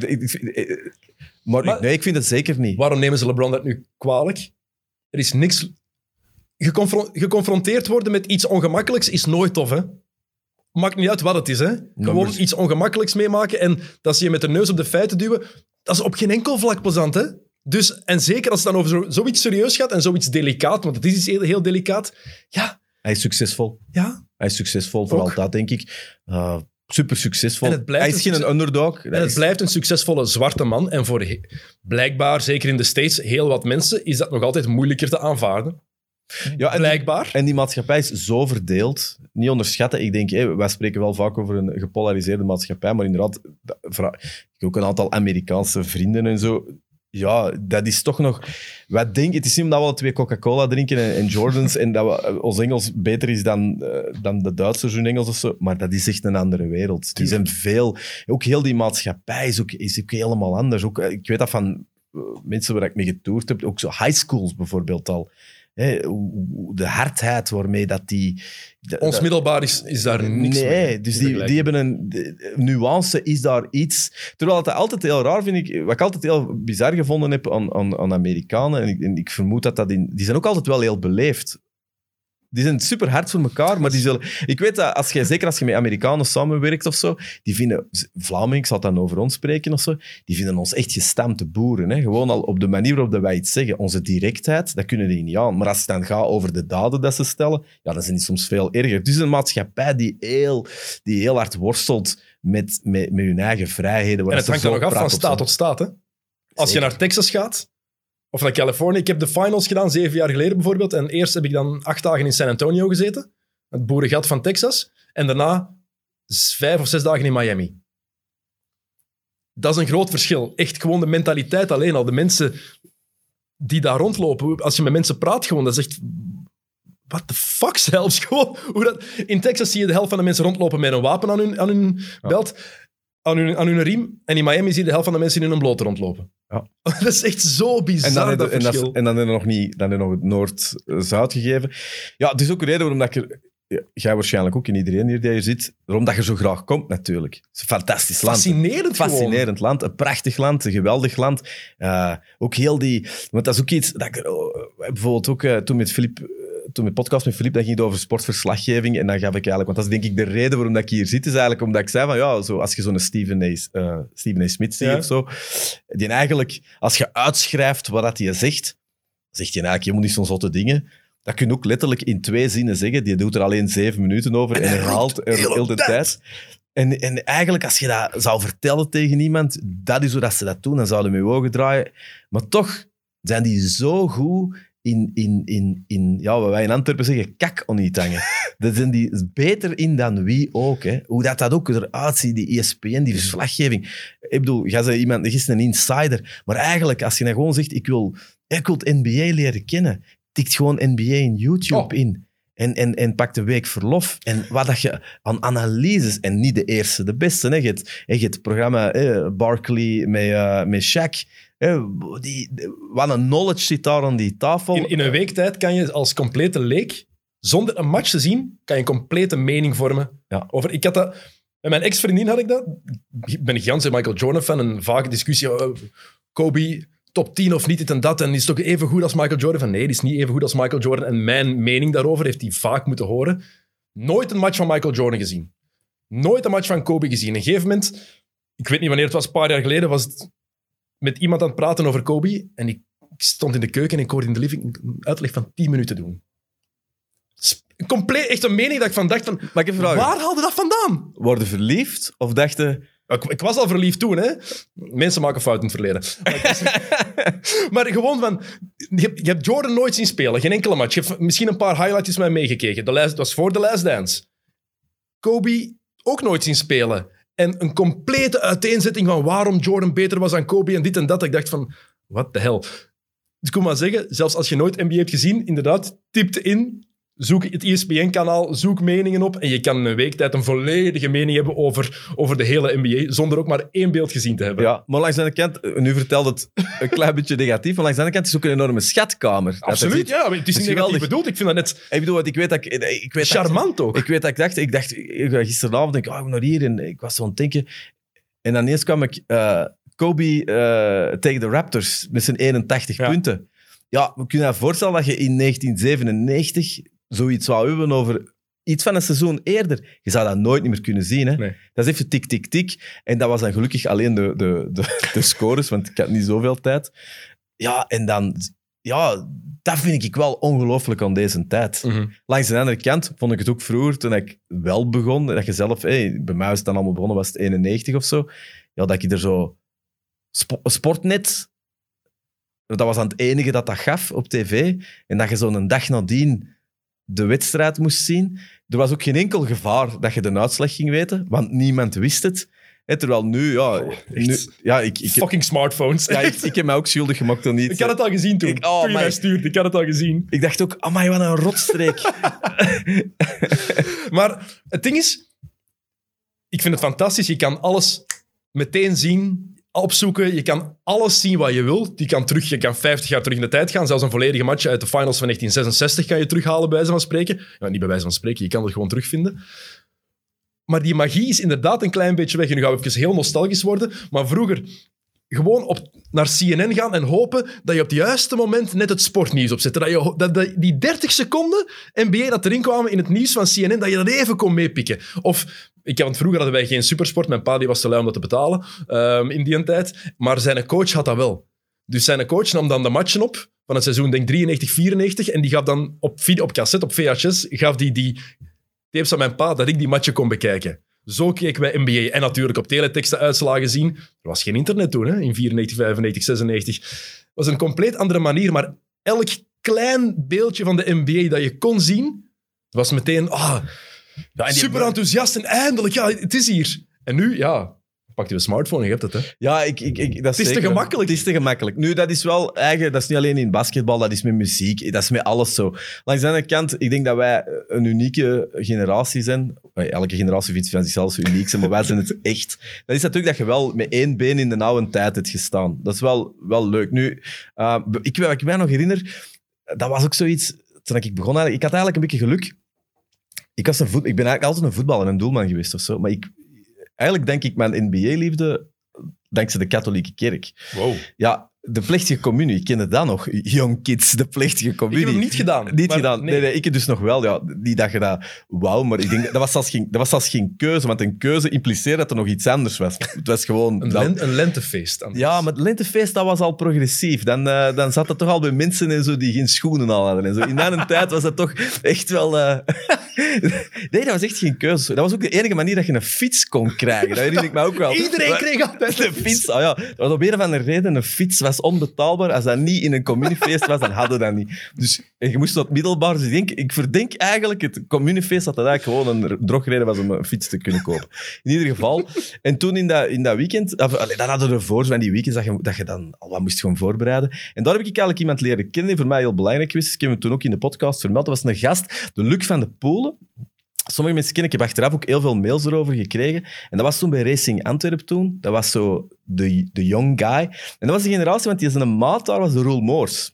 D: maar ik vind het zeker niet.
A: Waarom nemen ze LeBron dat nu kwalijk? Er is niks... Geconfronteerd worden met iets ongemakkelijks is nooit tof, hè? Maakt niet uit wat het is, hè? Gewoon iets ongemakkelijks meemaken en dat ze je met de neus op de feiten duwen, dat is op geen enkel vlak plezant, hè? Dus, en zeker als het dan over zoiets serieus gaat en zoiets delicaat, want het is iets heel delicaat. Ja.
D: Hij is succesvol.
A: Ja.
D: Hij is succesvol, vooral dat, denk ik. Super succesvol.
A: En het blijft
D: hij is geen underdog.
A: En het blijft een succesvolle zwarte man. En voor blijkbaar, zeker in de States, heel wat mensen, is dat nog altijd moeilijker te aanvaarden.
D: Ja,
A: blijkbaar.
D: En die maatschappij is zo verdeeld. Niet onderschatten. Ik denk, wij spreken wel vaak over een gepolariseerde maatschappij, maar inderdaad, ik heb ook een aantal Amerikaanse vrienden en zo. Ja, dat is toch nog... Wij denken, het is niet omdat we 2 Coca-Cola drinken en Jordans en dat ons Engels beter is dan de Duitsers hun Engels of zo, maar dat is echt een andere wereld. Die zijn veel... Ook heel die maatschappij is ook helemaal anders. Ook, ik weet dat van mensen waar ik mee getoerd heb, ook zo high schools bijvoorbeeld al. De hardheid waarmee dat die...
A: Ons middelbaar is daar niks mee.
D: Nee, dus die hebben een nuance, is daar iets... Terwijl het altijd heel raar vind ik... Wat ik altijd heel bizar gevonden heb aan Amerikanen, en ik vermoed dat die zijn ook altijd wel heel beleefd. Die zijn super hard voor elkaar, maar die zullen... Ik weet dat, zeker als je met Amerikanen samenwerkt of zo, die vinden... Vlamingen, ik zal het dan over ons spreken of zo, die vinden ons echt gestampte boeren. Hè? Gewoon al op de manier waarop wij iets zeggen. Onze directheid, dat kunnen die niet aan. Maar als het dan gaat over de daden dat ze stellen, ja, dan zijn die soms veel erger. Dus een maatschappij die heel hard worstelt met hun eigen vrijheden.
A: En het hangt er nog af van staat tot staat. Hè? Als je naar Texas gaat... Of naar Californië. Ik heb de finals gedaan 7 jaar geleden bijvoorbeeld. En eerst heb ik dan 8 dagen in San Antonio gezeten. Het boerengat van Texas. En daarna 5 of 6 dagen in Miami. Dat is een groot verschil. Echt gewoon de mentaliteit alleen al. De mensen die daar rondlopen. Als je met mensen praat gewoon, dat is echt... What the fuck zelfs gewoon. In Texas zie je de helft van de mensen rondlopen met een wapen aan hun belt. Aan hun riem. En in Miami zie je de helft van de mensen in hun blote rondlopen. Ja. Dat is echt zo bizar, dat verschil.
D: En dan heb je nog het Noord-Zuid gegeven. Ja, het is ook een reden waarom dat ik er... Jij waarschijnlijk ook, en iedereen hier die hier zit. Waarom dat je zo graag komt, natuurlijk. Het is een fantastisch land. Fascinerend land. Een prachtig land. Een geweldig land. Ook heel die... Want dat is ook iets... Dat ik, bijvoorbeeld ook toen met podcast met Philippe, dan ging het over sportverslaggeving. En dan gaf ik eigenlijk... Want dat is denk ik de reden waarom dat ik hier zit. Is eigenlijk omdat ik zei van... Ja, zo, als je zo'n Stephen A. Smith ziet of zo... Die eigenlijk... Als je uitschrijft wat hij zegt... Zegt hij eigenlijk helemaal niet zo'n zotte dingen... Dat kun je ook letterlijk in 2 zinnen zeggen. Die doet er alleen 7 minuten over en herhaalt er heel de tijd. En eigenlijk, als je dat zou vertellen tegen iemand, dat is hoe dat ze dat doen, dan zouden we met je ogen draaien. Maar toch zijn die zo goed in ja, wat wij in Antwerpen zeggen, kak on niet hangen. Daar zijn die beter in dan wie ook. Hè. Hoe dat ook eruit ziet, die ESPN, die verslaggeving. Ik bedoel, jij zei iemand, er is een insider. Maar eigenlijk, als je nou gewoon zegt, ik wil het NBA leren kennen, tikt gewoon NBA in YouTube in. En pakt een week verlof. En wat dat je aan analyses... En niet de eerste, de beste. Hè. Je hebt het programma Barkley met Shaq. Wat een knowledge zit daar aan die tafel.
A: In een week tijd kan je als complete leek, zonder een match te zien, kan je een complete mening vormen.
D: Ja.
A: Ik had dat... Met mijn ex-vriendin had ik dat. Ik ben een gigantische Michael Jordan-fan. Een vage discussie. Kobe... top 10 of niet, dit en dat. En is toch even goed als Michael Jordan? Van nee, die is niet even goed als Michael Jordan. En mijn mening daarover heeft hij vaak moeten horen. Nooit een match van Michael Jordan gezien. Nooit een match van Kobe gezien. Op een gegeven moment, ik weet niet wanneer het was, een paar jaar geleden, was het met iemand aan het praten over Kobe. En ik stond in de keuken en ik hoorde in de living een uitleg van 10 minuten doen. Compleet, echt een mening dat ik van dacht van...
D: Maar ik heb een vraag.
A: Waar haalde dat vandaan?
D: Worden verliefd? Of dachten...
A: Ik was al verliefd toen, hè. Mensen maken fouten in het verleden. Maar gewoon van... Je hebt Jordan nooit zien spelen. Geen enkele match. Je hebt misschien een paar highlights met mij meegekeken. Het was voor The Last Dance. Kobe ook nooit zien spelen. En een complete uiteenzetting van waarom Jordan beter was dan Kobe en dit en dat. Ik dacht van, what the hell. Dus ik kon maar zeggen, zelfs als je nooit NBA hebt gezien, inderdaad, typte in... Zoek het ESPN-kanaal, zoek meningen op en je kan in een week tijd een volledige mening hebben over de hele NBA, zonder ook maar 1 beeld gezien te hebben.
D: Ja, maar langs de andere kant, nu vertelt het een klein beetje negatief, maar langs de andere kant is het ook een enorme schatkamer.
A: Absoluut, ja. Maar het is niet negatief bedoeld. Ik vind dat net...
D: Ik bedoel, ik weet dat
A: charmant ook.
D: Ik weet dat ik dacht gisteravond, ik ga naar hier en ik was zo aan het denken. En dan ineens kwam ik Kobe tegen de Raptors met zijn 81 punten. Ja, we kunnen je voorstellen dat je in 1997... zoiets zou hebben over iets van een seizoen eerder. Je zou dat nooit meer kunnen zien. Hè?
A: Nee.
D: Dat is even tik, tik, tik. En dat was dan gelukkig alleen de scores, want ik had niet zoveel tijd. Ja, en dan... Ja, dat vind ik wel ongelooflijk aan deze tijd. Langs de andere kant vond ik het ook vroeger, toen ik wel begon, dat je zelf... bij mij was het dan allemaal begonnen, was het 91 of zo. Ja, dat ik er zo... Sportnet... Dat was aan het enige dat gaf op tv. En dat je zo'n dag nadien de wedstrijd moest zien. Er was ook geen enkel gevaar dat je de uitslag ging weten, want niemand wist het. Terwijl nu, ik
A: Fucking smartphones.
D: Ja, ik heb mij ook schuldig gemaakt aan iets.
A: Ik had het al gezien toen. Toen je mij stuurde, ik had het al gezien.
D: Ik dacht ook, amai, wat een rotstreek.
A: Maar het ding is, ik vind het fantastisch. Je kan alles meteen zien, opzoeken. Je kan alles zien wat je wil. Je kan 50 jaar terug in de tijd gaan. Zelfs een volledige match uit de finals van 1966 kan je terughalen, bij wijze van spreken. Ja, niet bij wijze van spreken, je kan het gewoon terugvinden. Maar die magie is inderdaad een klein beetje weg. En nu gaan we even heel nostalgisch worden. Maar vroeger gewoon naar CNN gaan en hopen dat je op het juiste moment net het sportnieuws opzette. Dat die 30 seconden NBA dat erin kwamen in het nieuws van CNN, dat je dat even kon meepikken. Of... Vroeger hadden wij geen supersport. Mijn pa die was te lui om dat te betalen in die tijd. Maar zijn coach had dat wel. Dus zijn coach nam dan de matchen op van het seizoen, denk 93, 94. En die gaf dan op cassette, op VHS, gaf die tapes aan mijn pa dat ik die matchen kon bekijken. Zo keken wij NBA. En natuurlijk op teletext de uitslagen zien. Er was geen internet toen, hè, in 94, 95, 96. Het was een compleet andere manier. Maar elk klein beeldje van de NBA dat je kon zien, was meteen... super enthousiast en eindelijk, het is hier. En nu, pak je een smartphone en je hebt het, hè.
D: Ja,
A: het is te gemakkelijk.
D: Het is te gemakkelijk. Nu, dat is wel eigen, dat is niet alleen in basketbal, dat is met muziek, dat is met alles zo. Langs de andere kant, ik denk dat wij een unieke generatie zijn. Elke generatie vindt van zichzelf uniek, maar wij zijn het echt. Dat is natuurlijk dat je wel met één been in de oude tijd hebt gestaan. Dat is wel leuk. Nu, wat ik mij nog herinner, dat was ook zoiets, toen ik begon eigenlijk, ik had eigenlijk een beetje geluk. Ik ben eigenlijk altijd een voetballer en een doelman geweest of zo. Maar eigenlijk denk ik mijn NBA-liefde dankzij de katholieke kerk.
A: Wow.
D: Ja, de plechtige communie. Ik kende dat nog. Young Kids, de plechtige communie.
A: Ik heb hem niet gedaan.
D: Niet gedaan. Nee, ik dus nog wel. Ja, niet dat je dat... Wauw, maar ik denk, dat was zelfs geen keuze. Want een keuze impliceerde dat er nog iets anders was. Het was gewoon...
A: Een lentefeest. Anders.
D: Ja, maar het lentefeest, dat was al progressief. Dan zat dat toch al bij mensen en zo die geen schoenen al hadden. En zo. In mijn tijd was dat toch echt wel... Nee, dat was echt geen keuze. Dat was ook de enige manier dat je een fiets kon krijgen. Dat herinner ik me ook wel.
A: Iedereen kreeg altijd
D: een fiets. Dat was op een of andere reden. Een fiets was onbetaalbaar. Als dat niet in een communiefeest was, dan hadden we dat niet. Dus je moest tot middelbaar. Dus ik verdenk eigenlijk het communiefeest dat eigenlijk gewoon een drogreden was om een fiets te kunnen kopen. In ieder geval. En toen in dat weekend... dan hadden we ervoor van die weekends dat je dan al wat moest gewoon voorbereiden. En daar heb ik eigenlijk iemand leren kennen die voor mij heel belangrijk was. Ik heb hem toen ook in de podcast vermeld. Dat was een gast, de Luc van de Poelen. Sommige mensen kennen, ik heb achteraf ook heel veel mails erover gekregen. En dat was toen bij Racing Antwerp toen. Dat was zo de young guy. En dat was de generatie, want die zijn maat daar was de Roel Moors.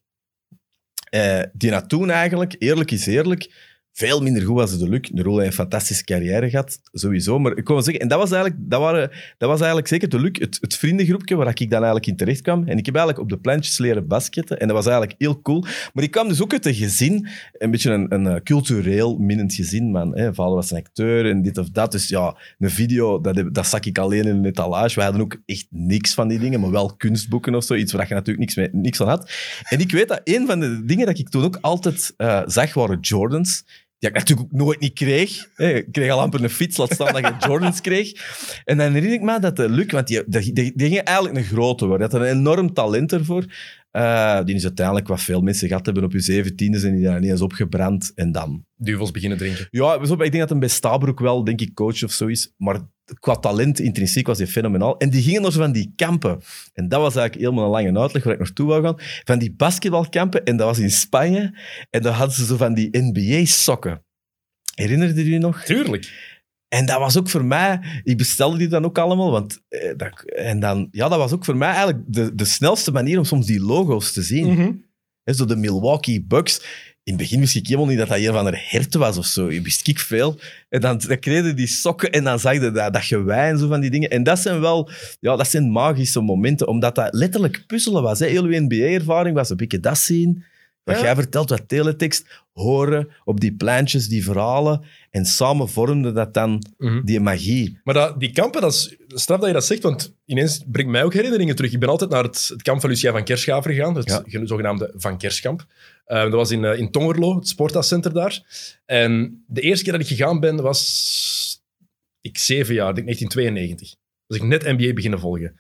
D: Die had toen eigenlijk, eerlijk is eerlijk, veel minder goed als de Luc. De Roel heeft een fantastische carrière gehad, sowieso. Maar ik wil zeggen, en dat was eigenlijk zeker de Luc, het vriendengroepje waar ik dan eigenlijk in terecht kwam. En ik heb eigenlijk op de plantjes leren basketten. En dat was eigenlijk heel cool. Maar ik kwam dus ook uit een gezin, een beetje een cultureel minnend gezin. Mijn vader was een acteur en dit of dat. Dus ja, een video, dat zag ik alleen in een etalage. We hadden ook echt niks van die dingen, maar wel kunstboeken of zo. Iets waar je natuurlijk niks van had. En ik weet dat een van de dingen dat ik toen ook altijd zag, waren Jordans. Die ik natuurlijk ook nooit niet kreeg. Ik kreeg al amper een fiets, laat staan dat je Jordans kreeg. En dan herinner ik me dat Luc, want die ging eigenlijk een grote worden. Die had een enorm talent ervoor. Die is uiteindelijk, wat veel mensen gehad hebben op je 17e, en die daar niet eens opgebrand. En dan...
A: Duvels beginnen drinken.
D: Ja, ik denk dat hem bij Stabroek wel, denk ik, coach of zo is. Maar qua talent, intrinsiek, was hij fenomenaal. En die gingen nog zo van die kampen. En dat was eigenlijk helemaal een lange uitleg waar ik naartoe wou gaan. Van die basketbalkampen. En dat was in Spanje. En dan hadden ze zo van die NBA-sokken. Herinnerde je nog?
A: Tuurlijk.
D: En dat was ook voor mij... Ik bestelde die dan ook allemaal, want... dat was ook voor mij eigenlijk de snelste manier om soms die logo's te zien.
A: Mm-hmm.
D: Zo de Milwaukee Bucks. In het begin wist ik helemaal niet dat een van de herten was of zo. Je wist ik veel. En dan kregen die sokken en dan zag je dat gewei en zo van die dingen. En dat zijn wel... Ja, dat zijn magische momenten, omdat dat letterlijk puzzelen was. Hè. Heel uw NBA-ervaring was een beetje dat zien... Wat jij vertelt, wat teletext, horen op die pleintjes, die verhalen. En samen vormde dat dan die magie.
A: Maar die kampen, dat is straf dat je dat zegt, want ineens brengt mij ook herinneringen terug. Ik ben altijd naar het kamp van Lucia van Kerschaver gegaan, het zogenaamde Van Kerskamp. Dat was in Tongerlo, het Sportacenter daar. En de eerste keer dat ik gegaan ben, was ik 7 jaar, denk 1992. Dus ik net NBA beginnen volgen.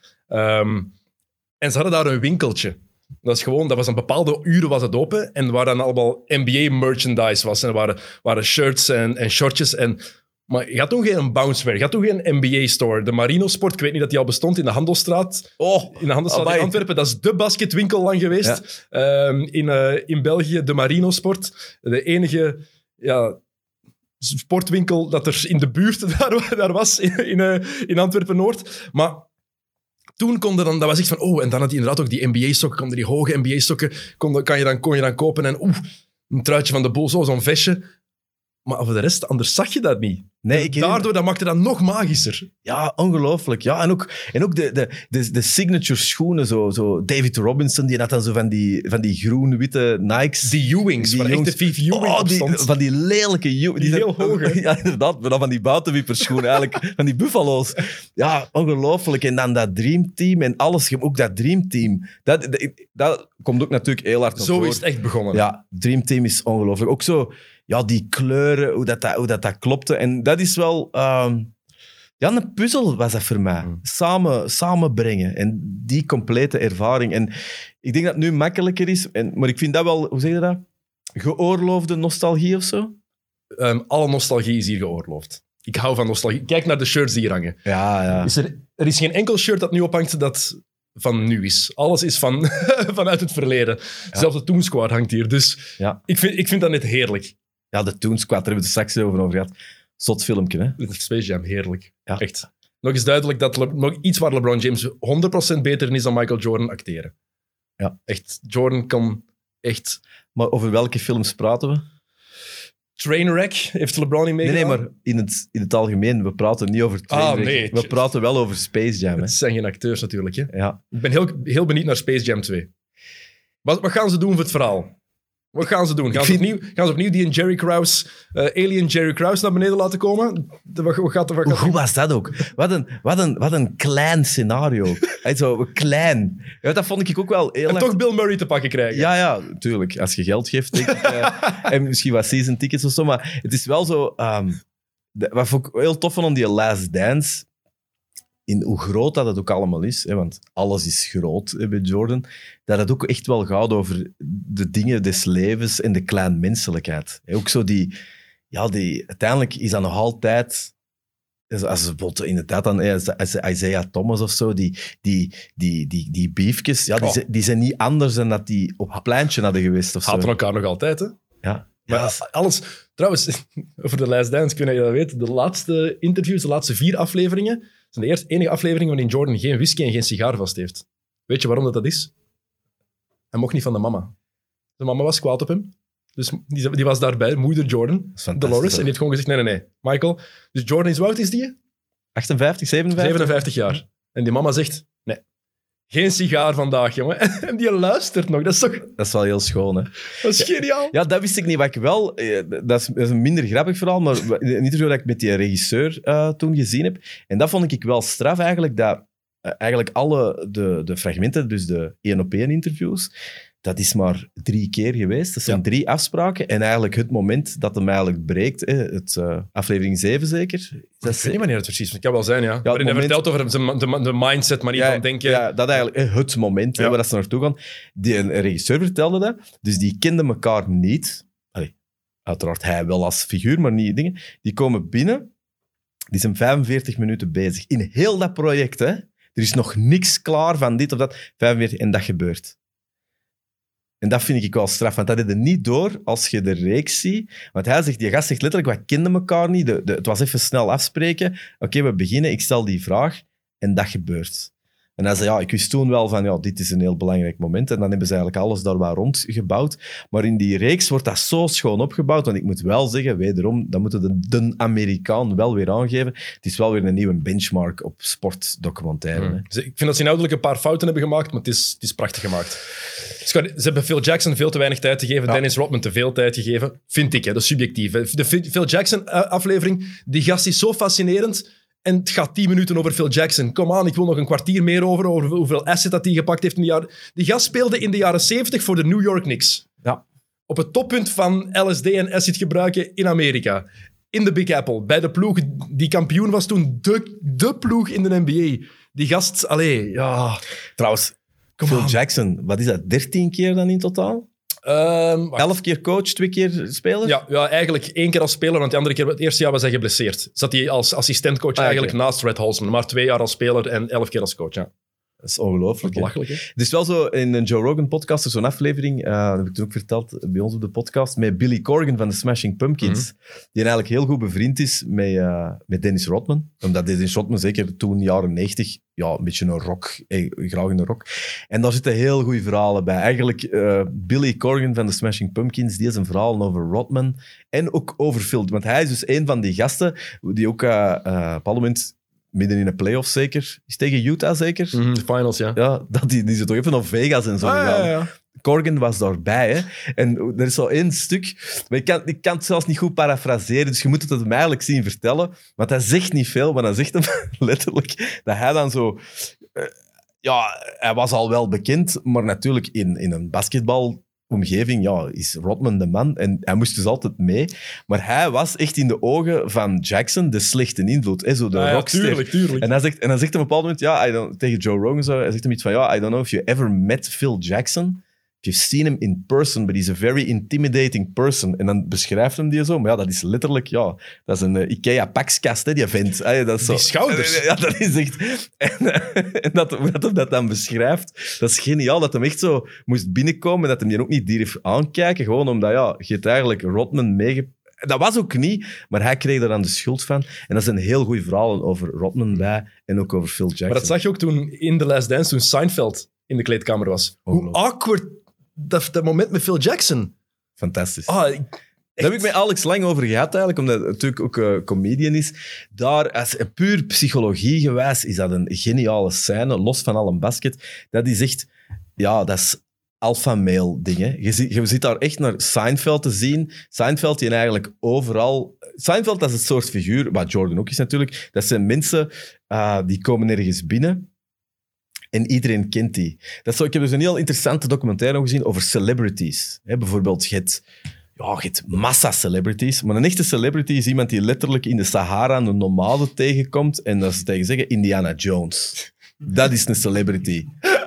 A: En ze hadden daar een winkeltje. Dat was een bepaalde uren was het open en waar dan allemaal NBA-merchandise was. En er waren shirts en shortjes. Maar je had toen geen Bounceware, je had toen geen NBA-store. De Marino Sport, ik weet niet dat die al bestond in de Handelstraat. In de Handelstraat in Antwerpen. Dat is de basketwinkel lang geweest. In België, de Marino Sport. De enige sportwinkel dat er in de buurt daar was, in Antwerpen-Noord. Maar toen kon dat was echt van, en dan had hij inderdaad ook die NBA-stokken, die hoge NBA-stokken, kon je dan kopen en een truitje van de Bulls, zo'n vestje. Maar voor de rest, anders zag je dat niet. Nee, daardoor, dat maakte dat nog magischer.
D: Ja, ongelooflijk. Ja, en ook de signature schoenen, zo David Robinson, die had dan zo van die groen-witte Nikes.
A: Die Ewings, waar echt de Vive Ewing op stond.
D: Van die lelijke Ewings.
A: Die heel hoge.
D: Ja, inderdaad, maar dan van die buitenwieperschoenen eigenlijk. Van die Buffalo's. Ja, ongelooflijk. En dan dat Dream Team en alles. Ook dat Dream Team. Dat komt ook natuurlijk heel hard naar voren.
A: Zo is het echt begonnen.
D: Ja, Dream Team is ongelooflijk. Ook zo... Ja, die kleuren, hoe dat klopte. En dat is wel... een puzzel was dat voor mij. Samenbrengen. En die complete ervaring. En ik denk dat het nu makkelijker is. Maar ik vind dat wel... Hoe zeg je dat? Geoorloofde nostalgie of zo?
A: Alle nostalgie is hier geoorloofd. Ik hou van nostalgie. Kijk naar de shirts die hier hangen.
D: Ja.
A: Er is geen enkel shirt dat nu ophangt dat van nu is. Alles is vanuit het verleden. Ja. Zelfs de Toon Squad hangt hier. Dus ik vind dat net heerlijk.
D: Ja, de Toon Squad, daar hebben we het straks over gehad. Zot filmpje, hè?
A: Space Jam, heerlijk. Ja. Echt. Nog eens duidelijk dat nog iets waar LeBron James 100% beter in is dan Michael Jordan acteren.
D: Ja.
A: Echt, Jordan kan echt...
D: Maar over welke films praten we?
A: Trainwreck heeft LeBron niet meegedaan.
D: Nee, maar in het algemeen, we praten niet over Trainwreck.
A: Nee.
D: We praten wel over Space Jam.
A: Het zijn geen acteurs natuurlijk. Hè?
D: Ja.
A: Ik ben heel benieuwd naar Space Jam 2. Wat gaan ze doen voor het verhaal? Wat gaan ze doen? Gaan ze opnieuw die Jerry Krause, alien Jerry Krause naar beneden laten komen?
D: Hoe was dat ook? Wat een klein scenario. Zo klein. Ja, dat vond ik ook wel heel
A: erg... toch Bill Murray te pakken krijgen.
D: Ja, tuurlijk. Als je geld geeft, denk ik. En misschien wat season tickets of zo. Maar het is wel zo... wat vond ik heel tof van die Last Dance... In hoe groot dat het ook allemaal is, hè, want alles is groot bij Jordan, dat het ook echt wel gaat over de dingen des levens en de kleinmenselijkheid. Ook zo die uiteindelijk is dat nog altijd, als bijvoorbeeld inderdaad dan Isaiah Thomas of zo, die beefjes, die zijn niet anders dan dat die op het pleintje hadden geweest. Of zo.
A: Haten elkaar nog altijd, hè?
D: Ja.
A: Maar alles... Trouwens, over The Last Dance, kun je dat weten, de laatste interviews, de laatste 4 afleveringen, zijn de enige afleveringen waarin Jordan geen whisky en geen sigaar vast heeft. Weet je waarom dat is? Hij mocht niet van de mama. De mama was kwaad op hem. Dus die was daarbij, moeder Jordan, Dolores, en die heeft gewoon gezegd, nee, Michael. Dus Jordan is, hoe oud is die?
D: 58, 57?
A: 57 jaar. En die mama zegt, nee, geen sigaar vandaag, jongen. En die luistert nog. Dat
D: is wel heel schoon, hè?
A: Dat is geniaal.
D: Ja, dat wist ik niet. Wat ik wel... Dat is een minder grappig verhaal, maar een interview dat ik met die regisseur toen gezien heb. En dat vond ik wel straf eigenlijk, dat eigenlijk alle de fragmenten, dus de 1-op-1 interviews, dat is maar 3 keer geweest. Dat zijn 3 afspraken. En eigenlijk het moment dat hem eigenlijk breekt, aflevering 7 zeker.
A: Ik weet niet wanneer het precies is. Het kan wel zijn, ja. Waarin hij vertelt over de mindset, manier van denken.
D: Ja, dat eigenlijk het moment waar dat ze naartoe gaan. Een regisseur vertelde dat. Dus die kenden elkaar niet. Uiteraard hij wel als figuur, maar niet dingen. Die komen binnen. Die zijn 45 minuten bezig. In heel dat project, hè. Er is nog niks klaar van dit of dat. 45, en dat gebeurt. En dat vind ik wel straf, want dat heb je niet door als je de reeks ziet. Want hij zegt, die gast zegt letterlijk, we kenden elkaar niet. Het was even snel afspreken. Oké, we beginnen, ik stel die vraag en dat gebeurt. En hij zei, ik wist toen wel van, dit is een heel belangrijk moment. En dan hebben ze eigenlijk alles daar waar rond gebouwd. Maar in die reeks wordt dat zo schoon opgebouwd. Want ik moet wel zeggen, wederom, dat moeten de Amerikaan wel weer aangeven. Het is wel weer een nieuwe benchmark op sportdocumentaire.
A: Dus ik vind dat ze inhoudelijk een paar fouten hebben gemaakt, maar het is prachtig gemaakt. Ze hebben Phil Jackson veel te weinig tijd gegeven,
D: Ja.
A: Dennis Rodman te veel tijd gegeven. Vind ik, hè, dat is subjectief. Hè. De Phil Jackson-aflevering, die gast is zo fascinerend en het gaat 10 minuten over Phil Jackson. Kom aan, ik wil nog een kwartier meer over hoeveel asset dat hij gepakt heeft in de jaren... Die gast speelde in de jaren 70 voor de New York Knicks.
D: Ja.
A: Op het toppunt van LSD en acid gebruiken in Amerika. In de Big Apple, bij de ploeg die kampioen was toen, de ploeg in de NBA. Die gast, ja...
D: Trouwens, Phil Jackson, wat is dat, 13 keer dan in totaal? 11 keer coach, 2 keer speler?
A: Ja, eigenlijk 1 keer als speler, want het eerste jaar was hij geblesseerd. Zat hij als assistentcoach eigenlijk naast Red Holzman. Maar 2 jaar als speler en 11 keer als coach, ja.
D: Dat is ongelooflijk.
A: Belachelijk, hè?
D: Het is wel zo, in een Joe Rogan podcast, er is zo'n aflevering, dat heb ik toen ook verteld bij ons op de podcast, met Billy Corgan van de Smashing Pumpkins, die eigenlijk heel goed bevriend is met Dennis Rodman. Omdat Dennis Rodman, zeker toen, jaren 90, ja, een beetje een rock, graag in de rock. En daar zitten heel goede verhalen bij. Eigenlijk, Billy Corgan van de Smashing Pumpkins, die is een verhaal over Rodman en ook over Phil. Want hij is dus een van die gasten die ook op een bepaald moment midden in de playoffs zeker. Is tegen Utah zeker?
A: De finals, ja.
D: Ja, die zit toch even naar Vegas en zo gegaan.
A: Ja.
D: Corgan was daarbij. Hè. En er is zo één stuk... Maar ik kan het zelfs niet goed parafraseren, dus je moet het hem eigenlijk zien vertellen. Want hij zegt niet veel, maar dan zegt hem letterlijk dat hij dan zo... hij was al wel bekend, maar natuurlijk in een basketbalomgeving is Rodman de man. En hij moest dus altijd mee. Maar hij was echt in de ogen van Jackson de slechte invloed. Hè, zo de rockster.
A: Tuurlijk.
D: En dan zegt hij op een bepaald moment, tegen Joe Rogan zo, hij zegt hem iets van, I don't know if you ever met Phil Jackson. You've seen him in person, but he's a very intimidating person. En dan beschrijft hem die zo. Maar dat is letterlijk, dat is een IKEA-pakskast, die vent. Dat is zo,
A: Die schouders.
D: Ja, dat is echt... En hoe hij dat dan beschrijft, dat is geniaal. Dat hem echt zo moest binnenkomen en dat hem die ook niet durft aankijken. Gewoon omdat, je hebt eigenlijk Rodman Dat was ook niet, maar hij kreeg er dan de schuld van. En dat zijn heel goede verhalen over Rodman bij en ook over Phil Jackson.
A: Maar dat zag je ook toen in The Last Dance, toen Seinfeld in de kleedkamer was. Hoe awkward dat moment met Phil Jackson.
D: Fantastisch.
A: Daar
D: heb ik met Alex lang over gehad, eigenlijk, omdat hij natuurlijk ook comedian is. Daar, als puur psychologiegewijs, is dat een geniale scène, los van al een basket. Dat is echt... dat is alpha-male dingen. Je zit daar echt naar Seinfeld te zien. Seinfeld die eigenlijk overal... Seinfeld, dat is een soort figuur, wat Jordan ook is natuurlijk. Dat zijn mensen die komen ergens binnen en iedereen kent die. Dat is zo, ik heb dus een heel interessante documentaire gezien over celebrities. Bijvoorbeeld, je hebt massa-celebrities, maar een echte celebrity is iemand die letterlijk in de Sahara een nomade tegenkomt en dat ze tegen zeggen Indiana Jones. Dat is een celebrity.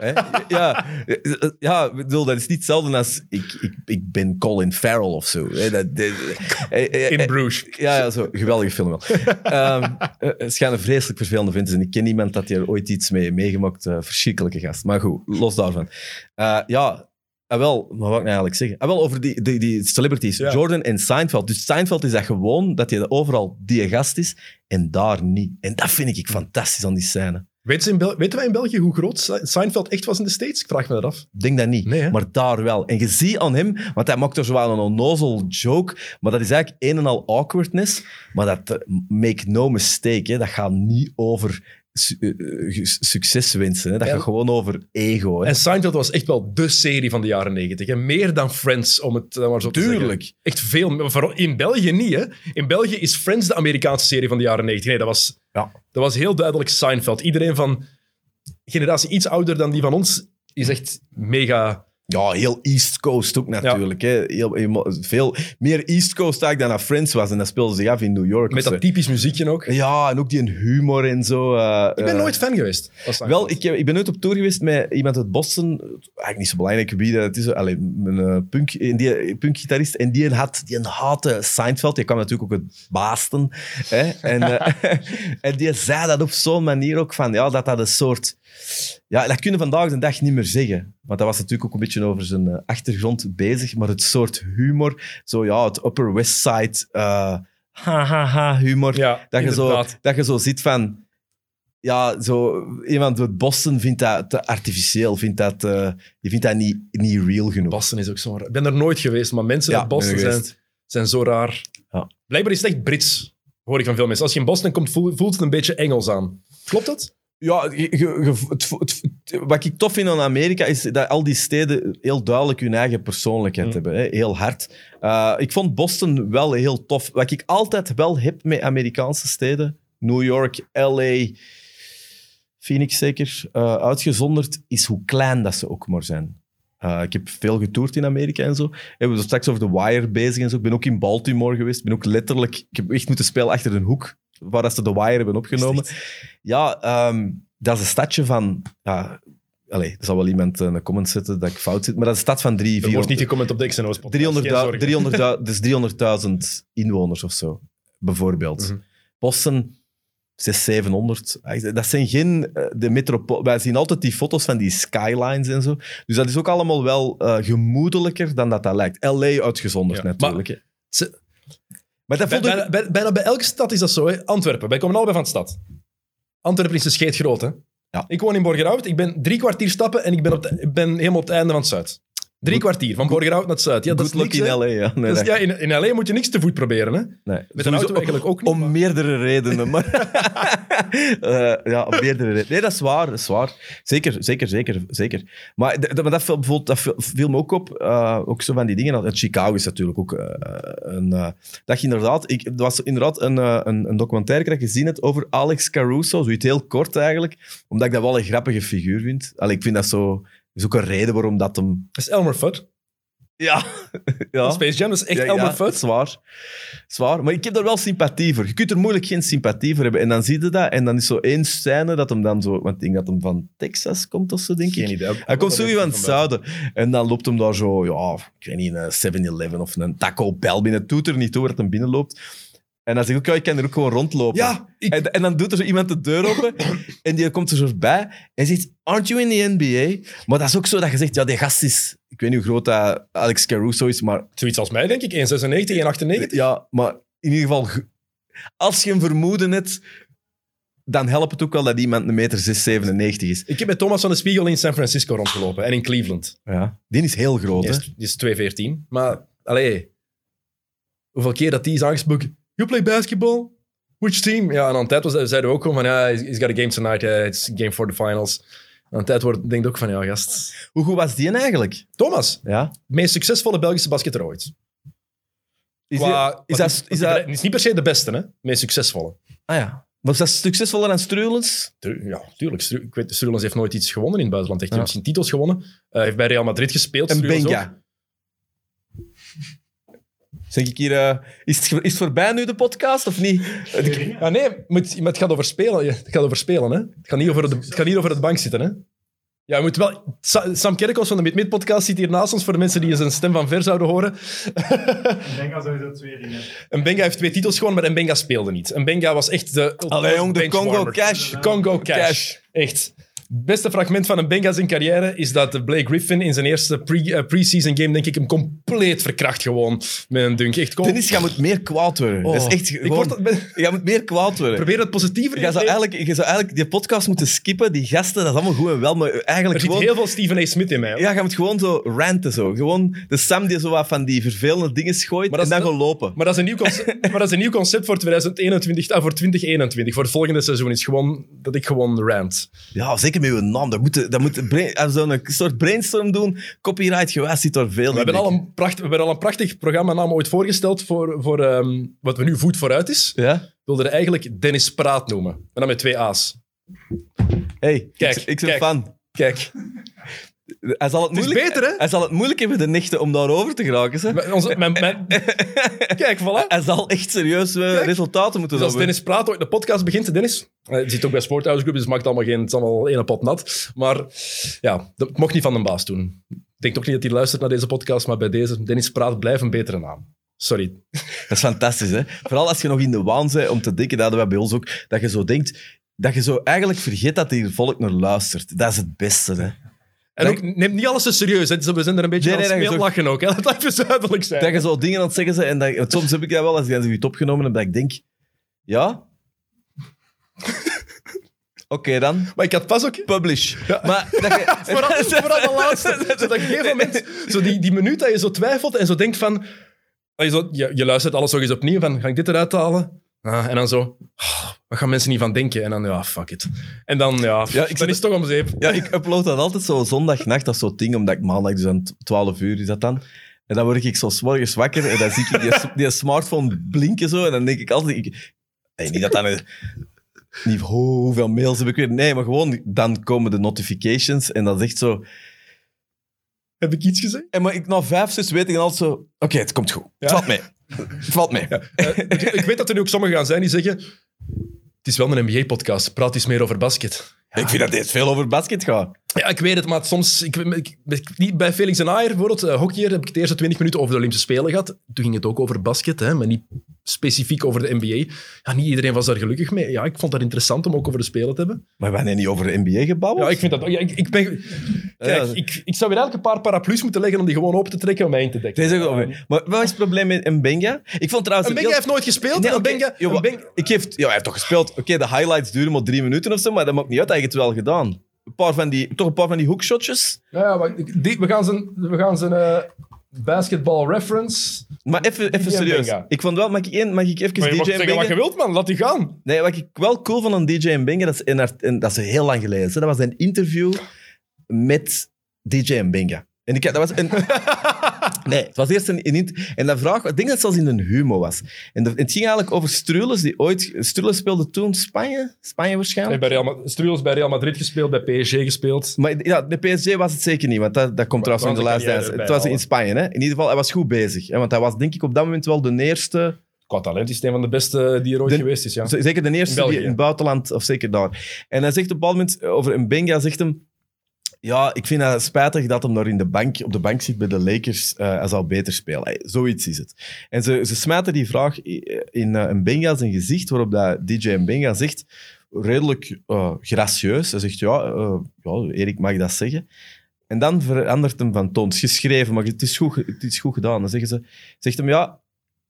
D: Ik bedoel, dat is niet hetzelfde als ik ben Colin Farrell of zo.
A: in Bruges.
D: Ja, zo. Geweldige film wel. Het schijnen vreselijk vervelende venten zijn. Ik ken iemand dat hier ooit iets mee meegemaakt. Verschrikkelijke gast. Maar goed, los daarvan. Wel, wat wil ik nou eigenlijk zeggen? Wel, over die celebrities. Ja. Jordan en Seinfeld. Dus Seinfeld is dat gewoon, dat je overal die gast is en daar niet. En dat vind ik fantastisch aan die scène.
A: Weten wij in België hoe groot Seinfeld echt was in de States? Ik vraag me dat af.
D: Ik denk dat niet,
A: nee,
D: maar daar wel. En je ziet aan hem, want hij maakt er zo wel een onnozel joke, maar dat is eigenlijk een en al awkwardness. Maar dat, make no mistake, dat gaat niet over succes wensen. Dat gaat gewoon over ego.
A: En Seinfeld was echt wel de serie van de jaren 90. En meer dan Friends, om het maar zo te zeggen. Echt veel. Maar in België niet, hè. In België is Friends de Amerikaanse serie van de jaren 90. Nee, dat was heel duidelijk Seinfeld. Iedereen van generatie iets ouder dan die van ons is echt mega...
D: Ja, heel East Coast ook natuurlijk. Hè. Veel meer East Coast eigenlijk dan naar Friends was. En dat speelde zich af in New York.
A: Met dat typisch muziekje ook.
D: Ja, en ook die humor en zo.
A: Ik ben nooit fan geweest.
D: Wel, ik ben nooit op tour geweest met iemand uit Boston. Eigenlijk niet zo belangrijk wie dat is. Een punkgitarist. En die haatte Seinfeld. Die kwam natuurlijk ook uit Boston. Hè. En die zei dat op zo'n manier ook van... Ja, dat een soort... Ja, dat kunnen we vandaag de dag niet meer zeggen. Want dat was natuurlijk ook een beetje over zijn achtergrond bezig. Maar het soort humor, het Upper West Side humor,
A: ja,
D: dat je zo ziet van... Ja, zo iemand uit Boston vindt dat te artificieel, die vindt dat niet real genoeg.
A: Boston is ook zo raar. Ik ben er nooit geweest, maar mensen uit Boston zijn zo raar. Ja. Blijkbaar is het echt Brits, hoor ik van veel mensen. Als je in Boston komt, voelt het een beetje Engels aan. Klopt dat?
D: Ja, wat ik tof vind aan Amerika is dat al die steden heel duidelijk hun eigen persoonlijkheid hebben. Hè? Heel hard. Ik vond Boston wel heel tof. Wat ik altijd wel heb met Amerikaanse steden, New York, LA, Phoenix zeker, uitgezonderd, is hoe klein dat ze ook maar zijn. Ik heb veel getoerd in Amerika en zo. We hebben straks over The Wire bezig en zo. Ik ben ook in Baltimore geweest. Ik heb echt moeten spelen achter een hoek waar dat ze The Wire hebben opgenomen. Ja, dat is een stadje van... er zal wel iemand een comment zetten dat ik fout zit, maar dat is een stad van 300...
A: Er wordt niet gecomment op de XNO's podcast.
D: Dus 300.000 inwoners of zo, bijvoorbeeld.
A: Mm-hmm.
D: Boston, 600-700. Dat zijn geen... de metropool. Wij zien altijd die foto's van die skylines en zo. Dus dat is ook allemaal wel gemoedelijker dan dat lijkt. LA uitgezonderd natuurlijk. Maar dat
A: bijna bij elke stad is dat zo. Hè. Antwerpen, wij komen allebei van de stad. Antwerpen is een scheet groot, hè.
D: Ja.
A: Ik woon in Borgerhout, ik ben 3 kwartier stappen en ik ben helemaal op het einde van het zuid. 3 kwartier, van Borgerhout naar het zuid. Ja, dat is niks,
D: in
A: hè.
D: LA, ja. Nee,
A: Dus, in LA moet je niks te voet proberen, hè.
D: Nee.
A: Met een auto eigenlijk ook niet.
D: Om meerdere redenen, maar... om meerdere redenen. Nee, dat is waar. Zeker. Maar dat viel me ook op. Ook zo van die dingen. En Chicago is natuurlijk ook dat je inderdaad... Er was inderdaad een documentaire dat je gezien hebt over Alex Caruso. Zoiets heel kort eigenlijk. Omdat ik dat wel een grappige figuur vind. Ik vind dat zo... Er is ook een reden waarom dat hem...
A: Dat is Elmer Fudd.
D: Ja.
A: Space Jam, dat is echt Elmer Fudd.
D: Zwaar. Maar ik heb daar wel sympathie voor. Je kunt er moeilijk geen sympathie voor hebben. En dan zie je dat. En dan is zo één scène dat hem dan zo... Want ik denk dat hem van Texas komt of zo, denk ik.
A: Geen idee.
D: Hij komt zo van het zuiden. En dan loopt hem daar zo... Ja, ik weet niet, een 7-Eleven of een Taco Bell binnen. Het doet er niet toe dat hem binnenloopt. En dan zeg ik, ik kan er ook gewoon rondlopen.
A: Ja,
D: en dan doet er zo iemand de deur open en die komt er zo bij en zegt, aren't you in the NBA? Maar dat is ook zo dat je zegt, ja, die gast is... Ik weet niet hoe groot dat Alex Caruso is, maar...
A: Zoiets als mij, denk ik. 1,96, 1,98.
D: Ja, maar in ieder geval, als je een vermoeden hebt, dan helpt het ook wel dat iemand 1,97 meter is.
A: Ik heb met Thomas van de Spiegel in San Francisco rondgelopen en in Cleveland.
D: Ja, die is heel groot, hè?
A: Die is 2,14. Maar, hoeveel keer dat die is aangesproken... You play basketball? Which team? Ja, en aan het tijd zeiden we ook gewoon van, he's got a game tonight, it's a game for the finals. En aan het tijd denk ik ook van, ja, gast...
D: Hoe goed was die eigenlijk?
A: Thomas,
D: ja?
A: meest succesvolle Belgische basketter ooit. Het is niet per se de beste, hè? Meest succesvolle.
D: Ah ja. Was dat succesvoller dan Struelens?
A: Ja, tuurlijk. Ik weet, Struelens heeft nooit iets gewonnen in het buitenland. Hij heeft misschien titels gewonnen. Hij heeft bij Real Madrid gespeeld.
D: En Benga. Zeg ik hier, is het voorbij nu, de podcast, of niet?
A: Ja, nee, maar het gaat over spelen. Het gaat over spelen, hè. Het gaat niet over het bank zitten, hè. Ja, je moet wel... Sam Kerkhoffs van de Mid-Mid-podcast zit hier naast ons, voor de mensen die zijn stem van ver zouden horen.
E: Benga sowieso 2 dingen.
A: En Benga heeft 2 titels gewonnen, maar Benga speelde niet. En Benga was echt de...
D: Allee, jong, de Congo Cash.
A: Congo Cash. Echt. Het beste fragment van een Benga zijn carrière is dat Blake Griffin in zijn eerste pre-season game, denk ik, hem compleet verkracht gewoon met een dunk. Echt,
D: Dennis, je moet meer kwaad worden. Dat is echt gewoon... Je moet meer kwaad worden.
A: Probeer het positiever.
D: Je zou eigenlijk die podcast moeten skippen. Die gasten, dat is allemaal goed en wel, maar eigenlijk
A: er zit heel veel Stephen A. Smith in mij. Hoor.
D: Ja, je moet gewoon zo ranten zo. Gewoon de Sam die zo wat van die vervelende dingen gooit en dan gewoon lopen.
A: Maar dat is een nieuw concept voor 2021, voor 2021. Voor het volgende seizoen is gewoon dat ik gewoon rant.
D: Ja, zeker met uw naam. Dat moet zo'n soort brainstorm doen. Copyright gewijs zit er veel.
A: We hebben al een prachtig programma-naam ooit voorgesteld voor wat we nu Voet Vooruit is.
D: Ja?
A: We wilden er eigenlijk Dennis Praat noemen. En dan met 2 A's.
D: Hey,
A: kijk,
D: ik ben fan.
A: Kijk.
D: Hij zal het moeilijk hebben de nichten om daarover te geraken.
A: Kijk, voilà.
D: Hij zal echt serieus resultaten moeten
A: dus als Dennis Praat ooit de podcast begint, Dennis... Hij zit ook bij Sporthouse Group, dus het maakt allemaal het is allemaal één pot nat. Maar ja, dat mocht niet van de baas doen. Ik denk ook niet dat hij luistert naar deze podcast, maar bij deze, Dennis Praat, blijft een betere naam. Sorry.
D: Dat is fantastisch, hè? Vooral als je nog in de waan bent om te denken, dat hadden wij bij ons ook, dat je zo denkt, dat je zo eigenlijk vergeet dat hier volk naar luistert. Dat is het beste, hè?
A: En ook, neem niet alles te serieus. Hè. We zijn er een beetje aan het smeellachen ook. Hè. Dat even duidelijk zijn.
D: Dat je zo dingen aan het zeggen bent. En soms heb ik dat wel, als ik het opgenomen heb, dat ik denk... Ja? Oké, dan.
A: Maar ik had pas ook...
D: Publish.
A: Ja.
D: Maar
A: vooral de laatste. Zodat op een gegeven moment... Zo die minuut dat je zo twijfelt en zo denkt van... Je luistert alles nog eens opnieuw van... Ga ik dit eruit halen? En dan zo... wat gaan mensen niet van denken? En dan, ja, fuck it. En dan, dan is het toch om zeep.
D: Ja, ik upload dat altijd zo zondagnacht, dat is zo'n ding, omdat ik maandag, dus aan 12 uur is dat dan. En dan word ik zo 's morgens wakker en dan zie ik die smartphone blinken zo. En dan denk ik altijd... niet dat dan... Niet hoeveel mails heb ik weer. Nee, maar gewoon, dan komen de notifications en dat is echt zo...
A: Heb ik iets gezegd?
D: En maar na 5, 6 weet ik dan altijd zo... Oké, het komt goed. Het valt mee. Het valt mee.
A: Ja. Ik weet dat er nu ook sommigen gaan zijn die zeggen... Het is wel een NBA-podcast. Praat eens meer over basket.
D: Ja. Ik vind dat dit veel over basket gaat.
A: Ja, ik weet het, maar soms... Niet bij Felix en Ayer, bijvoorbeeld, hockeyer, heb ik de eerste 20 minuten over de Olympische Spelen gehad. Toen ging het ook over basket, hè, maar niet specifiek over de NBA. Ja, niet iedereen was daar gelukkig mee. Ja, ik vond dat interessant om ook over de Spelen te hebben.
D: Maar we hebben niet over de NBA gebabbeld?
A: Ja, ik vind dat... Ja, ik zou weer elke paar paraplu's moeten leggen om die gewoon open te trekken om mij in te dekken.
D: Maar wat is het probleem met Mbenga? Ik vond trouwens...
A: Mbenga heeft nooit gespeeld.
D: Nee,
A: Mbenga...
D: hij heeft toch gespeeld. Oké, de highlights duren maar 3 minuten of zo, maar dat maakt niet uit. Hij heeft het wel gedaan. Een paar van die hoekshotjes.
A: Ja, maar we gaan zijn basketball reference...
D: Maar even serieus.
A: Mbenga.
D: Ik vond wel... Mag ik even
A: Maar je
D: DJ
A: mag zeggen
D: Mbenga...
A: wat je wilt, man. Laat die gaan.
D: Nee, wat ik wel cool vond aan DJ Mbenga, dat is heel lang geleden. Dat was een interview met DJ Mbenga. En dat was nee, het was eerst en dat vraag, ik denk dat het zelfs in een humor was. En het ging eigenlijk over Strules, die ooit... Strules speelde toen Spanje waarschijnlijk.
A: Strules bij Real Madrid gespeeld, bij PSG gespeeld.
D: Maar ja, de PSG was het zeker niet, want dat komt trouwens in de laatste tijd. Het was in Spanje, hè. In ieder geval, hij was goed bezig. Hè, want hij was denk ik op dat moment wel de eerste...
A: Qua talent is het een van de beste die er ooit geweest is, ja.
D: Zeker de eerste die in het buitenland, of zeker daar. En hij zegt op een bepaald moment over Mbenga, zegt hem... Ja, ik vind het spijtig dat hem daar op de bank zit bij de Lakers. Hij zou beter spelen. Hey, zoiets is het. En ze smijten die vraag in Mbenga zijn gezicht, waarop dat DJ Mbenga zegt, redelijk gracieus. Hij zegt, ja, Erik, mag ik dat zeggen? En dan verandert hem van toon. Het is geschreven, maar het is goed gedaan. Dan zegt hem, ja,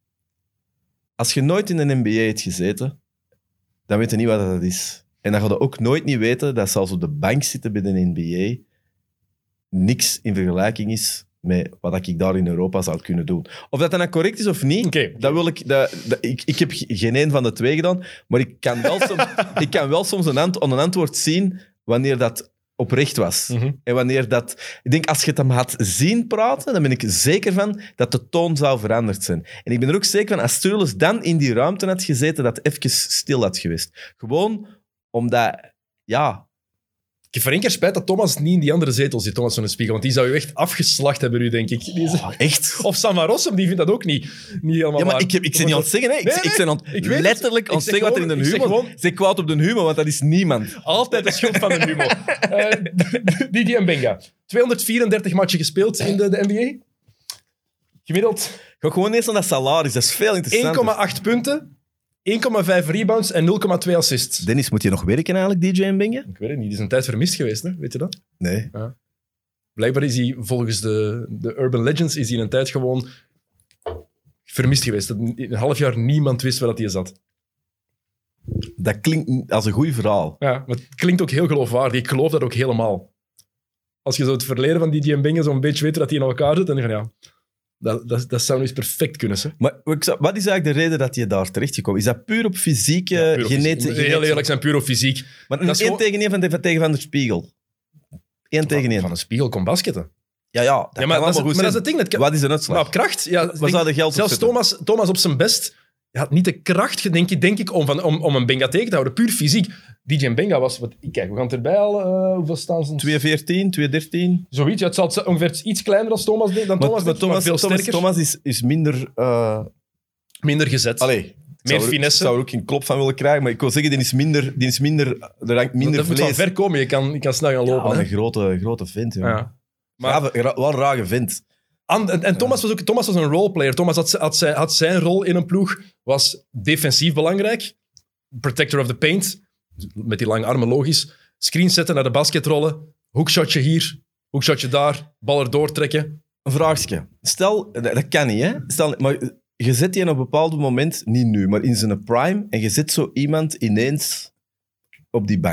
D: als je nooit in een NBA hebt gezeten, dan weet je niet wat dat is. En dan ga je ook nooit niet weten dat zelfs op de bank zitten bij de NBA niks in vergelijking is met wat ik daar in Europa zou kunnen doen. Of dat dan correct is of niet,
A: Okay.
D: Dat wil ik... Ik heb geen een van de twee gedaan, maar ik kan wel soms een antwoord zien wanneer dat oprecht was.
A: Mm-hmm.
D: En wanneer dat... Ik denk, als je het hem had zien praten, dan ben ik zeker van dat de toon zou veranderd zijn. En ik ben er ook zeker van, als Strules dan in die ruimte had gezeten, dat het even stil had geweest. Gewoon omdat, ja...
A: Ik heb voor één keer spijt dat Thomas niet in die andere zetel zit, Thomas van de Spiegel. Want die zou je echt afgeslacht hebben nu, denk ik.
D: Echt?
A: Of Sam van Rossum, die vindt dat ook niet helemaal
D: Ja, maar
A: waar.
D: ik ben niet aan het zeggen, hè. Ik ben letterlijk aan het zeggen wat er in de humor... Zeg kwaad op de humor, want dat is niemand.
A: Altijd de schuld van de humor. DJ Mbenga. 234 matchen gespeeld in de NBA. Gemiddeld
D: Ga gewoon eens naar dat salaris, dat is veel interessanter.
A: 1,8 punten, 1,5 rebounds en 0,2 assists.
D: Dennis, moet je nog werken eigenlijk, DJ Mbenga?
A: Ik weet het niet, die is een tijd vermist geweest, hè? Weet je dat?
D: Nee.
A: Blijkbaar is hij, volgens de Urban Legends, is hij een tijd gewoon vermist geweest. Dat in een half jaar niemand wist waar dat hij zat.
D: Dat klinkt als een goed verhaal.
A: Ja, maar het klinkt ook heel geloofwaardig. Ik geloof dat ook helemaal. Als je zo het verleden van DJ Mbenga zo'n beetje weet dat hij in elkaar zit, dan denk je, ja, dat zou nu eens perfect kunnen. Hè?
D: Maar wat is eigenlijk de reden dat je daar terecht gekomen is? Is dat puur op fysieke, genetische...
A: Heel eerlijk zijn, puur op fysiek.
D: Maar een 1 tegen 1 tegen Van der Spiegel. 1 tegen 1.
A: Van een Spiegel kon basketten.
D: Ja,
A: maar dat is het ding.
D: Wat is de uitslag?
A: Maar op kracht... Ja,
D: Waar zou de geld op
A: zelfs Thomas op zijn best had niet de kracht, denk ik, om een Mbenga tegen te houden. Puur fysiek. DJ Mbenga was... Kijk, we gaan het erbij halen. Hoeveel staan ze?
D: 2,14, 2,13.
A: Zoiets. Ja, het zal ongeveer iets kleiner als Thomas. Maar veel sterker.
D: Thomas is minder...
A: Minder gezet.
D: Allee,
A: meer finesse.
D: Ik zou er ook geen klop van willen krijgen, maar ik wil zeggen, die is minder er hangt minder
A: dat
D: vlees.
A: moet van ver komen. Je kan snel gaan lopen.
D: Ja, een grote vent, jongen.
A: Ja. Maar,
D: wel een rare vent.
A: En Thomas was een roleplayer. Thomas had zijn rol in een ploeg, was defensief belangrijk. Protector of the paint. Met die lange armen, logisch. Screen zetten naar de basket rollen. Hoekshotje hier, hoekshotje daar. Bal erdoor trekken.
D: Een vraagje. Stel, dat kan niet, hè? Stel, maar je zet die op een bepaald moment, niet nu, maar in zijn prime, en je zet zo iemand ineens op die bank.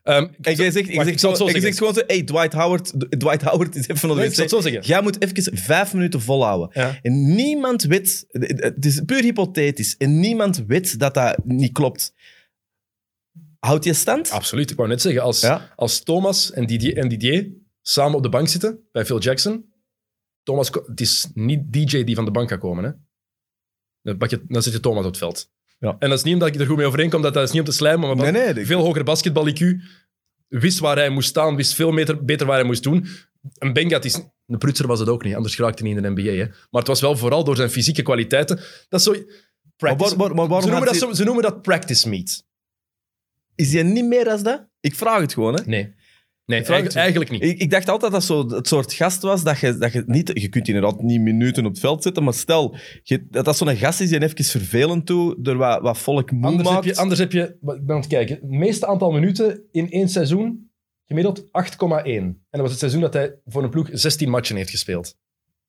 D: En jij zegt,
A: wacht, ik zal het zo zeggen.
D: gewoon zo, hey, Dwight Howard is even
A: Nee, ik zal het zo zeggen.
D: Jij moet even 5 minuten volhouden.
A: Ja.
D: En niemand weet, het is puur hypothetisch, en niemand weet dat dat niet klopt. Houdt je stand?
A: Absoluut, ik wou net zeggen, als Thomas en Didier samen op de bank zitten bij Phil Jackson, Thomas, het is niet DJ die van de bank gaat komen. Hè? Dan zet je Thomas op het veld.
D: Ja.
A: En dat is niet omdat ik er goed mee overeenkom, dat is niet om te slijmen, maar
D: Nee,
A: veel hoger basketbal-IQ, wist waar hij moest staan, wist veel beter waar hij moest doen. Een Benga, een prutser was het ook niet, anders geraakte hij niet in de NBA. Hè? Maar het was wel vooral door zijn fysieke kwaliteiten. Dat is zo... Practice,
D: Maar waarom
A: ze noemen dat practice meet.
D: Is hij niet meer dan dat? Ik vraag het gewoon, hè.
A: Nee,
D: vraag het-
A: eigenlijk niet.
D: Ik dacht altijd dat zo het soort gast was dat je niet... Je kunt inderdaad niet minuten op het veld zetten, maar stel dat zo'n gast is die even vervelend doet, door wat volk moe maakt.
A: Anders heb je... Ik ben aan het kijken. Het meeste aantal minuten in 1 seizoen, gemiddeld 8,1. En dat was het seizoen dat hij voor een ploeg 16 matchen heeft gespeeld.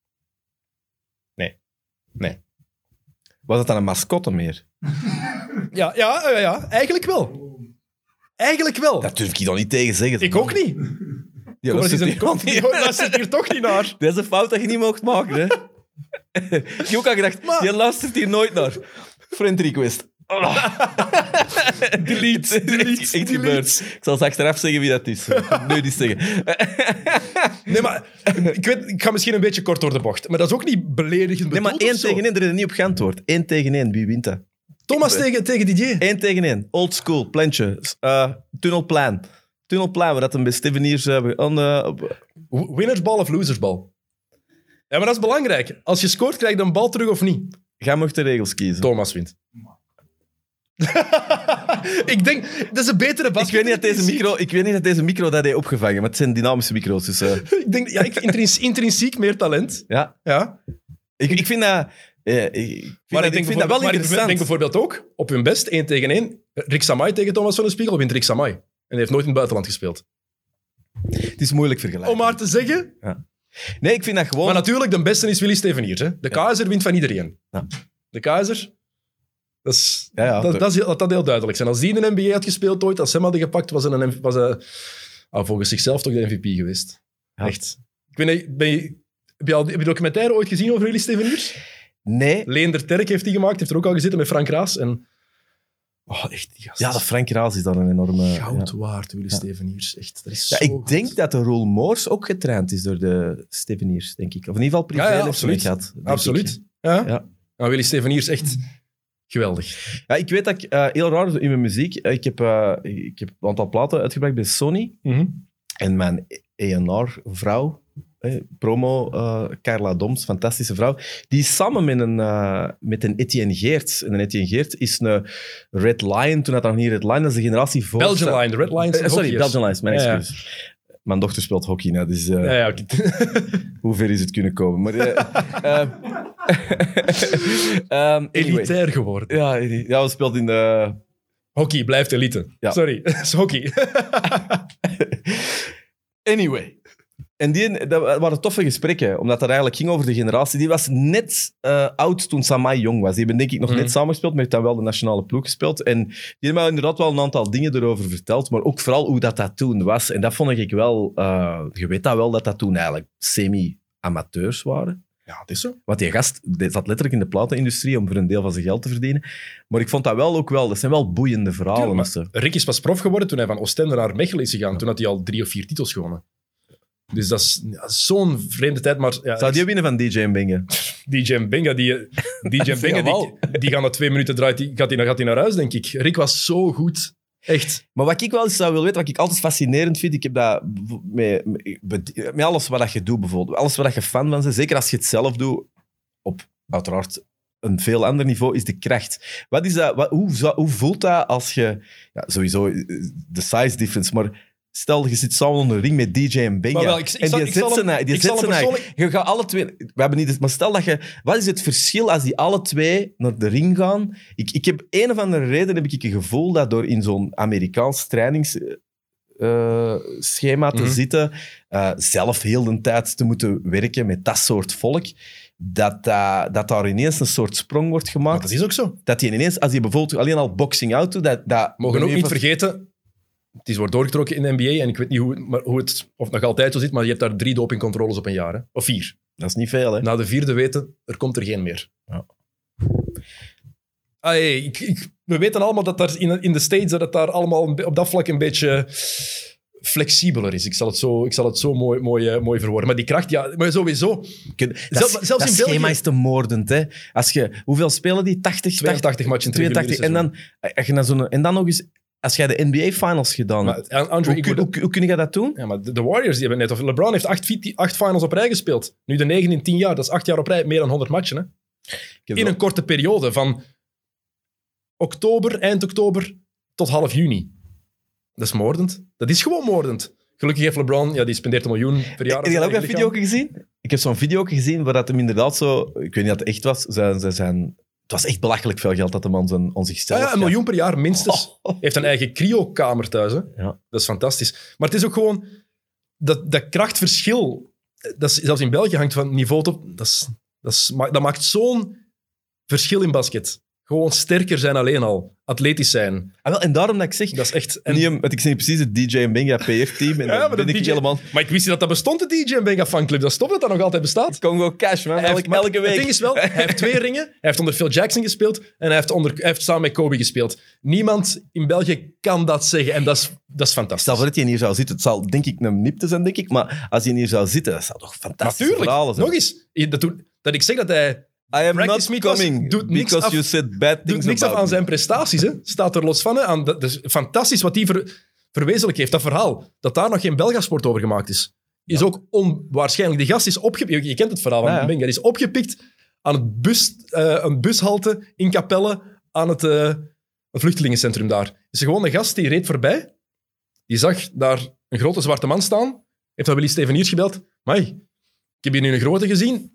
A: Nee.
D: Was dat dan een mascotte meer?
A: Ja, eigenlijk wel. Eigenlijk wel.
D: Dat durf ik je dan niet tegen zeggen.
A: Ik ook niet.
D: Ja,
A: Kom,
D: dat
A: dat zit hier toch niet naar.
D: Dat is een fout dat je niet mocht maken, hè. Ik heb ook al gedacht, je luistert hier nooit naar. Friend request.
A: Delete.
D: Echt gebeurd. Ik zal straks achteraf zeggen wie dat is. Nu niet zeggen.
A: Nee, maar ik ga misschien een beetje kort door de bocht. Maar dat is ook niet beledigend
D: Nee, maar
A: bedoeld
D: 1
A: of zo.
D: tegen 1, er is niet op geantwoord. 1 tegen 1, wie wint dat?
A: Thomas tegen Didier.
D: 1 tegen 1. Old school, plantje. Tunnelplan. Tunnelplan, waar dat een bij Steveniers
A: Winnersbal of losersbal? Ja, maar dat is belangrijk. Als je scoort, krijg je een bal terug of niet?
D: Jij mag de regels kiezen.
A: Thomas wint. Ik denk, dat is een betere
D: Ik
A: basket.
D: weet niet dat deze micro dat heeft opgevangen, maar het zijn dynamische micro's. Dus,
A: Ik denk, intrinsiek meer talent.
D: ja.
A: Ja.
D: Ik vind dat... ik vind dat wel
A: maar
D: interessant.
A: ik denk bijvoorbeeld ook, op hun best, 1 tegen 1, Rick Samai tegen Thomas van den Spiegel, wint Rick Samai. En hij heeft nooit in het buitenland gespeeld.
D: Het is moeilijk vergelijken.
A: Om maar te zeggen.
D: Nee, ik vind dat gewoon...
A: Maar natuurlijk, de beste is Willy Steveniers. Hè? De Keizer wint van iedereen.
D: Ja.
A: De Keizer, dat dat heel duidelijk zijn. Als die in de NBA had gespeeld ooit, als ze hem hadden gepakt, was hij volgens zichzelf toch de MVP geweest.
D: Ja.
A: Echt. Ik weet niet, heb je de documentaire ooit gezien over Willy Steveniers?
D: Nee.
A: Leender Terk heeft die gemaakt, heeft er ook al gezeten met Frank Raas. En... Oh, echt, die gast.
D: Ja, dat Frank Raas is dan een enorme...
A: Goud
D: ja.
A: waard, Willy Steveniers. Echt, dat is
D: Ja,
A: zo
D: ik
A: goed.
D: denk dat de Roel Moors ook getraind is door de Steveniers, denk ik. Of in ieder geval privé
A: Ja,
D: les
A: absoluut.
D: gehad, denk
A: Absoluut.
D: ik.
A: Ja?
D: Ja.
A: Maar Willy Steveniers, echt geweldig.
D: Ja, ik weet dat ik heel raar in mijn muziek... ik heb een aantal platen uitgebracht bij Sony. En mijn A&R-vrouw, promo, Carla Doms, fantastische vrouw, die is samen met een Etienne Geerts. En een Etienne Geerts is een Red Lion, toen had dat nog niet Red Lion, dat is de generatie voor...
A: Belgian Line, de Red Lions. zijn
D: sorry,
A: hockeyers.
D: Belgian Lions, mijn
A: Ja, ja.
D: excuus. Mijn dochter speelt hockey, nou, dus
A: Ja, oké.
D: hoe ver is het kunnen komen? Maar, anyway.
A: Elitair geworden.
D: Ja, we speelt in de...
A: Hockey blijft elite.
D: Ja.
A: Sorry, het is hockey.
D: Anyway. En dat waren toffe gesprekken, omdat het eigenlijk ging over de generatie. Die was net oud toen Samai jong was. Die hebben denk ik nog net samengespeeld, maar heeft dan wel de nationale ploeg gespeeld. En die hebben mij inderdaad wel een aantal dingen erover verteld, maar ook vooral hoe dat toen was. En dat vond ik wel... je weet dat wel, dat toen eigenlijk semi-amateurs waren.
A: Ja, het is zo.
D: Want die gast die zat letterlijk in de platenindustrie om voor een deel van zijn geld te verdienen. Maar ik vond dat wel ook wel... Dat zijn wel boeiende verhalen.
A: Tuurlijk, maar Rick is pas prof geworden toen hij van Oostende naar Mechelen is gegaan. Toen had hij al 3 of 4 titels gewonnen. Dus dat is zo'n vreemde tijd. Maar, ja,
D: Zou die winnen van DJ Mbengue?
A: DJ Mbengue, die gaan na 2 minuten draait, gaat hij naar huis, denk ik. Rick was zo goed. Echt.
D: Maar wat ik wel eens zou willen weten, wat ik altijd fascinerend vind, ik heb dat met alles wat dat je doet bijvoorbeeld, alles wat dat je fan van bent, zeker als je het zelf doet, op uiteraard een veel ander niveau, is de kracht. Wat is dat, hoe voelt dat als je... Ja, sowieso de size difference, maar... Stel, je zit samen onder de ring met DJ en Benga. En die zet ze naar. Je gaat alle twee... We hebben niet... Maar stel dat je... Wat is het verschil als die alle twee naar de ring gaan? Ik heb een of andere reden heb ik een gevoel dat door in zo'n Amerikaans trainingsschema te zitten, zelf heel de tijd te moeten werken met dat soort volk, dat daar ineens een soort sprong wordt gemaakt.
A: Maar dat is ook zo.
D: Dat die ineens, als je bijvoorbeeld alleen al boxing out doet, dat
A: Mogen ook niet vergeten... Het wordt doorgetrokken in de NBA en ik weet niet hoe het of nog altijd zo zit, maar je hebt daar 3 dopingcontroles op een jaar. Hè? Of 4.
D: Dat is niet veel, hè?
A: Na de 4e weten, er komt er geen meer.
D: Ja.
A: We weten allemaal dat daar in de States dat het daar allemaal op dat vlak een beetje flexibeler is. Ik zal het zo mooi verwoorden. Maar die kracht, ja, maar sowieso.
D: Dat
A: zelfs in
D: schema
A: België.
D: is te moordend, hè? Hoeveel spelen die? 82
A: matchen in het
D: 82. En dan nog eens, als jij de NBA Finals gedaan hebt, hoe kun je dat doen?
A: Ja, maar de Warriors, die hebben net... Of LeBron heeft 8 finals op rij gespeeld. Nu de 9 in 10 jaar. Dat is 8 jaar op rij, meer dan 100 matchen. Hè? In een korte periode van eind oktober tot half juni. Dat is moordend. Dat is gewoon moordend. Gelukkig heeft LeBron, die spendeert $1 miljoen per jaar.
D: Heb je ook een video gezien? Ik heb zo'n video gezien waar dat hem inderdaad zo... Ik weet niet dat het echt was. Het was echt belachelijk veel geld dat de man aan zichzelf
A: Ja, $1 miljoen per jaar minstens. Heeft een eigen cryokamer thuis. Hè?
D: Ja.
A: Dat is fantastisch. Maar het is ook gewoon... Dat krachtverschil, dat is, zelfs in België hangt van niveau op. Dat maakt zo'n verschil in basket. Gewoon sterker zijn alleen al. Atletisch zijn.
D: En daarom dat ik zeg...
A: Dat is echt...
D: Want ik zie precies het DJ en Benga PR-team. En
A: Ja, maar
D: ben ik helemaal...
A: Maar ik wist niet dat bestond, de DJ en Benga fanclub. Dat is tof dat dat nog altijd bestaat.
D: Congo Cash, man. Elke week.
A: Het ding is wel, hij heeft 2 ringen. Hij heeft onder Phil Jackson gespeeld. En hij heeft samen met Kobe gespeeld. Niemand in België kan dat zeggen. En dat is fantastisch.
D: Stel voor dat hij hier zou zitten. Het zal denk ik een nipte zijn, denk ik. Maar als hij hier zou zitten, dat zou toch fantastisch verhalen zijn.
A: Nog eens. Dat ik zeg dat hij...
D: I am
A: practice
D: not
A: meet
D: coming
A: doet niks
D: because
A: af-
D: you said bad
A: doet
D: things
A: niks af
D: about
A: aan
D: me.
A: zijn prestaties. Hè. Staat er los van. Hè. Dat is fantastisch wat hij verwezenlijk heeft. Dat verhaal. Dat daar nog geen Belgasport over gemaakt is. Is ook onwaarschijnlijk. Die gast is opgepikt. Je kent het verhaal van Benga. Die is opgepikt aan een bushalte in Capelle aan het vluchtelingencentrum daar. Is er gewoon een gast die reed voorbij. Die zag daar een grote zwarte man staan. Heeft dan Willy Steveniers gebeld. Mai, ik heb hier nu een grote gezien.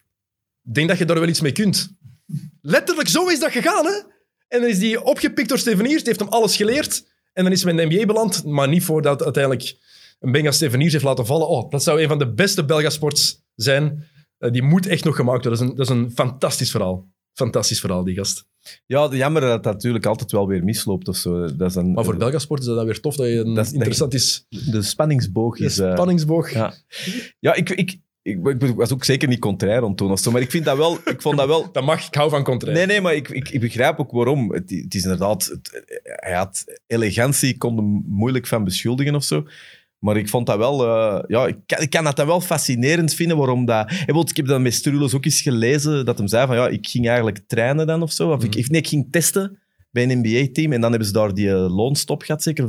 A: Ik denk dat je daar wel iets mee kunt. Letterlijk, zo is dat gegaan, hè? En dan is die opgepikt door Steveniers, die heeft hem alles geleerd. En dan is hij in de NBA beland, maar niet voordat uiteindelijk een Benga Steveniers heeft laten vallen. Oh, dat zou een van de beste Belgasports zijn. Die moet echt nog gemaakt worden. Dat is een fantastisch verhaal. Fantastisch verhaal, die gast.
D: Ja, jammer dat dat natuurlijk altijd wel weer misloopt of zo. Dat is
A: Maar voor Belgasport is dat dan weer tof dat je interessant is.
D: De spanningsboog is...
A: De spanningsboog.
D: Ja, ik was ook zeker niet contrair aan toen of zo, maar ik vond dat wel...
A: Dat mag, ik hou van contrair.
D: Nee, maar ik begrijp ook waarom. Het is inderdaad... Hij had elegantie, ik kon hem moeilijk van beschuldigen of zo. Maar ik vond dat wel... ik kan dat dan wel fascinerend vinden, waarom dat... Ik heb dan met Strulos ook eens gelezen, dat hem zei van, ik ging eigenlijk trainen dan of zo. Of ik ging testen bij een NBA-team en dan hebben ze daar die loonstop gehad, zeker? Of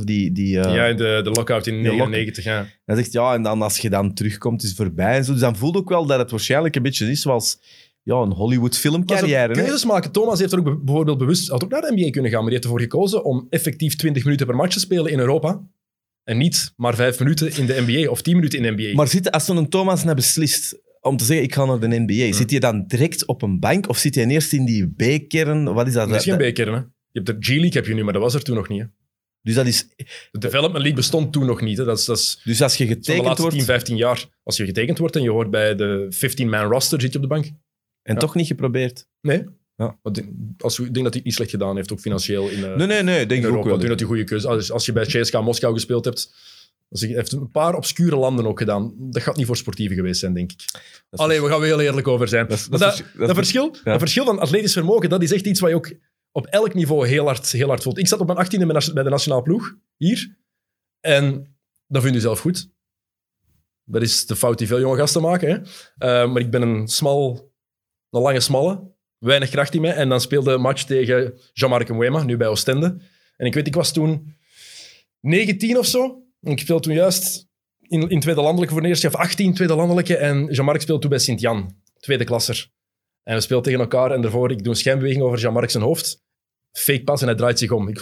A: de lockout in 99, ja.
D: Hij zegt, en dan als je dan terugkomt, is het voorbij en zo. Dus dan voelde ook wel dat het waarschijnlijk een beetje is zoals een Hollywood-filmcarrière.
A: Keuzes maken. Thomas heeft er ook bijvoorbeeld bewust... Had ook naar de NBA kunnen gaan, maar die heeft ervoor gekozen om effectief 20 minuten per match te spelen in Europa. En niet maar 5 minuten in de NBA of 10 minuten in de NBA.
D: Maar als zo'n Thomas nou beslist om te zeggen, ik ga naar de NBA, zit hij dan direct op een bank of zit hij eerst in die B-kern? Wat is dat?
A: Dat is geen B-kern, hè. Je hebt de G-League heb je nu, maar dat was er toen nog niet. Hè.
D: Dus dat is...
A: De Development League bestond toen nog niet. Hè. Dat is
D: dus als je
A: de
D: getekend
A: laatste
D: wordt...
A: 10, 15 jaar. Als je getekend wordt en je hoort bij de 15-man roster, zit je op de bank.
D: En toch niet geprobeerd?
A: Nee.
D: Ja.
A: Ik denk dat hij het niet slecht gedaan heeft, ook financieel in
D: Nee, denk ik ook wel.
A: Ik denk dat hij goede keuze. Als je bij CSKA Moskou gespeeld hebt, hij heeft een paar obscure landen ook gedaan. Dat gaat niet voor sportieven geweest zijn, denk ik. Allee, we gaan er heel eerlijk over zijn. Dat verschil van atletisch vermogen, dat is echt iets wat je ook op elk niveau heel hard voelt. Ik zat op mijn 18e bij de nationale ploeg, hier. En dat vind je zelf goed. Dat is de fout die veel jonge gasten maken. Hè? Maar ik ben een lange smalle. Weinig kracht in mij. En dan speelde een match tegen Jean-Marc Mwema, nu bij Oostende. En ik was toen 19 of zo. En ik speelde toen juist in tweede landelijke voor de eerste, of 18 tweede landelijke. En Jean-Marc speelde toen bij Sint-Jan, tweede klasser. En we speelden tegen elkaar en daarvoor, ik doe een schijnbeweging over Jean-Marc zijn hoofd. Fake pas en hij draait zich om.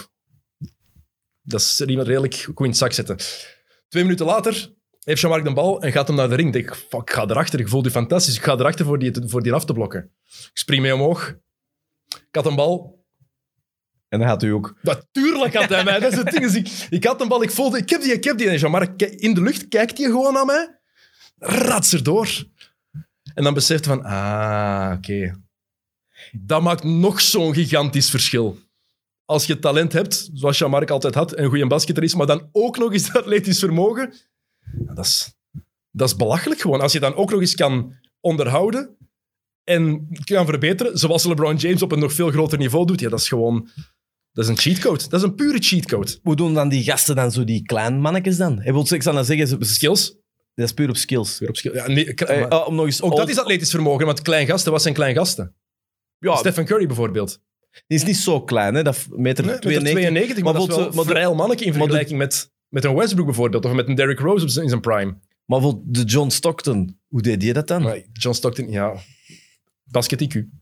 A: Dat is iemand redelijk goed in het zak zetten. 2 minuten later heeft Jean-Marc de bal en gaat hem naar de ring. Ik denk, fuck, ik ga erachter. Ik voel die fantastisch. Ik ga erachter voor die af te blokken. Ik spring mee omhoog. Ik had een bal.
D: En dan had u ook...
A: Natuurlijk had hij mij. Dat is het ding. Dus ik had een bal. Ik voelde, ik heb die. En Jean-Marc in de lucht kijkt hij gewoon naar mij. Rats erdoor. En dan beseft hij van, oké. Dat maakt nog zo'n gigantisch verschil. als je talent hebt, zoals Jean-Marc altijd had, en een goede basketter is, maar dan ook nog eens atletisch vermogen, dat is belachelijk gewoon. Als je dan ook nog eens kan onderhouden en kan verbeteren, zoals LeBron James op een nog veel groter niveau doet, dat is gewoon... Dat is een cheatcode. Dat is een pure cheatcode.
D: Hoe doen dan die gasten dan zo, die klein mannetjes dan? Ik zal dan zeggen...
A: Skills.
D: Dat is puur op skills.
A: Weer op skill. Ja, nee,
D: Om nog eens
A: ook dat is atletisch vermogen, want klein gasten, wat zijn klein gasten?
D: Ja,
A: Stephen Curry bijvoorbeeld.
D: die is niet zo klein, hè? Dat meter
A: Nee,
D: 92.
A: maar dat is wel een vrij manneke in vergelijking met een Westbrook bijvoorbeeld, of met een Derrick Rose in zijn prime.
D: Maar bijvoorbeeld de John Stockton, hoe deed die dat dan?
A: Maar John Stockton, ja... Basket IQ.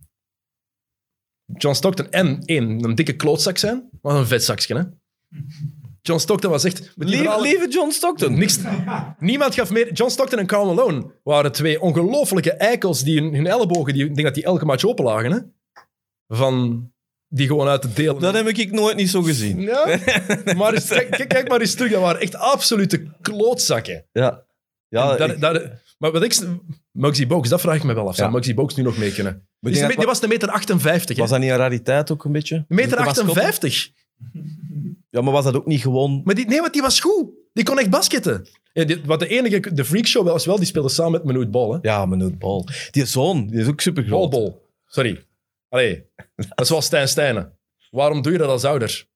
A: John Stockton en een dikke klootzak zijn, maar een vetzakje, hè. John Stockton was echt...
D: Lieve John Stockton.
A: Niemand gaf meer... John Stockton en Karl Malone waren twee ongelofelijke eikels die hun ellebogen... ik denk dat die elke match open lagen, hè. Die gewoon uit het deel...
D: Dat heb ik nooit niet zo gezien.
A: Ja, maar kijk maar eens terug. Dat waren echt absolute klootzakken.
D: Ja.
A: Maar wat ik... Muggsy Bogues, dat vraag ik me wel af. Zou
D: Ja.
A: Muggsy Bogues nu nog mee kunnen?
D: Maar
A: Die was 1,58 meter.
D: Was dat niet een rariteit ook een beetje?
A: 1,58 meter?
D: Ja, maar was dat ook niet gewoon...
A: Nee, want die was goed. Die kon echt basketten. Ja, de freakshow was wel, die speelde samen met Manute Bol. Hè?
D: Ja, Manute Bol. Die zoon, die is ook super groot.
A: Bol. Sorry. Allee, dat is wel Stijn Stijnen. Waarom doe je dat als ouder?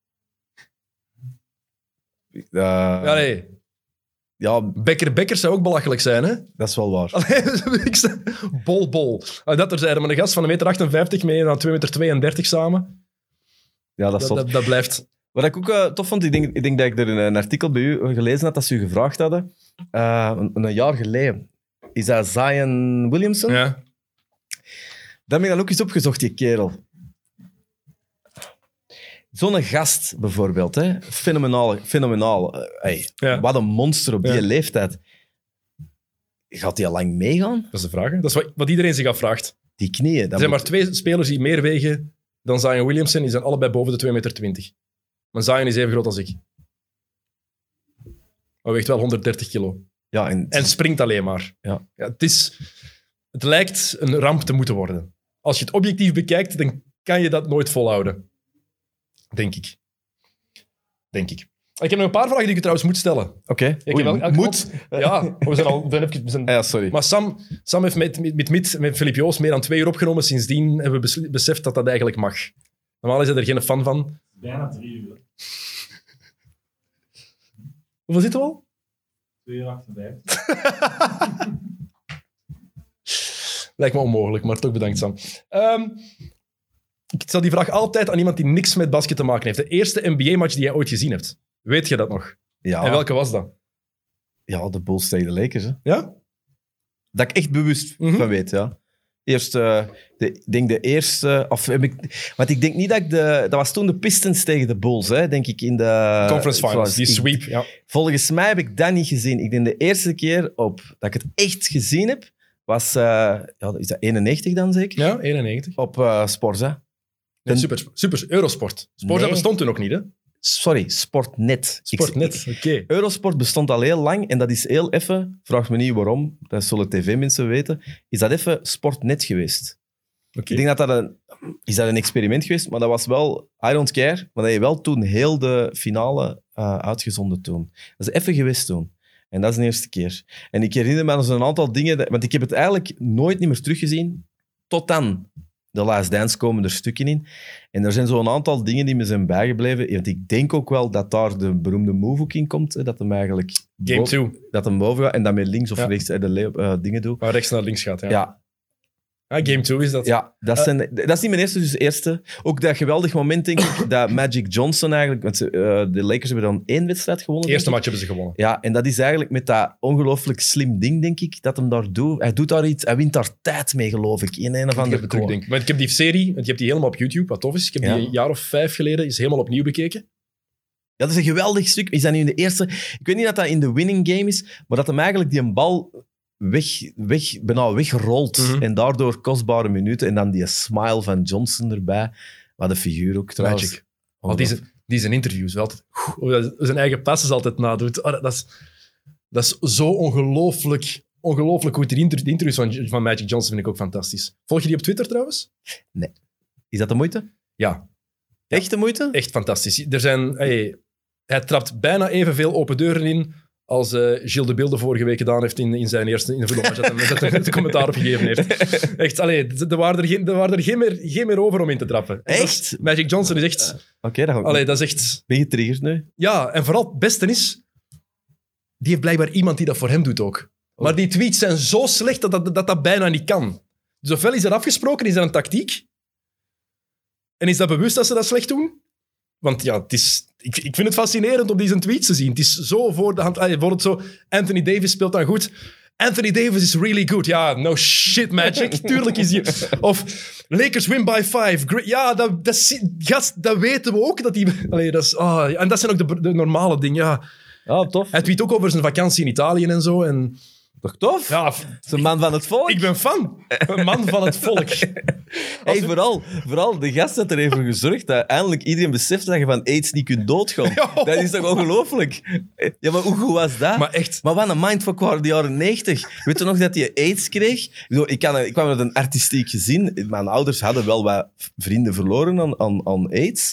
A: Ja, nee.
D: Ja,
A: Bekker zou ook belachelijk zijn, hè?
D: dat is wel waar.
A: Bol. Dat er zeiden, maar een gast van 1,58 meter mee dan 2,32 meter samen.
D: Ja, dat is zot.
A: Dat blijft...
D: Wat ik ook tof vond, ik denk dat ik er een artikel bij u gelezen had dat ze u gevraagd hadden. Een jaar geleden. Is dat Zion Williamson?
A: Ja.
D: Daar heb ik dan ook eens opgezocht, die kerel. Zo'n gast bijvoorbeeld, hè? Fenomenaal.
A: Ja.
D: Wat een monster op die
A: Ja.
D: leeftijd. Gaat hij al lang meegaan?
A: Dat is de vraag. Hè? Dat is wat iedereen zich afvraagt.
D: Die knieën.
A: Er zijn maar 2 spelers die meer wegen dan Zion Williamson. Die zijn allebei boven de 2,20 meter. Maar Zion is even groot als ik. Hij weegt wel 130 kilo.
D: Ja,
A: En springt alleen maar.
D: Ja.
A: Het lijkt een ramp te moeten worden. Als je het objectief bekijkt, dan kan je dat nooit volhouden. Denk ik. Ik heb nog een paar vragen die ik je trouwens moet stellen.
D: Oké.
A: Ik heb
D: Oei,
A: wel-
D: moet.
A: Ja, we zijn al... we zijn-
D: Ja, sorry.
A: Maar Sam heeft met Filip Joos meer dan 2 uur opgenomen. Sindsdien hebben we beseft dat dat eigenlijk mag. Normaal is hij er geen fan van.
E: Bijna 3 uur.
A: Hoeveel zitten we al?
E: 2,58.
A: Lijkt me onmogelijk, maar toch bedankt, Sam. Ik stel die vraag altijd aan iemand die niks met basket te maken heeft. De eerste NBA-match die jij ooit gezien hebt. Weet je dat nog?
D: Ja,
A: En welke was dat?
D: ja, de Bulls tegen de Lakers. Hè.
A: Ja?
D: Dat ik echt bewust van weet, ja. Eerst, ik denk de eerste... Want ik denk niet dat ik dat was toen de Pistons tegen de Bulls, hè, denk ik, in de...
A: Conference Finals, die sweep. Ja.
D: Volgens mij heb ik dat niet gezien. Ik denk de eerste keer dat ik het echt gezien heb, was... is dat 91 dan zeker?
A: Ja, 91.
D: Op Sporza.
A: Ja, super. Eurosport. Sport
D: Nee.
A: bestond toen nog niet, hè?
D: Sorry, Sportnet.
A: Sportnet, oké.
D: Eurosport bestond al heel lang en dat is heel even, vraag me niet waarom, dat zullen tv-mensen weten, is dat even Sportnet geweest.
A: Oké.
D: Ik denk dat een experiment geweest, maar dat was wel, I don't care, maar dat je wel toen heel de finale uitgezonden toen. Dat is even geweest toen. En dat is de eerste keer. En ik herinner me aan zo'n aantal dingen, want ik heb het eigenlijk nooit niet meer teruggezien, tot dan. The Last Dance komen er stukken in. En er zijn zo'n aantal dingen die me zijn bijgebleven. Want ik denk ook wel dat daar de beroemde move ook in komt. Hè, dat hem eigenlijk...
A: Game 2,
D: Dat hem boven gaat en dan met links of
A: Ja.
D: rechts dingen doet.
A: waar rechts naar links gaat. Ja.
D: Ja,
A: Game 2 is dat.
D: ja dat is niet mijn eerste, dus eerste. Ook dat geweldig moment, denk ik, dat Magic Johnson eigenlijk... Want de Lakers hebben dan 1 wedstrijd gewonnen.
A: De eerste
D: denk
A: match hebben ze gewonnen.
D: ik. Ja, en dat is eigenlijk met dat ongelooflijk slim ding, denk ik, dat hem daar doet. Hij doet daar iets, hij wint daar tijd mee, geloof ik, in een of
A: Ik
D: andere
A: heb het terugdenken. Maar ik heb die serie, want je hebt die helemaal op YouTube, wat tof is. Ik heb die
D: Ja.
A: een jaar of 5 geleden is helemaal opnieuw bekeken.
D: Ja, dat is een geweldig stuk. Is dat nu in de eerste... Ik weet niet dat dat in de winning game is, maar dat hem eigenlijk die een bal bijna wegrolt.
A: Mhm.
D: En daardoor kostbare minuten. En dan die smile van Johnson erbij. Wat een figuur ook trouwens.
A: Magic. Want die zijn interviews wel altijd... Zijn eigen passes altijd nadoet. Dat is zo ongelooflijk goed. Die interviews van Magic Johnson vind ik ook fantastisch. Volg je die op Twitter trouwens?
D: Is dat de moeite?
A: Ja.
D: Echte moeite?
A: Echt fantastisch. Hij trapt bijna evenveel open deuren in als Gilles de Bilde vorige week gedaan heeft in zijn eerste in de voetbalmatch. Dat hij een commentaar op gegeven heeft. Echt, er waren er geen meer over om in te trappen.
D: Echt?
A: Magic Johnson is echt...
D: Oké, dat
A: dat is echt...
D: ben je getriggerd nu?
A: Ja, en vooral het beste is... Die heeft blijkbaar iemand die dat voor hem doet ook. Maar die tweets zijn zo slecht dat bijna niet kan. Dus ofwel is er afgesproken, is er een tactiek. En is dat bewust dat ze dat slecht doen? Want ja, ik vind het fascinerend om die zijn tweets te zien. Het is zo voor de hand... Bijvoorbeeld zo, Anthony Davis speelt dan goed. Anthony Davis is really good. Ja, no shit, Magic. Tuurlijk is hij... Of Lakers win by 5. Ja, dat weten we ook. Dat is, en dat zijn ook de normale dingen. Ja.
D: Oh, tof.
A: Hij tweet ook over zijn vakantie in Italië en zo. En...
D: Toch tof?
A: Ja,
D: is een man van het volk.
A: Ik ben fan. Een man van het volk.
D: Hey, vooral de gast had er even gezorgd dat eindelijk iedereen beseft dat je van AIDS niet kunt doodgaan.
A: Ja.
D: Dat is toch ongelooflijk? Ja, maar hoe goed was dat?
A: Maar echt.
D: Maar wat een mindfuck waren de jaren 90. Weet je nog dat hij AIDS kreeg? Ik kwam uit een artistiek gezin. Mijn ouders hadden wel wat vrienden verloren aan AIDS.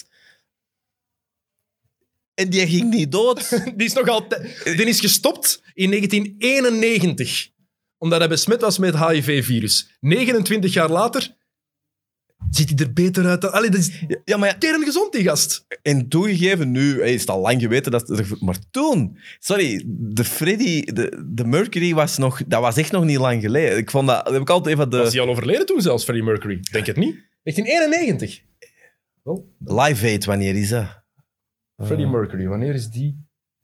D: En die ging niet dood.
A: Die is gestopt in 1991. Omdat hij besmet was met het HIV-virus. 29 jaar later ziet hij er beter uit. Dat is
D: maar
A: kerngezond, die gast.
D: En toegegeven, nu is het al lang geweten. Maar toen, sorry, de Freddie, de Mercury was nog... Dat was echt nog niet lang geleden. Ik vond dat heb ik altijd even
A: Was hij al overleden toen zelfs, Freddie Mercury? Denk het niet. 1991. Wel.
D: Live Aid, wanneer is dat?
A: Freddie Mercury, wanneer is die?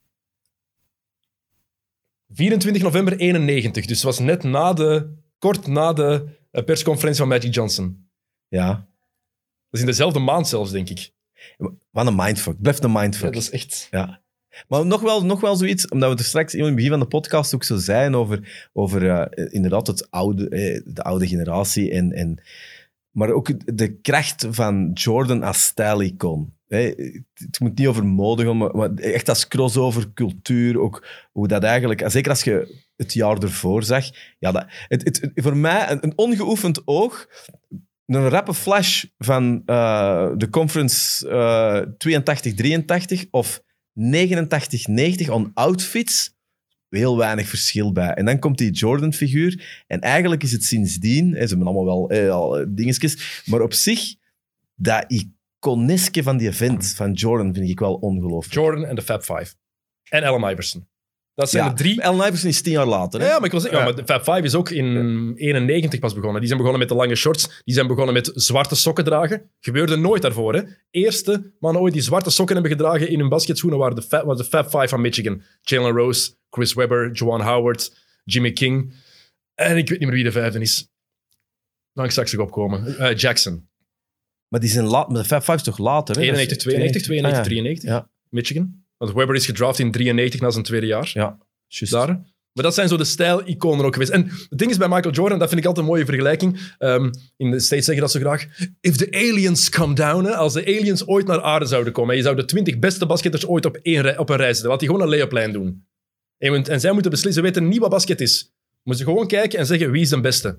A: 24 november 91. Dus het was net kort na de persconferentie van Magic Johnson.
D: Ja.
A: Dat is in dezelfde maand zelfs, denk ik.
D: Wat een mindfuck. Blijft een mindfuck.
A: Ja, dat is echt...
D: Ja. Maar nog wel zoiets, omdat we het er straks in het begin van de podcast ook zo zijn over inderdaad de oude generatie. Maar ook de kracht van Jordan als stijlicoon. Het moet niet over mode gaan, maar echt als crossover cultuur. Ook hoe dat eigenlijk... Zeker als je het jaar ervoor zag. Ja, voor mij, een ongeoefend oog... Een rappe flash van de conference 82-83 of 89-90 on outfits, heel weinig verschil bij. En dan komt die Jordan-figuur en eigenlijk is het sindsdien, ze hebben allemaal wel dingetjes, maar op zich, dat iconeske van die event van Jordan vind ik wel ongelooflijk.
A: Jordan en de Fab Five. En Allen Iverson. Dat zijn de drie...
D: Allen Iverson is 10 jaar later. Hè?
A: Ja, maar ik wil zeggen, maar de Fab Five is ook in 91 pas begonnen. Die zijn begonnen met de lange shorts. Die zijn begonnen met zwarte sokken dragen. Gebeurde nooit daarvoor. Hè. Eerste mannen ooit die zwarte sokken hebben gedragen in hun basketschoenen waren de Fab Five van Michigan. Jalen Rose, Chris Webber, Juwan Howard, Jimmy King. En ik weet niet meer wie de vijfde is. Dan ga ik straks nog opkomen. Jackson.
D: Maar die zijn laat, maar de Fab Five is toch later? Hè?
A: 91, 92, 92, 93.
D: Ja.
A: Michigan. Want Webber is gedraft in 93 na zijn tweede jaar.
D: Ja, juist.
A: Daar. Maar dat zijn zo de stijl-iconen ook geweest. En het ding is bij Michael Jordan, dat vind ik altijd een mooie vergelijking. In de States zeggen dat zo graag. If the aliens come down, hè, als de aliens ooit naar aarde zouden komen, en je zou de 20 beste basketters ooit op een rij zetten, laat die gewoon een lay-up-lijn doen. En zij moeten beslissen, weten niet wat basket is. Moeten ze gewoon kijken en zeggen, wie is de beste?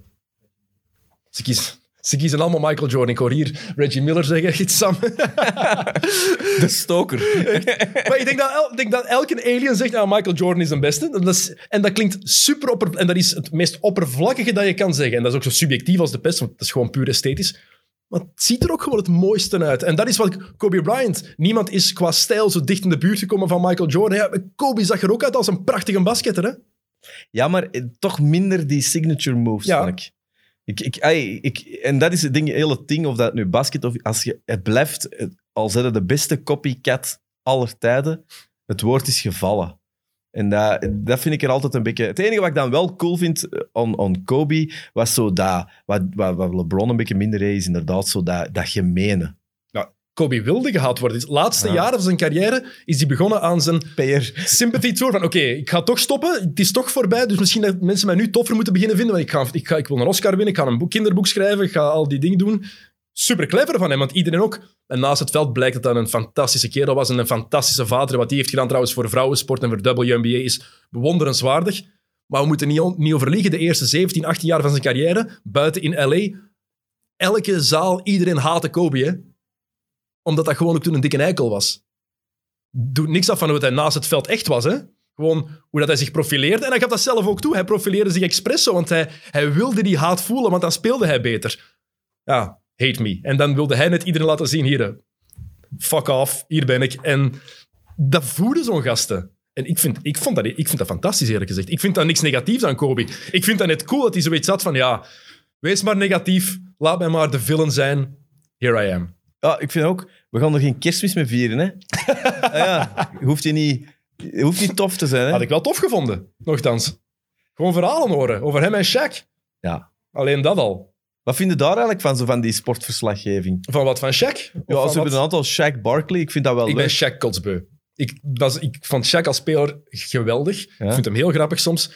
A: Ze kiezen allemaal Michael Jordan. Ik hoor hier Reggie Miller zeggen, iets Sam.
D: De stoker.
A: Maar ik denk dat elke alien zegt, Michael Jordan is de beste. En dat klinkt super en dat is het meest oppervlakkige dat je kan zeggen. En dat is ook zo subjectief als de pest, want dat is gewoon puur esthetisch. Maar het ziet er ook gewoon het mooiste uit. En dat is wat Kobe Bryant... Niemand is qua stijl zo dicht in de buurt gekomen van Michael Jordan. Ja, Kobe zag er ook uit als een prachtige basketter, hè?
D: Ja, maar toch minder die signature moves, vind ik. En dat is het hele ding, of dat nu basket of... Het blijft, al zijn de beste copycat aller tijden, het woord is gevallen. En dat vind ik er altijd een beetje... Het enige wat ik dan wel cool vind aan Kobe, was zo dat... Wat LeBron een beetje minder is, inderdaad zo dat gemene.
A: Kobe wilde gehaald worden. Het laatste jaar van zijn carrière is hij begonnen aan zijn sympathy tour. Van oké, ik ga toch stoppen. Het is toch voorbij. Dus misschien dat mensen mij nu toffer moeten beginnen vinden. Want ik wil een Oscar winnen. Ik ga een kinderboek schrijven. Ik ga al die dingen doen. Super clever van hem, want iedereen ook. En naast het veld blijkt dat hij een fantastische kerel was en een fantastische vader. Wat hij heeft gedaan trouwens voor vrouwensport en voor WNBA is bewonderenswaardig. Maar we moeten niet overliegen. De eerste 17, 18 jaar van zijn carrière, buiten in LA, elke zaal, iedereen haatte Kobe, hè. Omdat dat gewoon ook toen een dikke eikel was. Doet niks af van hoe hij naast het veld echt was, hè. Gewoon hoe dat hij zich profileerde. En hij gaf dat zelf ook toe. Hij profileerde zich expres zo, want hij wilde die haat voelen, want dan speelde hij beter. Ja, hate me. En dan wilde hij net iedereen laten zien, hier, fuck off, hier ben ik. En dat voeden zo'n gasten. En ik vind dat fantastisch, eerlijk gezegd. Ik vind dat niks negatiefs aan Kobe. Ik vind dat net cool dat hij zoiets had van, ja, wees maar negatief, laat mij maar de villain zijn. Here I am.
D: Ja, ik vind ook, we gaan er geen kerstmis mee vieren, hè. Hoeft niet tof te zijn, hè.
A: Had ik wel tof gevonden, nochtans. Gewoon verhalen horen over hem en Shaq.
D: Ja.
A: Alleen dat al.
D: Wat vind je daar eigenlijk van, zo van die sportverslaggeving?
A: Van wat, van Shaq?
D: Ja, ze hebben een aantal Shaq Barkley, ik vind dat wel
A: Ik
D: leuk.
A: ben Shaq kotsbeu. Ik vond Shaq als speler geweldig.
D: Ja.
A: Ik vind hem heel grappig soms.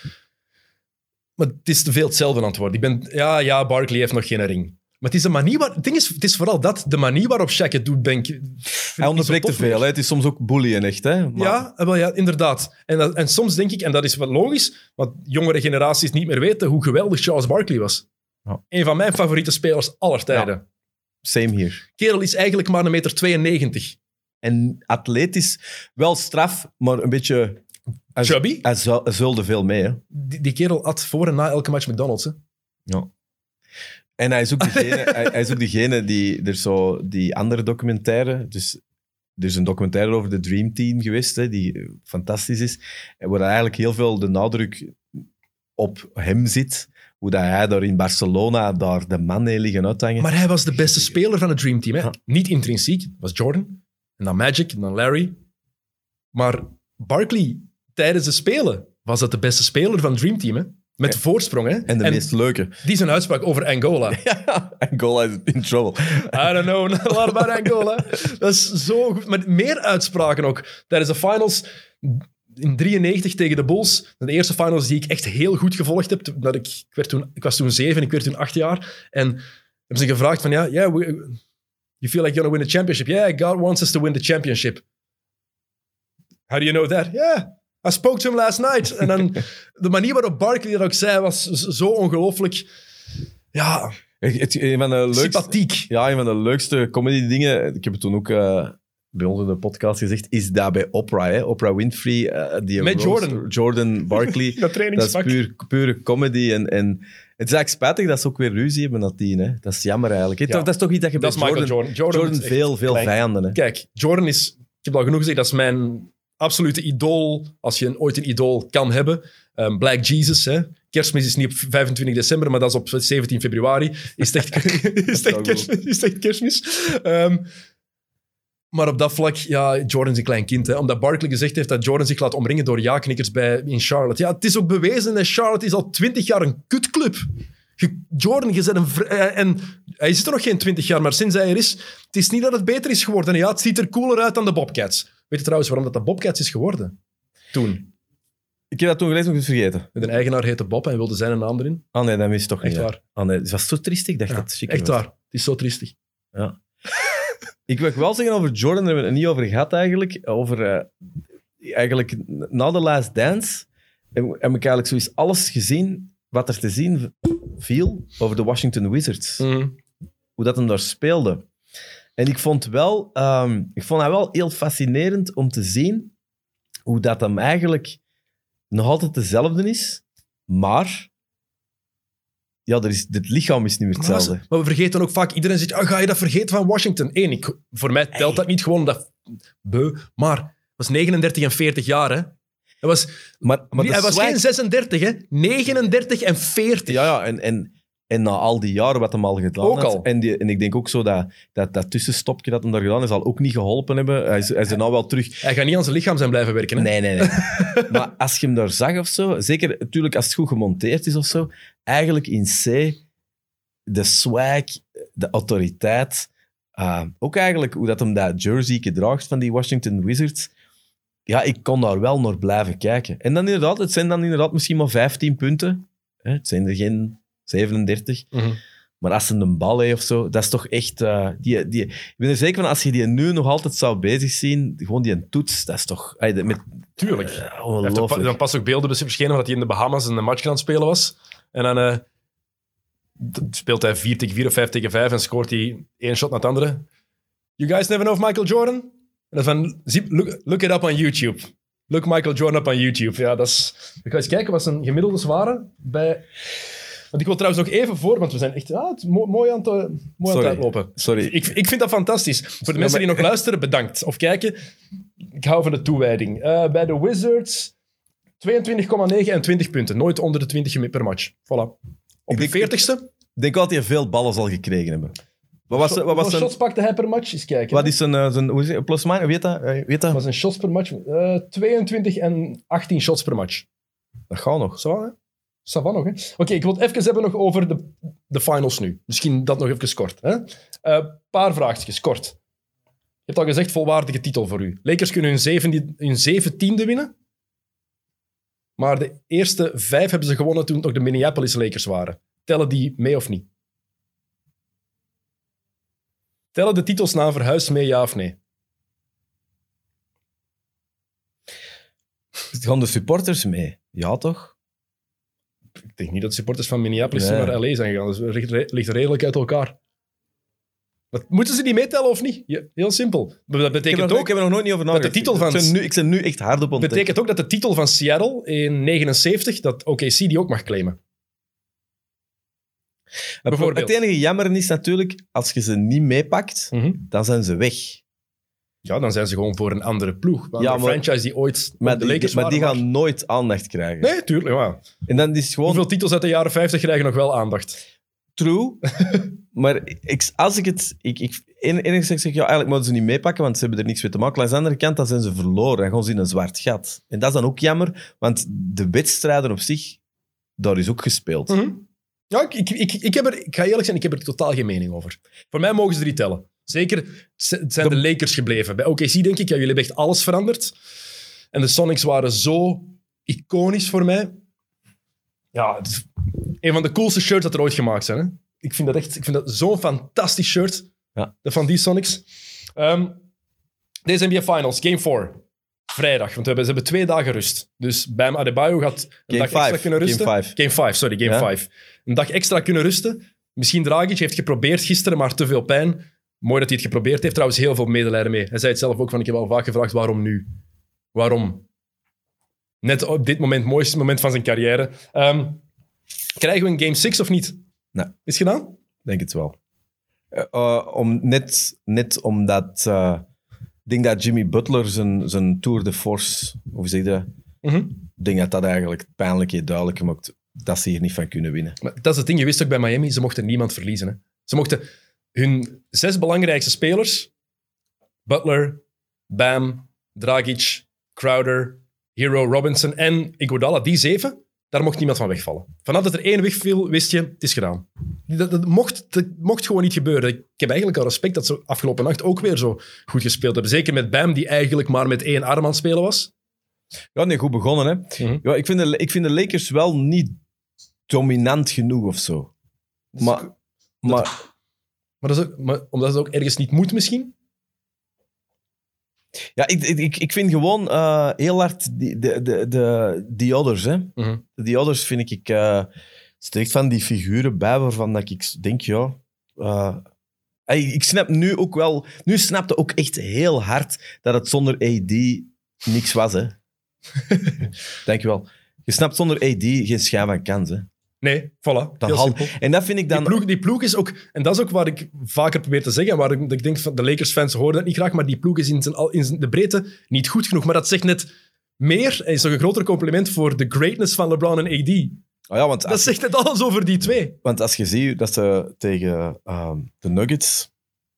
A: Maar het is te veel hetzelfde antwoord. Ja, Barkley heeft nog geen ring. Maar het is de manier het ding is, het is vooral dat, de manier waarop Shaq het doet,
D: Hij onderbreekt te veel, hè. Het is soms ook bullyen echt, hè. Maar...
A: Ja, inderdaad. En soms denk ik, en dat is wat logisch, want jongere generaties niet meer weten hoe geweldig Charles Barkley was.
D: Ja.
A: Een van mijn favoriete spelers aller tijden.
D: Ja. Same hier.
A: Kerel is eigenlijk maar 1,92 meter.
D: En atletisch, wel straf, maar een beetje...
A: Chubby?
D: Hij zulde veel mee, hè.
A: Die kerel at voor en na elke match McDonald's. Hè?
D: Ja. En hij is ook degene, hij is ook degene die... Er zo die andere documentaire... Dus er is een documentaire over de Dream Team geweest, hè, die fantastisch is. En waar eigenlijk heel veel de nadruk op hem zit. Hoe dat hij daar in Barcelona daar de man heeft liggen uithangen.
A: Maar hij was de beste speler van het Dream Team. Hè?
D: Ja.
A: Niet intrinsiek. Dat was Jordan. En dan Magic. En dan Larry. Maar Barkley, tijdens de Spelen, was dat de beste speler van het Dream Team. Hè? Met voorsprong. Hè?
D: En de meest leuke.
A: Die zijn uitspraak over Angola.
D: Ja, Angola is in trouble.
A: I don't know, what about Angola? Dat is zo goed. Maar meer uitspraken ook. Tijdens de finals in 93 tegen de Bulls. De eerste finals die ik echt heel goed gevolgd heb. Ik was toen 7 en ik werd toen 8 jaar. En hebben ze gevraagd van, you feel like you're going to win the championship? Yeah, God wants us to win the championship. How do you know that? Yeah, I spoke to him last night. En dan de manier waarop Barkley dat ook zei, was zo ongelooflijk... Ja,
D: Een van de leukste,
A: sympathiek.
D: ja, een van de leukste comedy dingen. Ik heb het toen ook bij ons in de podcast gezegd. Is dat bij Oprah, hè? Oprah Winfrey. Die
A: Met
D: roast, Jordan Barkley.
A: Dat trainingspak.
D: Dat is pure comedy. En het is eigenlijk spijtig dat ze ook weer ruzie hebben nadien. Hè? Dat is jammer eigenlijk. Hè?
A: Ja.
D: Dat is toch iets dat je
A: Dat
D: bij
A: is Michael Jordan. Jordan is echt
D: veel
A: klein.
D: vijanden. Hè?
A: Kijk, Jordan is... Ik heb al genoeg gezegd, dat is mijn absolute idool, als je ooit een idool kan hebben. Black Jesus, hè. Kerstmis is niet op 25 december, maar dat is op 17 februari. Is het echt kerstmis? Maar op dat vlak, ja, Jordan is een klein kind. Hè. Omdat Barkley gezegd heeft dat Jordan zich laat omringen door ja-knikkers in Charlotte. Ja, het is ook bewezen dat Charlotte is al 20 jaar een kutclub. Jordan, je bent en hij is er nog geen 20 jaar, maar sinds hij er is, het is niet dat het beter is geworden. Ja, het ziet er cooler uit dan de Bobcats. Weet je trouwens waarom dat de Bobcats is geworden? Toen.
D: Ik heb dat toen gelezen, nog eens vergeten.
A: Met een eigenaar heette Bob en wilde zijn naam erin.
D: Ah nee, dat is toch
A: Echt
D: niet.
A: waar.
D: Ah nee, het was zo triestig. Ik dacht
A: Ja,
D: dat het chic
A: echt
D: was.
A: waar. Het is zo triestig.
D: Ja. Ik wil wel zeggen over Jordan, daar hebben we het niet over gehad eigenlijk. Over, eigenlijk na The Last Dance heb ik eigenlijk zoiets alles gezien wat er te zien viel over de Washington Wizards. Hoe dat hem daar speelde. En ik vond het wel heel fascinerend om te zien hoe dat hem eigenlijk nog altijd dezelfde is, maar ja, het lichaam is niet meer hetzelfde.
A: Maar we vergeten ook vaak, iedereen zegt, ga je dat vergeten van Washington? Voor mij telt dat niet gewoon maar hij was 39 en 40 jaar, hè.
D: Maar
A: Hij was geen 36, hè. 39 en 40.
D: Ja, en na al die jaren wat hem al gedaan
A: Ook
D: had.
A: al.
D: En ik denk ook zo dat tussenstopje dat hem daar gedaan is, zal ook niet geholpen hebben. Hij is er nou wel terug.
A: Hij gaat niet aan zijn lichaam zijn blijven werken, hè.
D: Nee. Maar als je hem daar zag of zo, zeker natuurlijk als het goed gemonteerd is of zo, eigenlijk in C, de swag, de autoriteit, ook eigenlijk hoe dat hem dat jersey draagt van die Washington Wizards. Ja, ik kon daar wel naar blijven kijken. En dan inderdaad, het zijn dan inderdaad misschien maar 15 punten. Het zijn er geen 37. Maar als ze een bal heeft of zo, dat is toch echt... ik ben er zeker van, als je die nu nog altijd zou bezig zien, gewoon die een toets, dat is toch...
A: Tuurlijk. Er zijn
D: ongelooflijk.
A: pas ook beelden verschenen van dat hij in de Bahamas een match aan het spelen was. En dan speelt hij 4 tegen 4 of 5 tegen 5 en scoort hij 1 shot na het andere. You guys never know of Michael Jordan? En dan van, look it up on YouTube. Look Michael Jordan up on YouTube. Ja, dat is... Ik ga eens kijken wat zijn gemiddeldes waren bij... Want ik wil trouwens nog even voor, want we zijn echt mooi aan het uitlopen.
D: Sorry.
A: Ik vind dat fantastisch. Voor de mensen die nog luisteren, bedankt. Of kijken, ik hou van de toewijding. Bij de Wizards 22,9 en 20 punten. Nooit onder de 20 per match. Voilà. Op de 40ste.
D: Ik denk wel dat hij veel ballen zal gekregen hebben.
A: Hoeveel shots pakte hij per match? Eens kijken.
D: Wat is zijn hoe is het, plus minus? Weet dat?
A: Wat was een shots per match? 22 en 18 shots per match.
D: Dat gaat nog.
A: Zo, hè? Ça va nog, hè? Oké, ik wil het even hebben nog over de finals nu. Misschien dat nog even kort. Paar vraagjes, kort. Je hebt al gezegd, volwaardige titel voor u. Lakers kunnen hun 17e winnen. Maar de eerste 5 hebben ze gewonnen toen het nog de Minneapolis Lakers waren. Tellen die mee of niet? Tellen de titels na verhuis mee, ja of nee?
D: Gaan de supporters mee? Ja, toch?
A: Ik denk niet dat de supporters van Minneapolis naar LA zijn gegaan. Dat ligt redelijk uit elkaar. Moeten ze die meetellen of niet? Ja, heel simpel. Dat betekent ook...
D: Ik heb er nog nooit niet over nagedacht.
A: De titel van...
D: Ik ben nu echt hard op ontdekt.
A: betekent ook dat de titel van Seattle in 79, dat OKC die ook mag claimen.
D: Het enige jammer is natuurlijk, als je ze niet meepakt, dan zijn ze weg.
A: Ja, dan zijn ze gewoon voor een andere ploeg. Een franchise die ooit de Lakers
D: maar die gaan nooit aandacht krijgen.
A: Nee, tuurlijk. Ja.
D: En dan is gewoon...
A: Hoeveel titels uit de jaren 50 krijgen nog wel aandacht?
D: True. Maar als ik het... Enigszins zeg ik, eigenlijk moeten ze niet meepakken, want ze hebben er niks mee te maken. Aan de andere kant, dan zijn ze verloren. Dan gaan ze in een zwart gat. En dat is dan ook jammer, want de wedstrijden op zich, daar is ook gespeeld.
A: Ja, ik ga eerlijk zijn, ik heb er totaal geen mening over. Voor mij mogen ze 3 tellen. Zeker, het zijn de Lakers gebleven. Bij OKC denk ik, jullie hebben echt alles veranderd. En de Sonics waren zo iconisch voor mij. Ja, het is een van de coolste shirts dat er ooit gemaakt zijn. Hè? Ik vind dat zo'n fantastisch shirt van die Sonics. Deze NBA Finals, Game 4. Vrijdag, want ze hebben 2 dagen rust. Dus Bam Adebayo gaat een dag extra kunnen rusten. Game 5. Game 5. Een dag extra kunnen rusten. Misschien Dragic heeft geprobeerd gisteren, maar te veel pijn. Mooi dat hij het geprobeerd heeft. Trouwens, heel veel medelijden mee. Hij zei het zelf ook, ik heb al vaak gevraagd, waarom nu? Waarom? Net op dit moment, het mooiste moment van zijn carrière. Krijgen we een Game 6 of niet?
D: Nee.
A: Is het gedaan?
D: Denk het wel. Net omdat... ik denk dat Jimmy Butler zijn tour de force, hoe zeg je dat? Ik denk dat eigenlijk pijnlijk heeft duidelijk gemaakt dat ze hier niet van kunnen winnen.
A: Maar dat is het ding, je wist ook bij Miami, ze mochten niemand verliezen. Hè? Ze mochten hun 6 belangrijkste spelers, Butler, Bam, Dragic, Crowder, Hero, Robinson en Iguodala, die 7, daar mocht niemand van wegvallen. Vanaf dat er 1 wegviel, wist je, het is gedaan. Dat mocht gewoon niet gebeuren. Ik heb eigenlijk al respect dat ze afgelopen nacht ook weer zo goed gespeeld hebben. Zeker met Bam, die eigenlijk maar met 1 arm aan het spelen was.
D: Ja, nee, goed begonnen, hè. Ja, ik vind de Lakers wel niet dominant genoeg of zo. Maar
A: omdat het ook ergens niet moet, misschien?
D: Ja, ik vind gewoon heel hard die others, hè. Die others vind ik... steekt van die figuren bij waarvan dat ik denk, ik snap nu ook wel... Nu snapte ook echt heel hard dat het zonder AD niks was, hè. Dankjewel. Je snapt zonder AD geen schijn van kans, hè.
A: Nee, voilà. Heel simpel.
D: En dat vind ik dan...
A: Die ploeg is ook... En dat is ook waar ik vaker probeer te zeggen, en waar ik denk van de Lakers-fans horen dat niet graag, maar die ploeg is in de breedte niet goed genoeg. Maar dat zegt net meer, en is nog een groter compliment voor de greatness van LeBron en AD.
D: Oh ja, want
A: dat zegt net alles over die 2.
D: Want als je ziet dat ze tegen de Nuggets...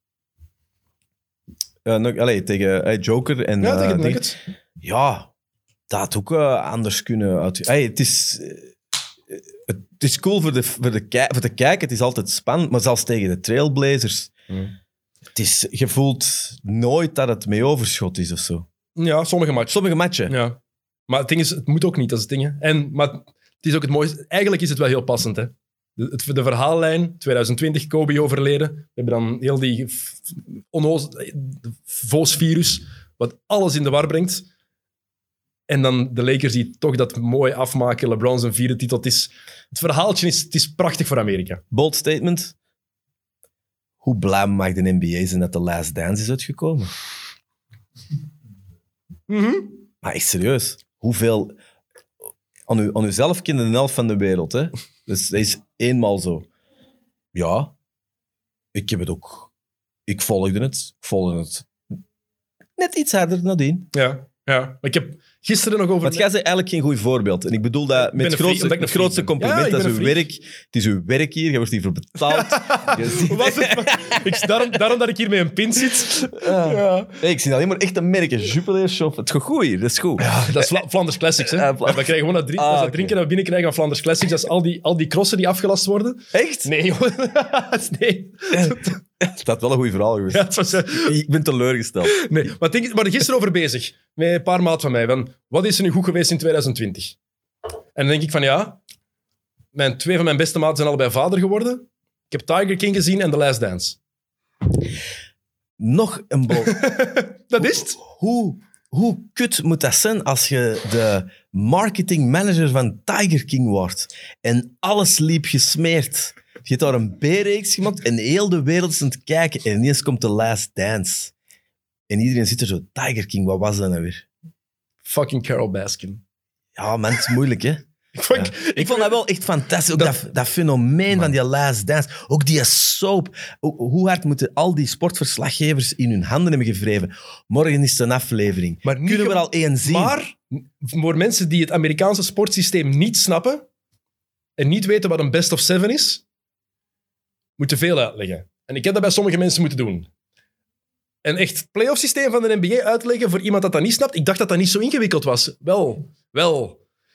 D: tegen Joker en...
A: Ja, tegen de Nuggets.
D: Ja, dat had ook anders kunnen... Het is cool voor te kijken, het is altijd spannend, maar zelfs tegen de Trailblazers... Je voelt nooit dat het mee overschot is of zo.
A: Ja, sommige matchen. Ja. Maar het ding is, het moet ook niet, dat is het ding. Maar het is ook het mooiste. Eigenlijk is het wel heel passend, hè. De verhaallijn, 2020, Kobe overleden. We hebben dan heel die Vos-virus, wat alles in de war brengt. En dan de Lakers die toch dat mooi afmaken. LeBron zijn 4e titel. Het verhaaltje is prachtig voor Amerika.
D: Bold statement. Hoe blij mag de NBA zijn dat The Last Dance is uitgekomen? Maar echt serieus. Hoeveel... Aan uzelf kende de helft van de wereld. Hè? Dus dat is eenmaal zo. Ja, ik heb het ook... Ik volgde het. Net iets harder nadien.
A: Ja. Ik heb gisteren nog over...
D: Want jij bent eigenlijk geen goed voorbeeld. En ik bedoel dat met het grootste compliment.
A: Ja,
D: dat is uw werk. Het is uw werk hier. Je wordt hiervoor betaald.
A: Hoe was het? Daarom dat ik hier met een pin zit. Ja.
D: Hey, ik zie alleen maar echt een merken. Jupiler Shop. Het gaat goed hier. Dat is goed.
A: Ja, dat is Flanders Classics. Hè?
D: Ja,
A: We krijgen gewoon dat drinken dat we binnenkrijgen van Flanders Classics. Dat is al die crossen die afgelast worden.
D: Echt?
A: Nee, joh. Nee.
D: Dat is wel een goed verhaal, jongens.
A: Ja, het was,
D: Ik ben teleurgesteld.
A: nee. Maar ik ben er gisteren over bezig. Met een paar maat van mij. Van, wat is er nu goed geweest in 2020? En dan denk ik van ja... Twee van mijn beste maten zijn allebei vader geworden. Ik heb Tiger King gezien en The Last Dance.
D: Nog een bal.
A: Dat is het.
D: Hoe kut moet dat zijn als je de marketingmanager van Tiger King wordt en alles liep gesmeerd? Je hebt daar een B-reeks gemaakt en heel de wereld is aan het kijken en ineens komt The Last Dance. En iedereen zit er zo, Tiger King, wat was dat nou weer?
A: Fucking Carole Baskin.
D: Ja, man, het is moeilijk, hè?
A: Ik
D: vond dat wel echt fantastisch. Ook dat fenomeen van die Last Dance. Ook die soap. Hoe hard moeten al die sportverslaggevers in hun handen hebben gewreven? Morgen is het een aflevering.
A: Maar
D: kunnen we er al één zien?
A: Maar voor mensen die het Amerikaanse sportsysteem niet snappen en niet weten wat een best of 7 is, moeten veel uitleggen. En ik heb dat bij sommige mensen moeten doen. En echt het playoff systeem van de NBA uitleggen voor iemand dat niet snapt, ik dacht dat dat niet zo ingewikkeld was. Wel.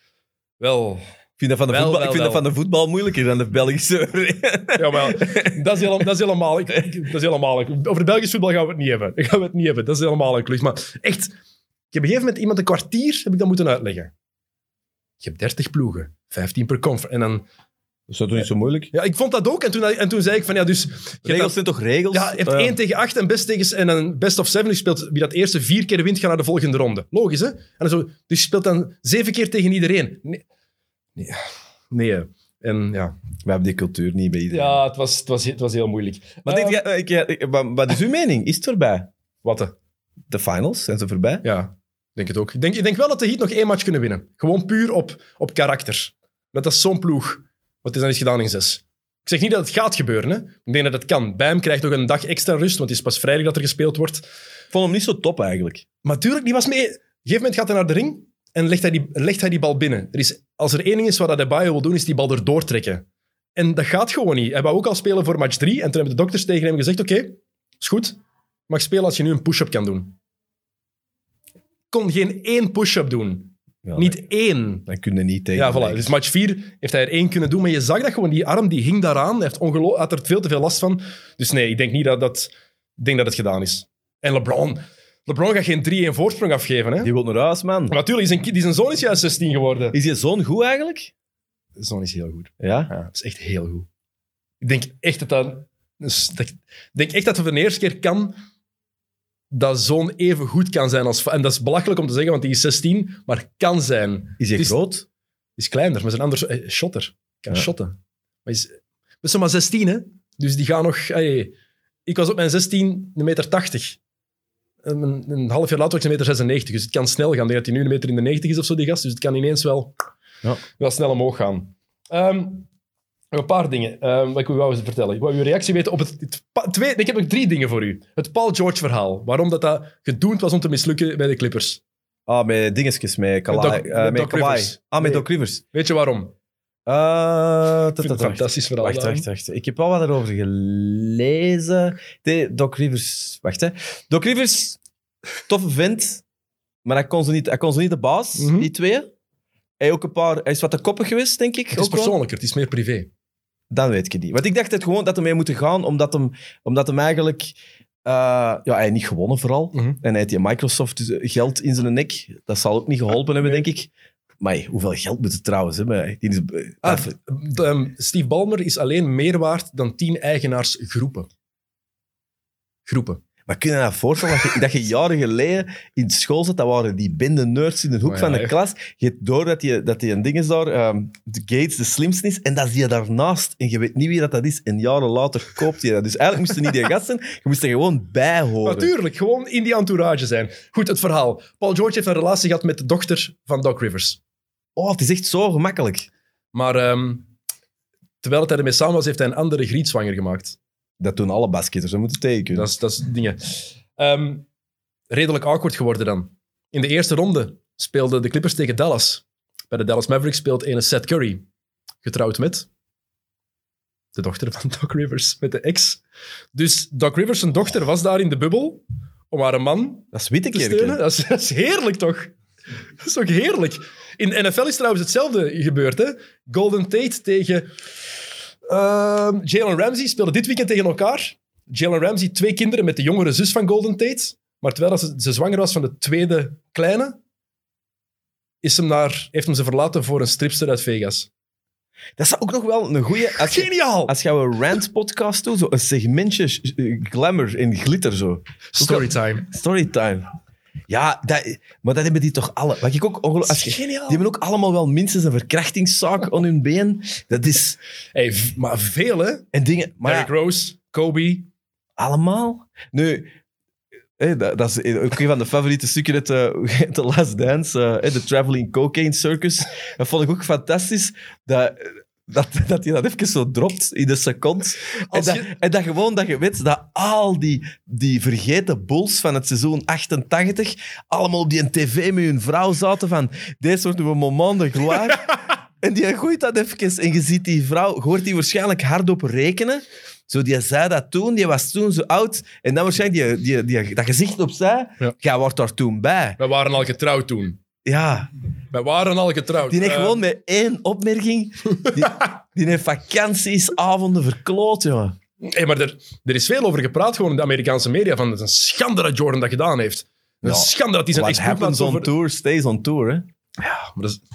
D: Ik vind dat van de voetbal moeilijker dan de Belgische.
A: Ja, maar dat is helemaal... Over Belgisch voetbal gaan we het niet hebben. Dat is helemaal een klucht. Maar echt, ik heb op een gegeven moment iemand een kwartier heb ik dat moeten uitleggen. Je hebt 30 ploegen, 15 per conference. En dan...
D: Is dat toch niet zo moeilijk?
A: Ja, ik vond dat ook. En toen zei ik van ja, dus...
D: Regels zijn toch regels?
A: Ja, je hebt 1 tegen 8 en een best of 7. Je speelt wie dat eerste 4 keer wint, gaat naar de volgende ronde. Logisch, hè? En dan zo, dus je speelt dan 7 keer tegen iedereen. Nee. En ja...
D: We hebben die cultuur niet bij iedereen.
A: Ja, het was heel moeilijk.
D: Maar wat is uw mening? Is het voorbij?
A: Wat?
D: De finals, zijn ze voorbij?
A: Ja, ik denk het ook. Ik denk wel dat de Heat nog 1 match kunnen winnen. Gewoon puur op karakter. Dat is zo'n ploeg. Wat is dan eens gedaan in 6. Ik zeg niet dat het gaat gebeuren. Hè. Ik denk dat het kan. Bam krijgt nog een dag extra rust, want het is pas vrijdag dat er gespeeld wordt.
D: Ik vond hem niet zo top, eigenlijk.
A: Maar natuurlijk, die was mee. Op een gegeven moment gaat hij naar de ring en legt hij die bal binnen. Als er één ding is wat Adebayo wil doen, is die bal erdoor trekken. En dat gaat gewoon niet. Hij wou ook al spelen voor match 3 en toen hebben de dokters tegen hem gezegd, oké, is goed. Je mag spelen als je nu een push-up kan doen. Ik kon geen 1 push-up doen. Ja, niet 1.
D: Dan kun je niet tegen.
A: Ja, voilà. Dus match 4 heeft hij er 1 kunnen doen, maar je zag dat gewoon, die arm die hing daaraan. Hij had er veel te veel last van. Dus nee, ik denk niet ik denk dat het gedaan is. En LeBron gaat geen 3-1 voorsprong afgeven. Hè?
D: Die wil naar huis, man.
A: Maar natuurlijk, zijn zoon is juist 16 geworden.
D: Is je zoon goed eigenlijk?
A: De zoon is heel goed.
D: Ja?
A: Ja, dat is echt heel goed. Ik denk echt dat het de eerste keer kan dat zoon even goed kan zijn als... En dat is belachelijk om te zeggen, want hij is 16, maar kan zijn.
D: Is hij groot?
A: Hij is kleiner, maar is een ander shotter. Kan shotten. Maar hij is nog maar 16, hè. Dus die gaan nog... Ik was op mijn 16 1,80 meter. Een half jaar later was ik 1,96 meter. Dus het kan snel gaan. Ik denk dat hij nu 1,90 meter is of zo, die gast. Dus het kan ineens wel snel omhoog gaan. Een paar dingen wat ik u wou vertellen. Ik wou uw reactie weten op ik heb nog 3 dingen voor u. Het Paul George-verhaal. Waarom dat gedoemd was om te mislukken bij de Clippers.
D: Met dingetjes, met Kawhi. Met Rivers. Met Doc Rivers.
A: Weet je waarom?
D: Fantastisch verhaal. Wacht. Ik heb al wat erover gelezen. Doc Rivers... Wacht, hè. Doc Rivers, toffe vent, maar hij kon ze niet de baas, die twee. Hij is wat te koppig geweest, denk ik.
A: Het is persoonlijker, het is meer privé.
D: Dan weet ik het niet. Want ik dacht het gewoon dat hij mee moeten gaan, omdat hem eigenlijk... hij heeft niet gewonnen, vooral. En hij heeft die Microsoft geld in zijn nek. Dat zal ook niet geholpen hebben, denk ik. Maar hoeveel geld moet het trouwens hebben?
A: Steve Ballmer is alleen meer waard dan 10 eigenaarsgroepen.
D: Maar kun je je nou voorstellen dat je jaren geleden in school zat, dat waren die bende nerds in de hoek van de klas. Je hebt door dat die een ding is daar, de Gates de slimste is, en dat zie je daarnaast. En je weet niet wie dat is. En jaren later koopt je dat. Dus eigenlijk moest je niet die gast zijn, je moest er gewoon bij horen.
A: Natuurlijk, gewoon in die entourage zijn. Goed, het verhaal. Paul George heeft een relatie gehad met de dochter van Doc Rivers.
D: Oh, het is echt zo gemakkelijk.
A: Maar terwijl hij ermee samen was, heeft hij een andere griet zwanger gemaakt.
D: Dat doen alle basketters, dat moeten tegen kunnen.
A: Dat is dingen. Redelijk awkward geworden dan. In de eerste ronde speelden de Clippers tegen Dallas. Bij de Dallas Mavericks speelt ene Seth Curry. Getrouwd met de dochter van Doc Rivers, met de ex. Dus Doc Rivers' zijn dochter was daar in de bubbel om haar man
D: Dat is
A: te
D: Wittekerke.
A: steunen. Dat is heerlijk, toch? Dat is toch heerlijk? In de NFL is trouwens hetzelfde gebeurd. Hè? Golden Tate tegen Jalen Ramsey speelden dit weekend tegen elkaar. Jalen Ramsey, 2 kinderen met de jongere zus van Golden Tate. Maar terwijl ze zwanger was van de tweede kleine, heeft hem ze verlaten voor een stripster uit Vegas.
D: Dat is ook nog wel een goeie...
A: Geniaal!
D: Als je een rant-podcast doet, zo een segmentje glamour en glitter zo.
A: Storytime.
D: Storytime. Ja, maar dat hebben die toch alle... Wat ik ook
A: Geniaal.
D: Die hebben ook allemaal wel minstens een verkrachtingszaak aan hun been. Dat is...
A: Hey, maar veel, hè?
D: En dingen... Maar
A: Derrick
D: ja,
A: Rose, Kobe.
D: allemaal? Nu... dat is ook een van de favoriete stukken uit The Last Dance. De Traveling Cocaine Circus. Dat vond ik ook fantastisch. Dat hij dat even zo dropt in de seconde. En dat gewoon dat je weet dat al die vergeten bulls van het seizoen 88 allemaal op die tv met hun vrouw zaten van deze wordt een moment de gloire. En die gooit dat even en je ziet die vrouw, je hoort die waarschijnlijk hardop rekenen. Zo, die zei dat toen, die was toen zo oud. En dan waarschijnlijk dat gezicht opzij,
A: Ja.
D: jij wordt daar toen bij.
A: Wij waren al getrouwd toen.
D: Ja,
A: Wij waren al getrouwd.
D: die heeft gewoon met 1 opmerking, die heeft vakantiesavonden verkloot, jongen.
A: Hey, maar er is veel over gepraat gewoon in de Amerikaanse media. Van, het is een schande dat Jordan dat gedaan heeft. Een schande dat hij zijn
D: What happens on tour, stays on tour, hè.
A: Ja,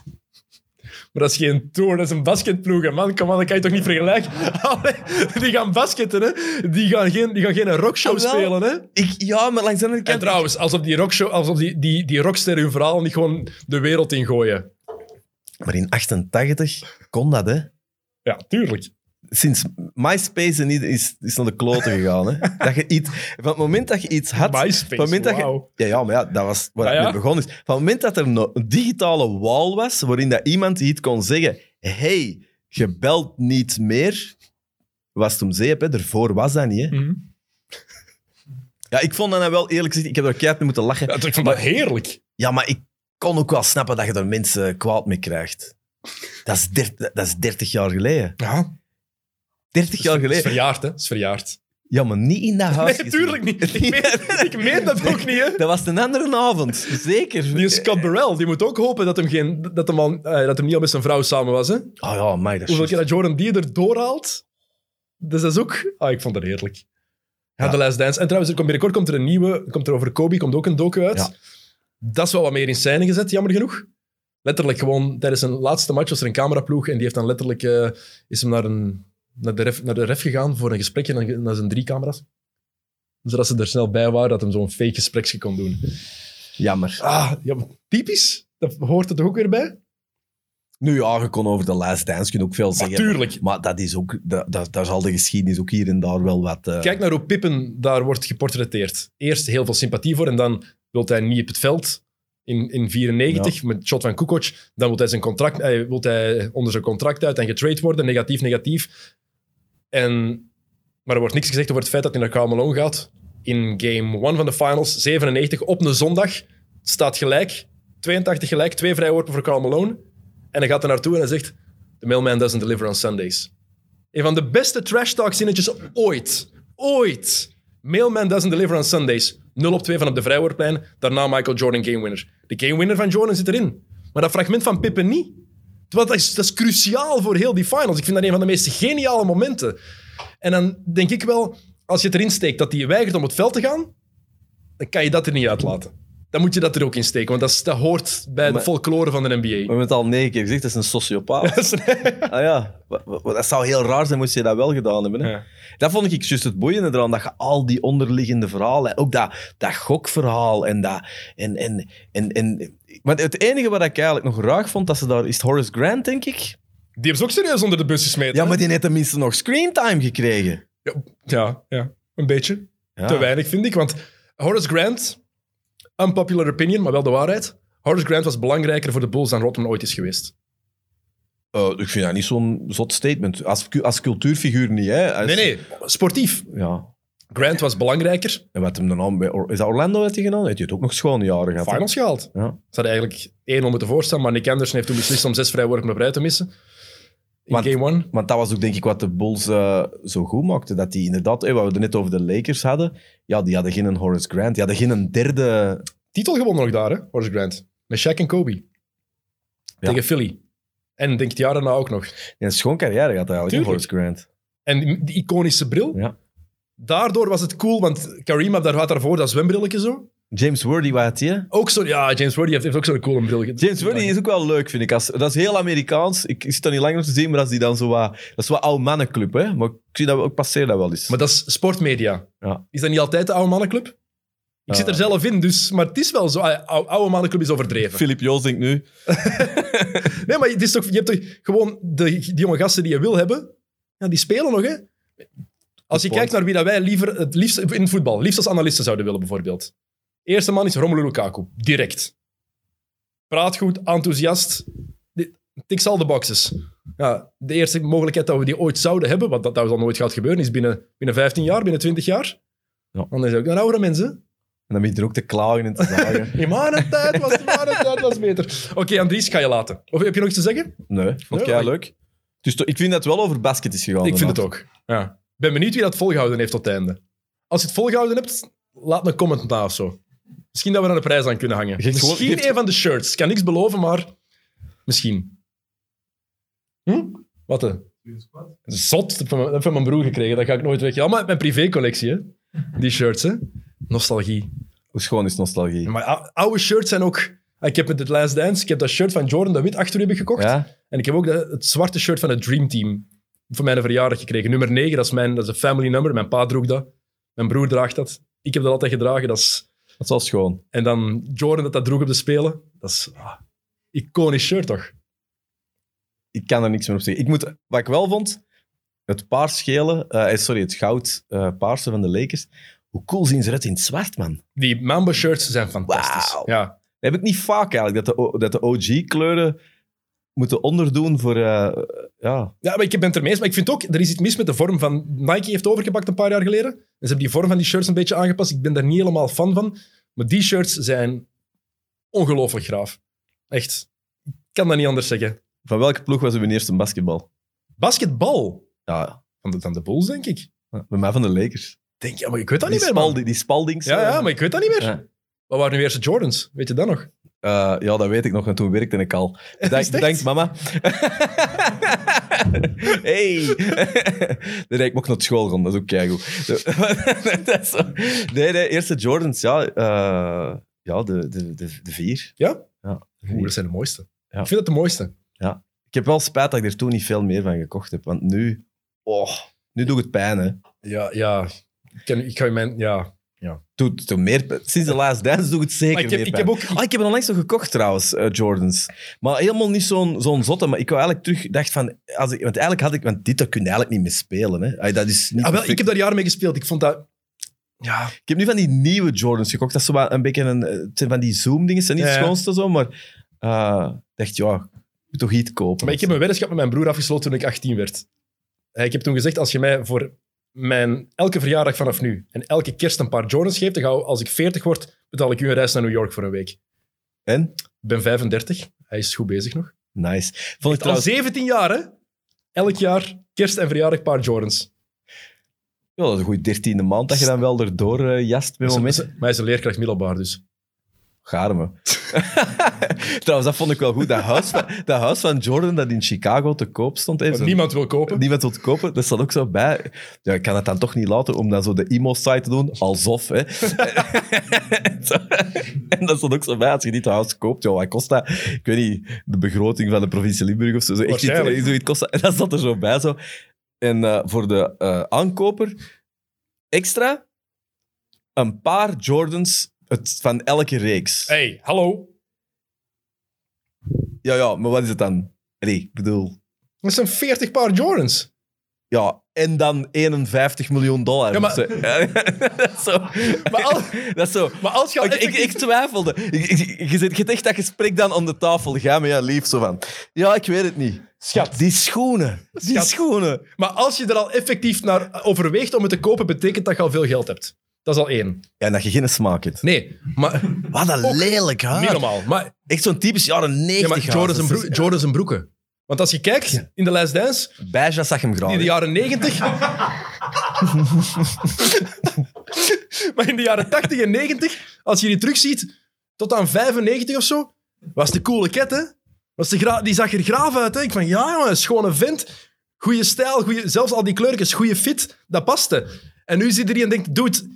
A: maar dat is geen tour, dat is een basketploeg. Man, kom aan, dat kan je toch niet vergelijken? Allee, die gaan basketten, hè. Die gaan geen rockshow
D: Ah, wel.
A: spelen, hè.
D: Ja, maar langs de andere
A: En
D: kant...
A: trouwens, alsof die rockshow, alsof die rockster hun verhaal niet gewoon de wereld ingooien.
D: Maar in 88 kon dat, hè.
A: Ja, tuurlijk.
D: Sinds MySpace is naar de kloten gegaan, hè. Dat je iets... Van het moment dat je iets had...
A: MySpace,
D: van het moment dat
A: wauw.
D: ja, maar ja, dat was waar
A: Ah,
D: het
A: ja?
D: mee begonnen is. Van het moment dat er een digitale wall was, waarin dat iemand iets kon zeggen, hey, je belt niet meer, was het om zeep, hè. Daarvoor was dat niet, hè.
A: Mhm.
D: Ja, ik vond dat nou wel, eerlijk gezegd, ik heb er keihard mee moeten lachen.
A: Ja, ik vond dat heerlijk.
D: Ja, maar ik kon ook wel snappen dat je er mensen kwaad mee krijgt. Dat is 30 jaar geleden.
A: Ja,
D: 30 jaar
A: dat is
D: geleden.
A: verjaard, hè. Dat is verjaard.
D: Ja, maar niet in dat huis.
A: Nee, tuurlijk niet. Ik meen dat ook niet, hè.
D: Dat was een andere avond. Zeker.
A: Die Scott Burrell, die moet ook hopen dat hem niet al met zijn vrouw samen was, hè.
D: Oh ja, mij dat is
A: Hoeveel keer
D: juist.
A: dat Jordan die er doorhaalt. Dus dat is ook... ik vond dat heerlijk. Ja, The Last Dance. En trouwens, binnenkort komt er over Kobe, komt ook een docu uit.
D: Ja.
A: Dat is wel wat meer in scène gezet, jammer genoeg. Letterlijk gewoon, tijdens zijn laatste match was er een cameraploeg en die heeft dan letterlijk... is hem naar de ref gegaan voor een gesprekje en naar zijn 3 camera's. Zodat ze er snel bij waren, dat hem zo'n fake gespreksje kon doen.
D: Jammer.
A: Ja, maar typisch. Dat hoort er toch ook weer bij?
D: Nu ja, je kon over The Last Dance ook veel zeggen.
A: Natuurlijk.
D: Maar dat is ook... Daar zal de geschiedenis ook hier en daar wel wat...
A: Kijk naar hoe Pippen daar wordt geportretteerd. Eerst heel veel sympathie voor en dan wil hij niet op het veld in 94 met het shot van Kukoc. Dan wil hij onder zijn contract uit en getrade worden. Negatief. Maar er wordt niks gezegd over het feit dat hij naar Karl Malone gaat. In game 1 van de finals, 97, op een zondag. Het staat gelijk, 82 gelijk, 2 vrije worpen voor Karl Malone. En hij gaat er naartoe en hij zegt... The mailman doesn't deliver on Sundays. Een van de beste trash talk zinnetjes ooit. Mailman doesn't deliver on Sundays. 0 op 2 van op de vrijworplijn. Daarna Michael Jordan game winner. De game winner van Jordan zit erin. Maar dat fragment van Pippen niet. Terwijl dat is cruciaal voor heel die finals. Ik vind dat een van de meest geniale momenten. En dan denk ik wel, als je het erin steekt dat hij weigert om het veld te gaan, dan kan je dat er niet uitlaten. dan moet je dat er ook in steken. Want dat hoort bij de folklore van de NBA.
D: We hebben het al 9 keer gezegd, dat is een sociopaat. Ah ja, dat zou heel raar zijn moest je dat wel gedaan hebben. Hè?
A: Ja.
D: Dat vond ik juist het boeiende eraan, dat je al die onderliggende verhalen, ook dat gokverhaal en dat... Maar het enige wat ik eigenlijk nog raar vond, dat ze daar... Is het Horace Grant, denk ik?
A: Die hebben ze ook serieus onder de bus gesmeten.
D: Ja,
A: hè?
D: maar die heeft tenminste nog screentime gekregen.
A: Ja, een beetje.
D: Ja.
A: Te weinig, vind ik. Want Horace Grant, unpopular opinion, maar wel de waarheid. Horace Grant was belangrijker voor de Bulls dan Rodman ooit is geweest.
D: Ik vind dat niet zo'n zot statement. Als cultuurfiguur niet, hè.
A: Nee, sportief.
D: Ja.
A: Grant was belangrijker.
D: En wat hem dan aan... Is dat Orlando heeft hij gedaan? Heeft hij het ook nog schone jaren gehad? hè?
A: Finals gehaald.
D: Ja.
A: Ze hadden eigenlijk 1-0 moeten voorstaan, maar Nick Anderson heeft toen beslist om 6 vrijworpen op rij te missen. In game 1.
D: Want dat was ook denk ik wat de Bulls zo goed maakte. Dat die inderdaad, wat we het net over de Lakers hadden, ja, die hadden geen Horace Grant. Die hadden geen derde...
A: Titel gewonnen nog daar, hè, Horace Grant. Met Shaq en Kobe. Tegen Philly. En denk ik het jaar daarna ook nog.
D: Een schoon carrière gehad eigenlijk, hè, Horace Grant.
A: En die iconische bril.
D: Ja.
A: Daardoor was het cool, want Kareem had daarvoor dat zwembrilletje zo.
D: James Worthy, wat had hij?
A: Ook zo, ja, James Worthy heeft ook zo'n coole bril.
D: James Worthy is ook wel leuk, vind ik. Dat is heel Amerikaans. Ik zit dat niet langer te zien, maar als die dan zo wat... Dat is wat oude mannenclub, hè. Maar ik zie dat ook passeer dat wel eens.
A: Maar dat is sportmedia.
D: Ja.
A: Is dat niet altijd de oude mannenclub? Ik zit er zelf in, dus, maar het is wel zo. Oude mannenclub is overdreven.
D: Filip Joos denkt nu...
A: Nee, maar het is toch, je hebt toch gewoon die jonge gasten die je wil hebben, ja, die spelen nog, hè? Als je kijkt naar wie dat wij het liefst in het voetbal, liefst als analisten zouden willen, bijvoorbeeld. Eerste man is Romelu Lukaku. Direct. Praat goed, enthousiast. Tikt al de boxes. Ja, de eerste mogelijkheid dat we die ooit zouden hebben, want dat zal nooit gaat gebeuren, is binnen 15 jaar, binnen 20 jaar.
D: Ja.
A: Dan is het ook een oudere mensen.
D: En dan begint er ook te klagen en te zagen.
A: In mijn tijd was beter. Oké, Andries, ga je laten. Of heb je nog iets te zeggen?
D: Nee, vond ik
A: Nee,
D: leuk. Dus ik vind dat het wel over basket is gegaan.
A: Ik vind het
D: daarna.
A: ook. Ja. Ik ben benieuwd wie dat volgehouden heeft tot het einde. Als je het volgehouden hebt, laat een comment na of zo. Misschien dat we er een prijs aan kunnen hangen.
D: Geeft gewoon-
A: Misschien
D: geeft-
A: een van de shirts. Ik kan niks beloven, maar misschien. Wat een zot. Dat heb ik van mijn broer gekregen. Dat ga ik nooit weg. Allemaal uit mijn privécollectie, hè. Die shirts, hè. Nostalgie.
D: Hoe schoon is nostalgie?
A: Maar oude shirts zijn ook... Ik heb met het Last Dance, ik heb dat shirt van Jordan de Wit achter heb ik gekocht.
D: Ja?
A: En ik heb ook het zwarte shirt van het Dream Team voor mijn verjaardag gekregen. Nummer 9, dat is een family number. Mijn pa droeg dat. Mijn broer draagt dat. Ik heb dat altijd gedragen.
D: Dat is wel schoon.
A: En dan Jordan dat droeg op de Spelen. Dat is iconisch shirt, toch?
D: Ik kan er niks meer op zeggen. Wat ik wel vond, het paars-gele, het goud-paarse van de Lakers. Hoe cool zien ze eruit in het zwart, man.
A: Die Mamba shirts zijn fantastisch.
D: Wauw.
A: Ja.
D: Dat heb ik niet vaak eigenlijk, dat de OG-kleuren moeten onderdoen voor... ja.
A: Ja, maar ik ben het ermee eens. Maar ik vind ook, er is iets mis met de vorm van... Nike heeft overgepakt een paar jaar geleden. En ze hebben die vorm van die shirts een beetje aangepast. Ik ben daar niet helemaal fan van. Maar die shirts zijn ongelooflijk graaf. Echt. Ik kan dat niet anders zeggen.
D: Van welke ploeg was uw eerste basketbal?
A: Basketbal.
D: Ja,
A: Van de Bulls, denk ik.
D: bij mij van de Lakers.
A: Denk je, maar ik weet dat niet meer, man.
D: Die Spaldings.
A: Ja, maar ik weet dat niet meer.
D: Ja.
A: Wat waren nu eerste Jordans? Weet je dat nog?
D: Ja, dat weet ik nog. En toen werkte ik al.
A: Is het echt?
D: Bedankt, mama. Hey. Nee, ik mocht naar school gaan. Dat is ook keigoed. Dat is zo. Nee, eerste Jordans. Ja, de 4.
A: Ja?
D: Ja,
A: Oeh, dat zijn de mooiste.
D: Ja.
A: Ik vind dat de mooiste.
D: ja. Ik heb wel spijt dat ik er toen niet veel meer van gekocht heb. Want nu doet het pijn, hè.
A: Ja. Ik ga je mijn... Ja.
D: Doet meer, sinds de Last Dance doet het zeker
A: Maar ik
D: meer pijn. Ik heb hem onlangs nog gekocht trouwens, Jordans. Maar helemaal niet zo'n zotte. Maar ik wou eigenlijk terug... Dacht van, want eigenlijk had ik... Want dit kun je eigenlijk niet meer spelen. Hè. Dat is niet
A: Wel,
D: perfect.
A: ik heb daar jaren mee gespeeld. Ik vond dat... Ja.
D: Ik heb nu van die nieuwe Jordans gekocht. Dat is zo wat een beetje het zijn van die Zoom-dingen. zijn niet het
A: Ja.
D: schoonste zo, maar... dacht, ja, ik moet toch iets kopen.
A: Maar ik heb een weddenschap met mijn broer afgesloten toen ik 18 werd. Ik heb toen gezegd, als je mij voor elke verjaardag vanaf nu en elke kerst een paar Jordans geeft, dan als ik 40 word, betaal ik u een reis naar New York voor een week.
D: En?
A: Ik ben 35. Hij is goed bezig nog.
D: Nice. Vond ik
A: Al
D: trouwens...
A: 17 jaar, hè? Elk jaar, kerst en verjaardag, een paar Jordans.
D: Ja, dat is een goede 13e maand dat je dan wel erdoor jast bij momenten.
A: Maar hij is een leerkracht middelbaar, dus...
D: Gaar me. Trouwens, dat vond ik wel goed. Dat huis van Jordan dat in Chicago te koop stond.
A: Wat niemand wil kopen.
D: Niemand wil het kopen. Dat staat ook zo bij. Ja, ik kan het dan toch niet laten om dan zo de emo-site te doen. Alsof, hè. En dat staat ook zo bij. Als je niet het huis koopt, wat kost dat? Ik weet niet, de begroting van de provincie Limburg of zo. Echt niet, zoiets kost dat. En dat zat er zo bij. Zo. En voor de aankoper extra een paar Jordans van elke reeks.
A: Hey, hallo.
D: Ja, maar wat is het dan? Nee, ik bedoel...
A: Dat zijn 40 paar Jordans.
D: Ja, en dan $51 miljoen.
A: Ja, maar...
D: Dat is zo... dat is zo...
A: Maar als je
D: ik twijfelde. Je zit echt dat gesprek dan aan de tafel. Ga me ja lief zo van... Ja, ik weet het niet.
A: Schat.
D: Die schoenen. Schoenen.
A: Maar als je er al effectief naar overweegt om het te kopen, betekent dat je al veel geld hebt. Dat is al 1.
D: Ja, en dat je geen smaak hebt.
A: Nee, maar...
D: Wat een lelijk haar.
A: Niet normaal. Maar,
D: echt zo'n typisch jaren 90
A: ja, maar Jordans en broeken. Want als je kijkt in de Last Dance...
D: Beige, dat zag hem graag.
A: In de jaren 90... maar in de jaren 80 en 90, als je die terugziet, tot aan 95 of zo, was de coole ket, hè? Die zag er graaf uit, hè? Ik van, ja, jongen, schone vent. Goeie stijl, zelfs al die kleurtjes, goede fit, dat paste. En nu zit er hier en denkt, dude,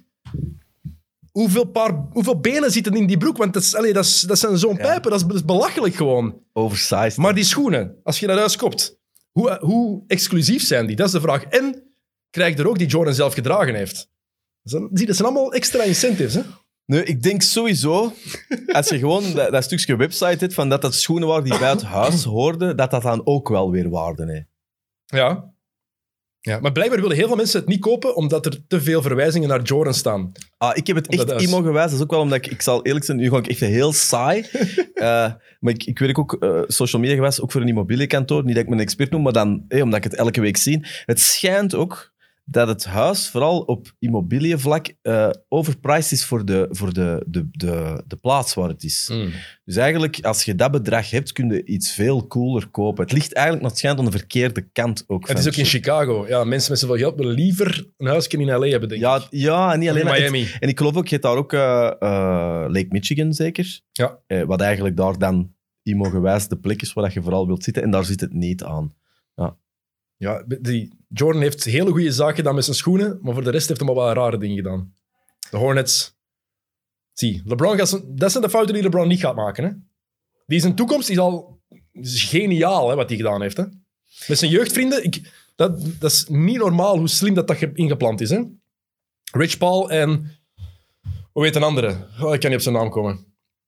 A: hoeveel benen zitten in die broek? Want dat zijn zo'n pijpen, dat is belachelijk gewoon.
D: Oversized.
A: Maar die schoenen, als je naar huis koopt, hoe exclusief zijn die? Dat is de vraag. En krijg je er ook die Jordan zelf gedragen heeft? Dat zijn allemaal extra incentives, hè?
D: Nee, ik denk sowieso, als je gewoon dat stukje website hebt, van dat schoenen waren die bij het huis hoorden, dat dan ook wel weer waarde heeft.
A: Ja, maar blijkbaar willen heel veel mensen het niet kopen, omdat er te veel verwijzingen naar Jordan staan.
D: Ik heb het echt emo gewijs. Dat is ook wel omdat ik zal eerlijk zijn, nu ga ik echt heel saai. Maar ik werk ook social media gewijs, ook voor een immobiliënkantoor. Niet dat ik me een expert noem, maar dan, omdat ik het elke week zie. Het schijnt ook dat het huis, vooral op immobiliënvlak, overpriced is voor de plaats waar het is. Dus eigenlijk, als je dat bedrag hebt, kun je iets veel cooler kopen. Het ligt eigenlijk, naar het schijnt, aan de verkeerde kant ook.
A: Het is ook in Chicago. Ja, mensen met zoveel geld willen liever een huisje in L.A. hebben, denk ik.
D: Ja, en niet alleen maar.
A: Miami.
D: En ik geloof ook, je hebt daar ook Lake Michigan, zeker?
A: Ja.
D: Wat eigenlijk daar dan imo-gewijs de plek is waar je vooral wilt zitten. En daar zit het niet aan.
A: Ja, Jordan heeft hele goede zaken gedaan met zijn schoenen, maar voor de rest heeft hij maar wel rare dingen gedaan. De Hornets. Zie, dat zijn de fouten die LeBron niet gaat maken. Hè? Die zijn toekomst is geniaal, hè, wat hij gedaan heeft. Hè? Met zijn jeugdvrienden, dat is niet normaal hoe slim dat ingeplant is. Hè? Rich Paul en... Hoe heet een andere? Ik kan niet op zijn naam komen.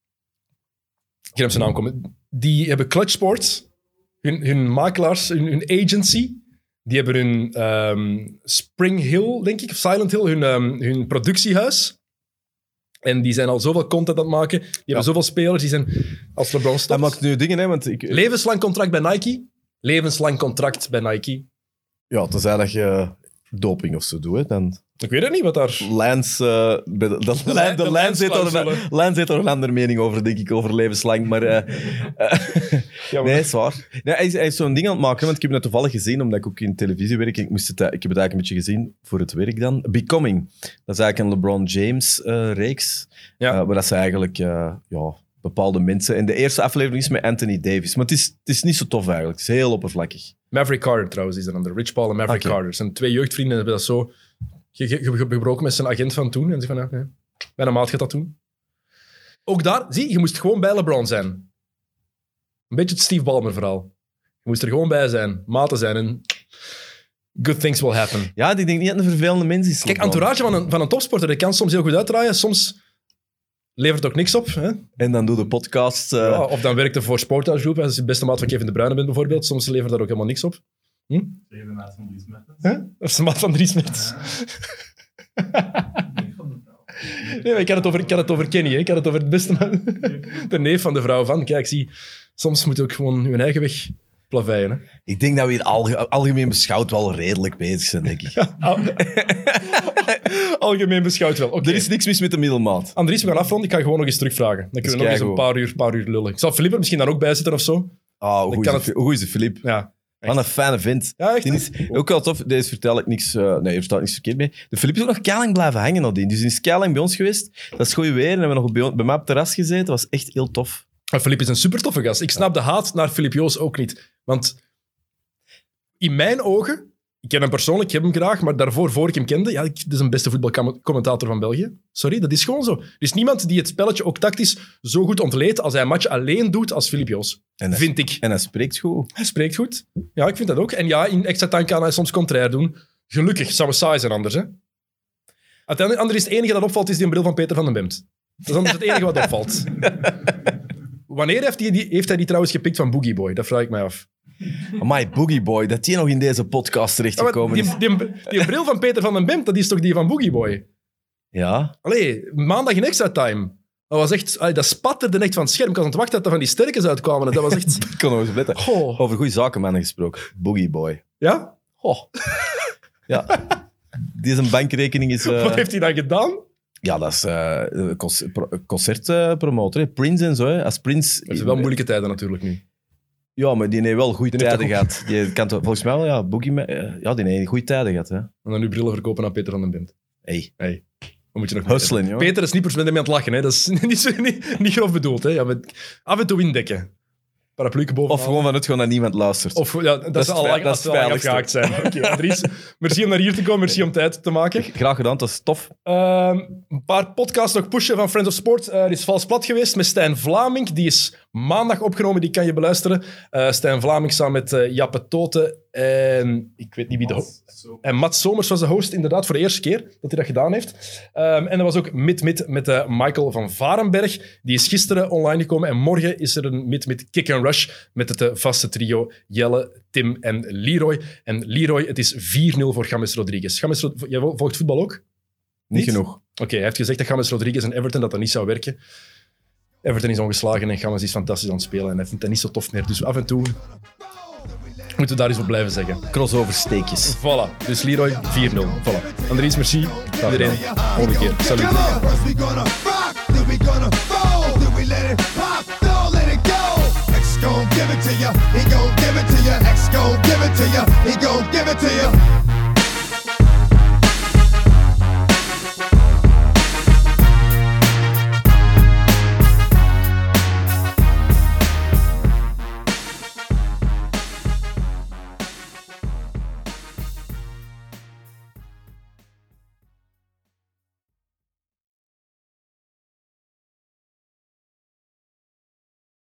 A: Die hebben Clutch Sports... Hun makelaars, hun agency, die hebben hun Spring Hill, denk ik, of Silent Hill, hun productiehuis. En die zijn al zoveel content aan het maken. Die hebben zoveel spelers, die zijn als LeBron stopt.
D: Dat maakt nu dingen, hè, want
A: Levenslang contract bij Nike. Levenslang contract bij Nike.
D: Ja, tenzij dat je doping of zo doet, hè, dan...
A: Ik weet het niet wat daar...
D: Lance heeft er een andere mening over, denk ik, over levenslang. Maar, nee, is waar. Nee, hij is zo'n ding aan het maken, want ik heb het toevallig gezien, omdat ik ook in televisie werk. Ik heb het eigenlijk een beetje gezien voor het werk dan. Becoming. Dat is eigenlijk een LeBron James-reeks. Waar dat ze eigenlijk bepaalde mensen... En de eerste aflevering is met Anthony Davis. Maar het is niet zo tof eigenlijk. Het is heel oppervlakkig.
A: Maverick Carter trouwens is er dan. De Rich Paul en Maverick Carter. Zijn 2 jeugdvrienden hebben dat zo... gebroken met zijn agent van toen. En zei van, nee, bijna maat gaat dat doen. Ook daar, zie je moest gewoon bij LeBron zijn. Een beetje het Steve Ballmer verhaal. Je moest er gewoon bij zijn, maten zijn en good things will happen.
D: Ja, ik denk niet dat een vervelende mens is.
A: Kijk, entourage van een topsporter, dat kan soms heel goed uitdraaien. Soms levert het ook niks op. Hè?
D: En dan doe de podcast...
A: of dan werkt er voor Sporthouse Group. Als je de beste maat van Kevin De Bruyne bent bijvoorbeeld. Soms levert dat ook helemaal niks op.
E: Tegen de maat van Dries Mertens.
A: Of de maat van Dries Mertens. Nee, maar ik had het over Kenny. Hè. Ik had het over het beste man. De neef van de vrouw van. Kijk, zie, soms moet je ook gewoon je eigen weg plaveien. Hè.
D: Ik denk dat we hier algemeen beschouwd wel redelijk bezig zijn, denk ik.
A: Algemeen beschouwd wel. Okay.
D: Er is niks mis met de middelmaat.
A: Andries, we gaan afronden. Ik ga gewoon nog eens terugvragen. Dan kunnen we nog eens een paar uur lullen. Ik zal Philippe er misschien dan ook bij zitten of zo.
D: Hoe is het, Filip?
A: Ja.
D: Wat een fijne vent.
A: Ja, echt,
D: Die
A: hè?
D: is ook wel tof. Deze vertel ik niks... nee, er staat niks verkeerd mee. De Filip is ook nog keilang blijven hangen nadien. Dus die is keilang bij ons geweest. Dat is goed weer. En hebben we nog bij mij op het terras gezeten. Dat was echt heel tof.
A: Filip is een super toffe gast. Ik snap de haat naar Filip Joos ook niet. Want in mijn ogen, ik ken hem persoonlijk, ik heb hem graag, maar daarvoor, voor ik hem kende, ja, dat is een beste voetbalcommentator van België. Sorry, dat is gewoon zo. Er is niemand die het spelletje ook tactisch zo goed ontleedt als hij een match alleen doet als Filip Joos. Vind ik.
D: En hij spreekt goed.
A: Hij spreekt goed. Ja, ik vind dat ook. En ja, in extra time kan hij soms contrair doen. Gelukkig, zou we saai zijn anders, hè. Uiteindelijk, anders is het enige dat opvalt, is die bril van Peter van den Bemt. Dat is anders het enige wat opvalt. Wanneer heeft hij die trouwens gepikt van Boogie Boy? Dat vraag ik mij af.
D: Amai, Boogie Boy, dat die nog in deze podcast terechtgekomen is.
A: Die bril van Peter van den Bemt, dat is toch die van Boogie Boy?
D: Ja.
A: Allee, maandag in extra time. Dat was echt... dat spatterde echt van het scherm. Ik was aan het wachten dat er van die sterkes uitkwamen. Dat was echt...
D: Ik kon nog eens letten.
A: Goh.
D: Over goede zakenmannen gesproken. Boogie Boy.
A: Ja?
D: Oh. Ja. Deze bankrekening is...
A: Wat heeft hij dan gedaan?
D: Ja, dat is concertpromotor. Hè. Prince en zo. Hè. Als Prince...
A: Het is wel moeilijke tijden natuurlijk nu.
D: Ja, maar die heeft wel goede
A: Die heeft
D: tijden gehad. Die kan toch, volgens mij wel, ja, Boogie... ja, die heeft goede tijden gehad. Hè.
A: En dan nu brillen verkopen aan Peter van den Bemt.
D: Hey.
A: Wat moet je nog
D: Hustlen, joh.
A: Peter is niet met hem aan het lachen. Hè. Dat is niet grof bedoeld. Hè. Ja, af en toe indekken. Parapluke bovenaan.
D: Of gewoon vanuit gewoon dat niemand luistert.
A: Of ja, dat is al lang afgehaakt zijn. Oké, Andries, merci om naar hier te komen. Merci om tijd te maken.
D: Graag gedaan, dat is tof.
A: Een paar podcasts nog pushen van Friends of Sport. Er is Vals Plat geweest met Stijn Vlaming. Die is maandag opgenomen, die kan je beluisteren. Stijn Vlaming samen met Jappe Toten en ik weet niet wie de host... En Mats Somers was de host, inderdaad, voor de eerste keer dat hij dat gedaan heeft. En er was ook Mit met Michael van Varenberg. Die is gisteren online gekomen. En morgen is er een Mit Kick and Rush met het vaste trio Jelle, Tim en Leroy. En Leroy, het is 4-0 voor James Rodriguez. Jij volgt voetbal ook?
D: Niet genoeg.
A: Oké, hij heeft gezegd dat James Rodriguez en Everton dat niet zou werken. Everton is ongeslagen en James is fantastisch aan het spelen. En hij vindt dat niet zo tof meer. Dus af en toe moeten we daar eens op blijven zeggen.
D: Crossover steekjes.
A: Voilà. Dus Leroy, 4-0. Voilà. Andries, merci. Iedereen. Volgende keer. Salut.
C: First we gonna rock, then we gonna fold, then we let it pop, don't let it go. X gon' give it to ya, he gon' give it to ya. X gon' give it to ya, he gon' give it to ya.